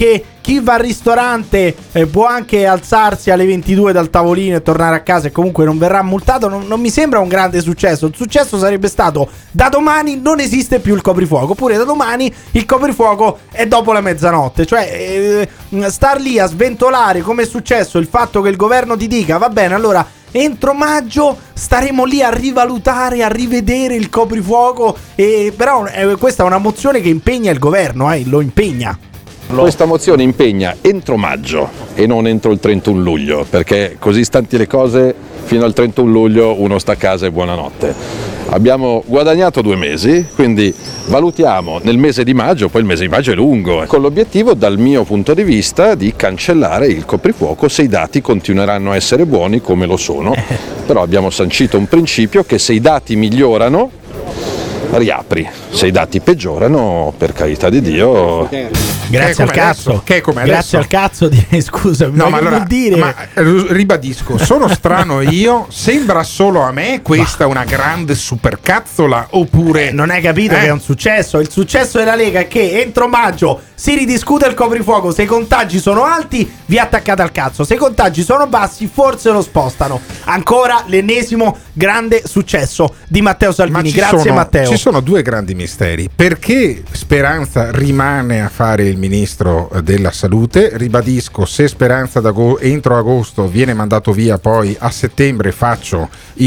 chi va al ristorante può anche alzarsi alle 22 dal tavolino e tornare a casa e comunque non verrà multato. Non mi sembra un grande successo. Il successo sarebbe stato: da domani non esiste più il coprifuoco, oppure da domani il coprifuoco è dopo la mezzanotte. Cioè star lì a sventolare, come è successo, il fatto che il governo ti dica va bene, allora entro maggio staremo lì a rivalutare, a rivedere il coprifuoco, però questa è una mozione che impegna il governo, lo impegna. Questa mozione impegna entro maggio e non entro il 31 luglio, perché così stanti le cose fino al 31 luglio uno sta a casa e buonanotte. Abbiamo guadagnato 2 mesi, quindi valutiamo nel mese di maggio, poi il mese di maggio è lungo, con l'obiettivo dal mio punto di vista di cancellare il coprifuoco se i dati continueranno a essere buoni come lo sono. Però abbiamo sancito un principio che se i dati migliorano riapri, se i dati peggiorano, per carità di Dio, grazie al cazzo, che è come grazie al cazzo scusa, no, ma allora, vuol dire? Ma ribadisco, sono strano io, sembra solo a me questa una grande supercazzola, oppure non hai capito che è un successo? Il successo della Lega è che entro maggio si ridiscute il coprifuoco, se i contagi sono alti vi attaccate al cazzo, se i contagi sono bassi forse lo spostano. Ancora l'ennesimo grande successo di Matteo Salvini. Grazie Matteo. Ci sono 2 grandi misteri: perché Speranza rimane a fare il ministro della salute. Ribadisco, se Speranza entro agosto viene mandato via, poi a settembre faccio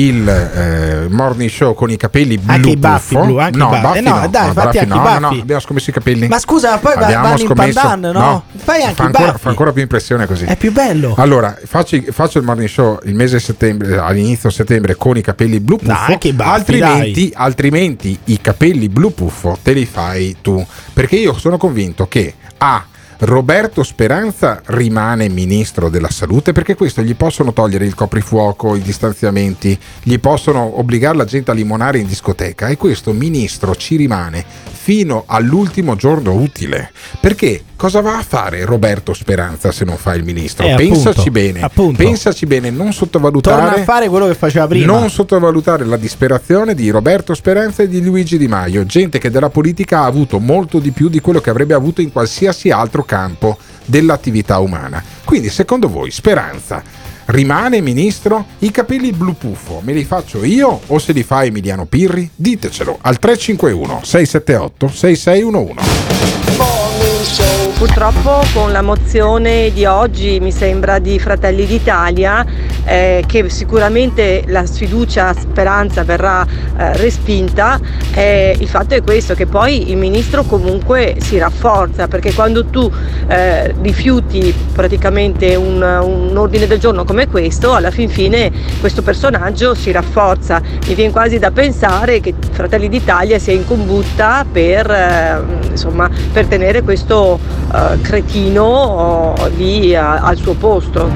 il morning show con i capelli blu, anche i baffi blu, anche no, i baffi no, dai, fatti anche i baffi. No, abbiamo scommesso i capelli. Ma scusa, poi vanno in pandan, no? Fai anche i baffi. Fa ancora più impressione così. È più bello. Allora, faccio il morning show il mese di settembre, all'inizio settembre, con i capelli blu puffo. Anche i baffi, altrimenti i capelli blu puffo te li fai tu, perché io sono convinto che Roberto Speranza rimane ministro della salute, perché questo gli possono togliere il coprifuoco, i distanziamenti, gli possono obbligare la gente a limonare in discoteca, e questo ministro ci rimane fino all'ultimo giorno utile. Perché cosa va a fare Roberto Speranza se non fa il ministro? Pensaci bene, non sottovalutare. Torna a fare quello che faceva prima. Non sottovalutare la disperazione di Roberto Speranza e di Luigi Di Maio, gente che della politica ha avuto molto di più di quello che avrebbe avuto in qualsiasi altro campo dell'attività umana. Quindi, secondo voi, Speranza rimane ministro? I capelli blu puffo me li faccio io o se li fa Emiliano Pirri? Ditecelo al 351 678 6611. Purtroppo con la mozione di oggi, mi sembra di Fratelli d'Italia, che sicuramente la sfiducia Speranza verrà respinta, il fatto è questo, che poi il ministro comunque si rafforza, perché quando tu rifiuti praticamente un ordine del giorno come questo, alla fin fine questo personaggio si rafforza. Mi viene quasi da pensare che Fratelli d'Italia sia in combutta per tenere questo cretino lì al suo posto.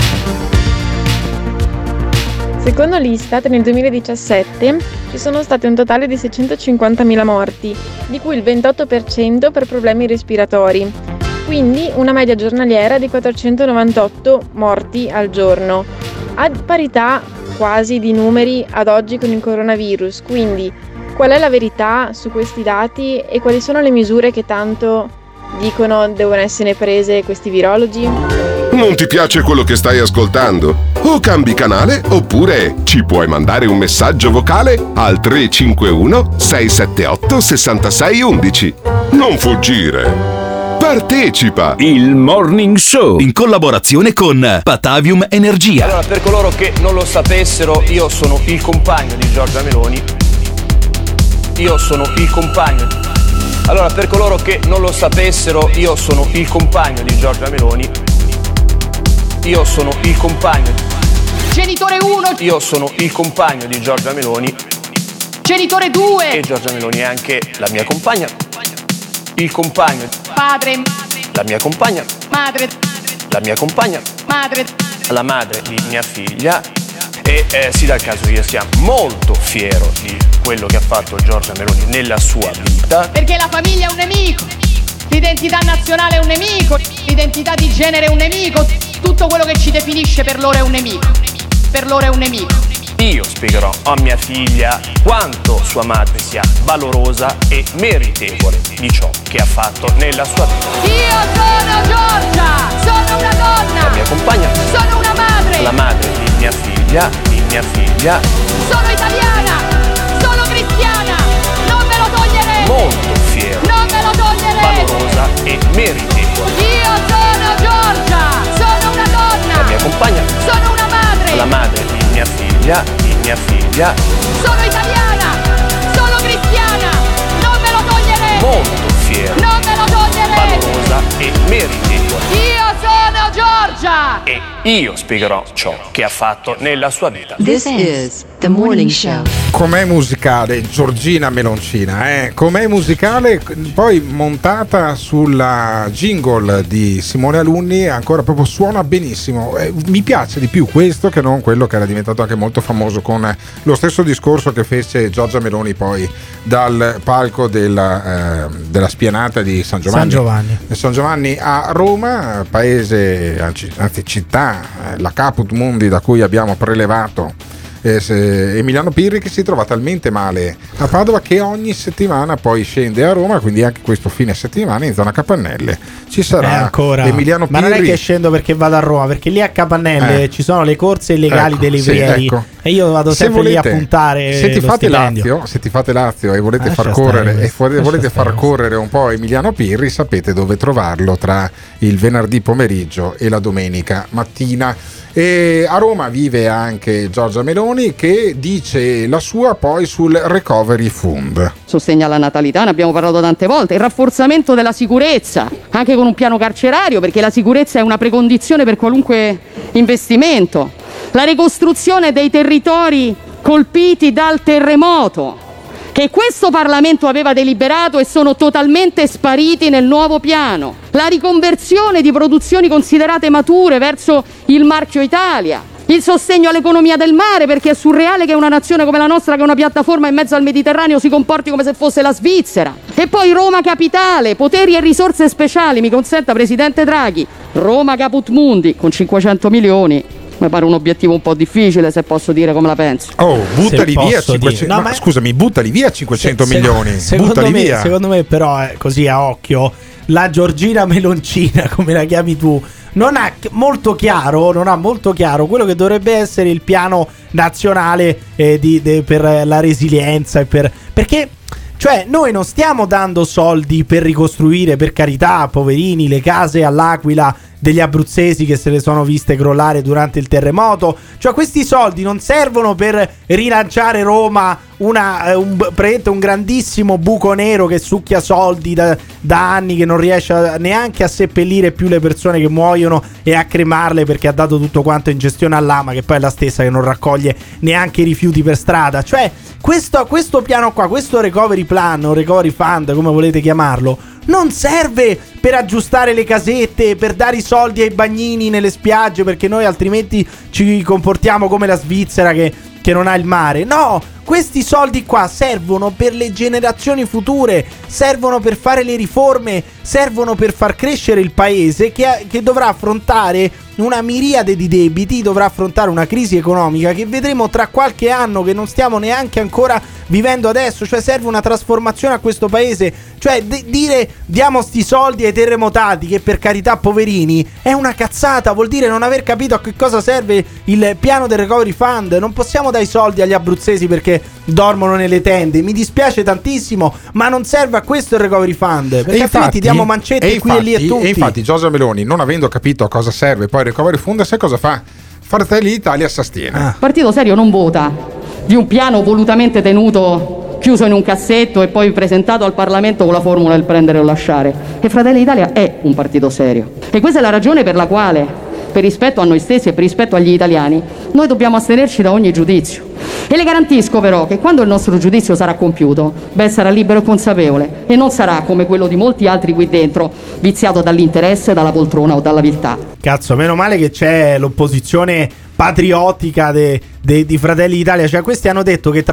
Secondo l'Istat nel 2017 ci sono stati un totale di 650.000 morti, di cui il 28% per problemi respiratori, quindi una media giornaliera di 498 morti al giorno, a parità quasi di numeri ad oggi con il coronavirus. Quindi qual è la verità su questi dati e quali sono le misure che tanto dicono devono essere prese questi virologi? Non ti piace quello che stai ascoltando? O cambi canale oppure ci puoi mandare un messaggio vocale al 351 678 6611. Non fuggire. Partecipa! Il Morning Show in collaborazione con Patavium Energia. Allora, per coloro che non lo sapessero, io sono il compagno di Giorgia Meloni. Allora, per coloro che non lo sapessero, io sono il compagno di Giorgia Meloni. Genitore 1. Io sono il compagno di Giorgia Meloni. Genitore 2. E Giorgia Meloni è anche la mia compagna. Il compagno. Padre. La mia compagna. Madre. La mia compagna. Madre. La madre di mia figlia. E si dà il caso che io sia molto fiero di quello che ha fatto Giorgia Meloni nella sua vita. Perché la famiglia è un nemico, l'identità nazionale è un nemico, l'identità di genere è un nemico, tutto quello che ci definisce per loro è un nemico. Io spiegherò a mia figlia quanto sua madre sia valorosa e meritevole di ciò che ha fatto nella sua vita. Io sono Giorgia, sono una donna. La mia compagna. Sono una madre. La madre di mia figlia, Sono italiana, sono cristiana, non me lo toglierete. Molto fiera. Non me lo toglierete. Valorosa e meritevole. Io sono Giorgia, sono una donna. La mia compagna. Sono una madre. La madre di mia figlia. Sono italiana, sono cristiana, non me lo toglierete. Molto fiera. Non me lo toglierete. Valorosa e meritevole. Io sono Giorgia. E io spiegherò ciò che ha fatto nella sua vita. This is The Morning Show. Com'è musicale Giorgina Meloncina, com'è musicale, poi montata sulla jingle di Simone Alunni, ancora proprio suona benissimo. Mi piace di più questo che non quello che era diventato anche molto famoso con lo stesso discorso che fece Giorgia Meloni poi dal palco della spianata di San Giovanni a Roma, paese, anzi città, la caput mundi da cui abbiamo prelevato Emiliano Pirri, che si trova talmente male a Padova che ogni settimana poi scende a Roma, quindi anche questo fine settimana in zona Capannelle ci sarà ancora Emiliano Pirri. Ma non è che scendo perché vado a Roma, perché lì a Capannelle ci sono le corse illegali dei livrieri, e io vado sempre lì a puntare. Se ti fate Lazio e volete far correre un po' Emiliano Pirri, sapete dove trovarlo tra il venerdì pomeriggio e la domenica mattina. E a Roma vive anche Giorgia Meloni, che dice la sua poi sul Recovery Fund. Sostegno alla natalità, ne abbiamo parlato tante volte, il rafforzamento della sicurezza, anche con un piano carcerario, perché la sicurezza è una precondizione per qualunque investimento, la ricostruzione dei territori colpiti dal terremoto, che questo Parlamento aveva deliberato e sono totalmente spariti nel nuovo piano. La riconversione di produzioni considerate mature verso il marchio Italia. Il sostegno all'economia del mare, perché è surreale che una nazione come la nostra, che è una piattaforma in mezzo al Mediterraneo, si comporti come se fosse la Svizzera. E poi Roma Capitale, poteri e risorse speciali, mi consenta Presidente Draghi. Roma Caput Mundi, con 500 milioni. Mi pare un obiettivo un po' difficile, se posso dire come la penso. Buttali via 500. No, scusami, buttali via 500 milioni. Secondo me però così a occhio la Giorgina Meloncina, come la chiami tu, non ha molto chiaro quello che dovrebbe essere il piano nazionale per la resilienza perché cioè noi non stiamo dando soldi per ricostruire, per carità, poverini, le case all'Aquila degli abruzzesi che se le sono viste crollare durante il terremoto. Cioè questi soldi non servono per rilanciare Roma, un grandissimo buco nero che succhia soldi da anni, che non riesce neanche a seppellire più le persone che muoiono e a cremarle perché ha dato tutto quanto in gestione all'AMA, che poi è la stessa che non raccoglie neanche i rifiuti per strada. Cioè questo piano qua, questo recovery plan o recovery fund, come volete chiamarlo, non serve per aggiustare le casette, per dare i soldi ai bagnini nelle spiagge, perché noi altrimenti ci comportiamo come la Svizzera che non ha il mare. No, questi soldi qua servono per le generazioni future, servono per fare le riforme, servono per far crescere il paese che dovrà affrontare una miriade di debiti, dovrà affrontare una crisi economica che vedremo tra qualche anno, che non stiamo neanche ancora vivendo adesso. Cioè serve una trasformazione a questo paese. Cioè dire diamo sti soldi ai terremotati, che per carità poverini, è una cazzata, vuol dire non aver capito a che cosa serve il piano del Recovery Fund. Non possiamo dare i soldi agli abruzzesi perché dormono nelle tende, mi dispiace tantissimo, ma non serve a questo il Recovery Fund, perché altrimenti diamo mancette qui e lì e tutti. E infatti Giorgia Meloni, non avendo capito a cosa serve poi il Recovery Fund, sai cosa fa? Fratelli d'Italia s'astiene. Partito serio non vota di un piano volutamente tenuto chiuso in un cassetto e poi presentato al Parlamento con la formula del prendere o lasciare. E Fratelli d'Italia è un partito serio, e questa è la ragione per la quale, per rispetto a noi stessi e per rispetto agli italiani, noi dobbiamo astenerci da ogni giudizio. E le garantisco però che quando il nostro giudizio sarà compiuto, sarà libero e consapevole e non sarà come quello di molti altri qui dentro, viziato dall'interesse, dalla poltrona o dalla viltà. Cazzo, meno male che c'è l'opposizione patriottica di Fratelli d'Italia. Cioè, questi hanno detto che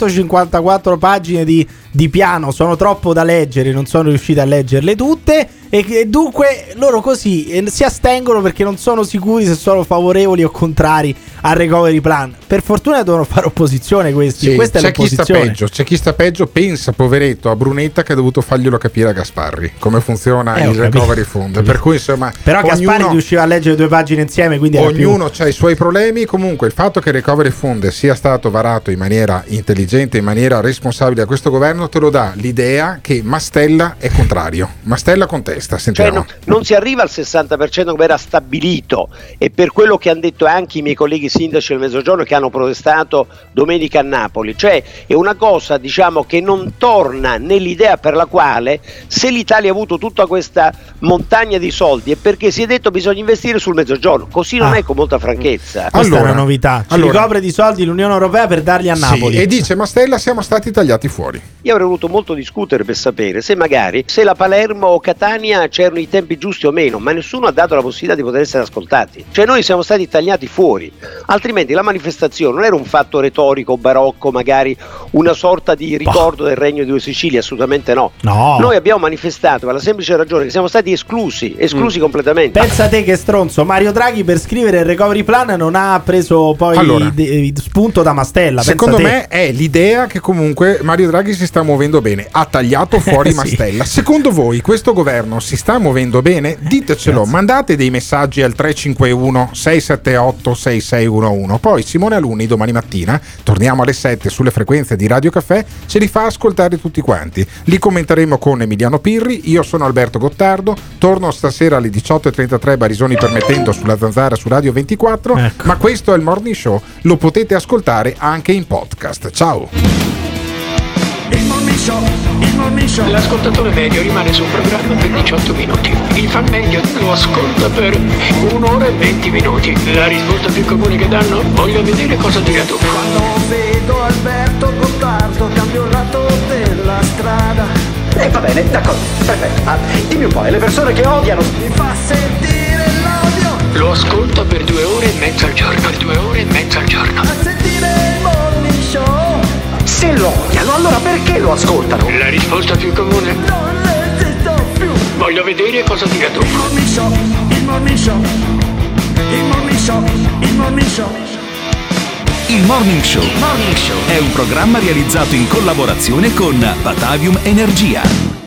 354 pagine di piano sono troppo da leggere, non sono riusciti a leggerle tutte, e dunque loro così si astengono perché non sono sicuri se sono favorevoli o contrari al recovery plan. Per fortuna devono fare opposizione questi. Sì, questa è l'opposizione. C'è chi sta peggio, pensa poveretto a Brunetta che ha dovuto farglielo capire a Gasparri come funziona il recovery fund. Per cui insomma, però Gasparri riusciva a leggere 2 pagine insieme, quindi ognuno ha i suoi problemi. Comunque il fatto che il recovery fund sia stato varato in maniera intelligente, in maniera responsabile da questo governo, te lo dà l'idea che Mastella è contrario. Mastella contesta. Sentiamo. Cioè, non si arriva al 60% come era stabilito, e per quello che hanno detto anche i miei colleghi sindaci del Mezzogiorno che hanno protestato domenica a Napoli. Cioè è una cosa, diciamo, che non torna nell'idea per la quale, se l'Italia ha avuto tutta questa montagna di soldi, è perché si è detto bisogna investire sul Mezzogiorno. Così non è, con molta franchezza. Questa è una novità. Ci ricopre di soldi l'Unione Europea per darli a Napoli. Sì, e dice Mastella siamo stati tagliati fuori. Io avrei voluto molto discutere per sapere se magari se la Palermo o Catania c'erano i tempi giusti o meno, ma nessuno ha dato la possibilità di poter essere ascoltati. Cioè noi siamo stati tagliati fuori, altrimenti la manifestazione non era un fatto retorico, barocco, magari una sorta di ricordo del Regno di Due Sicilie, assolutamente no. Noi abbiamo manifestato per la semplice ragione che siamo stati esclusi completamente. Pensa te che stronzo, Mario Draghi per scrivere il recovery plan non ha preso poi spunto da Mastella. Secondo me è l'idea che comunque Mario Draghi si sta muovendo bene, ha tagliato fuori Mastella. Secondo voi questo governo si sta muovendo bene? Ditecelo, mandate dei messaggi al 351 678 6611. Poi Simone Alunni domani mattina, torniamo alle 7 sulle frequenze di Radio Caffè, ce li fa ascoltare tutti quanti. Li commenteremo con Emiliano Pirri. Io sono Alberto Gottardo, torno stasera alle 18:33 Barisoni permettendo sulla Zanzara su Radio 24. Ma questo è il Morning Show, lo potete ascoltare anche in podcast. Ciao. Il Morning Show. L'ascoltatore medio rimane sul programma per 18 minuti. Il fan medio lo ascolta per 1 ora e 20 minuti. La risposta più comune che danno: voglio vedere cosa dirà tu. Quando vedo Alberto Gottardo cambio il lato della strada. Va bene, d'accordo, perfetto. Dimmi un po', le persone che odiano mi fa sentire l'odio. Lo ascolta per 2 ore e mezza al giorno. Per 2 ore e mezza al giorno. A sentire il Morning Show. Se lo odiano, allora perché lo ascoltano? La risposta più comune: non esisto più. Voglio vedere cosa dirà tu. Il Morning Show, il Morning Show, il Morning Show, il Morning Show. Il Morning Show è un programma realizzato in collaborazione con Batavium Energia.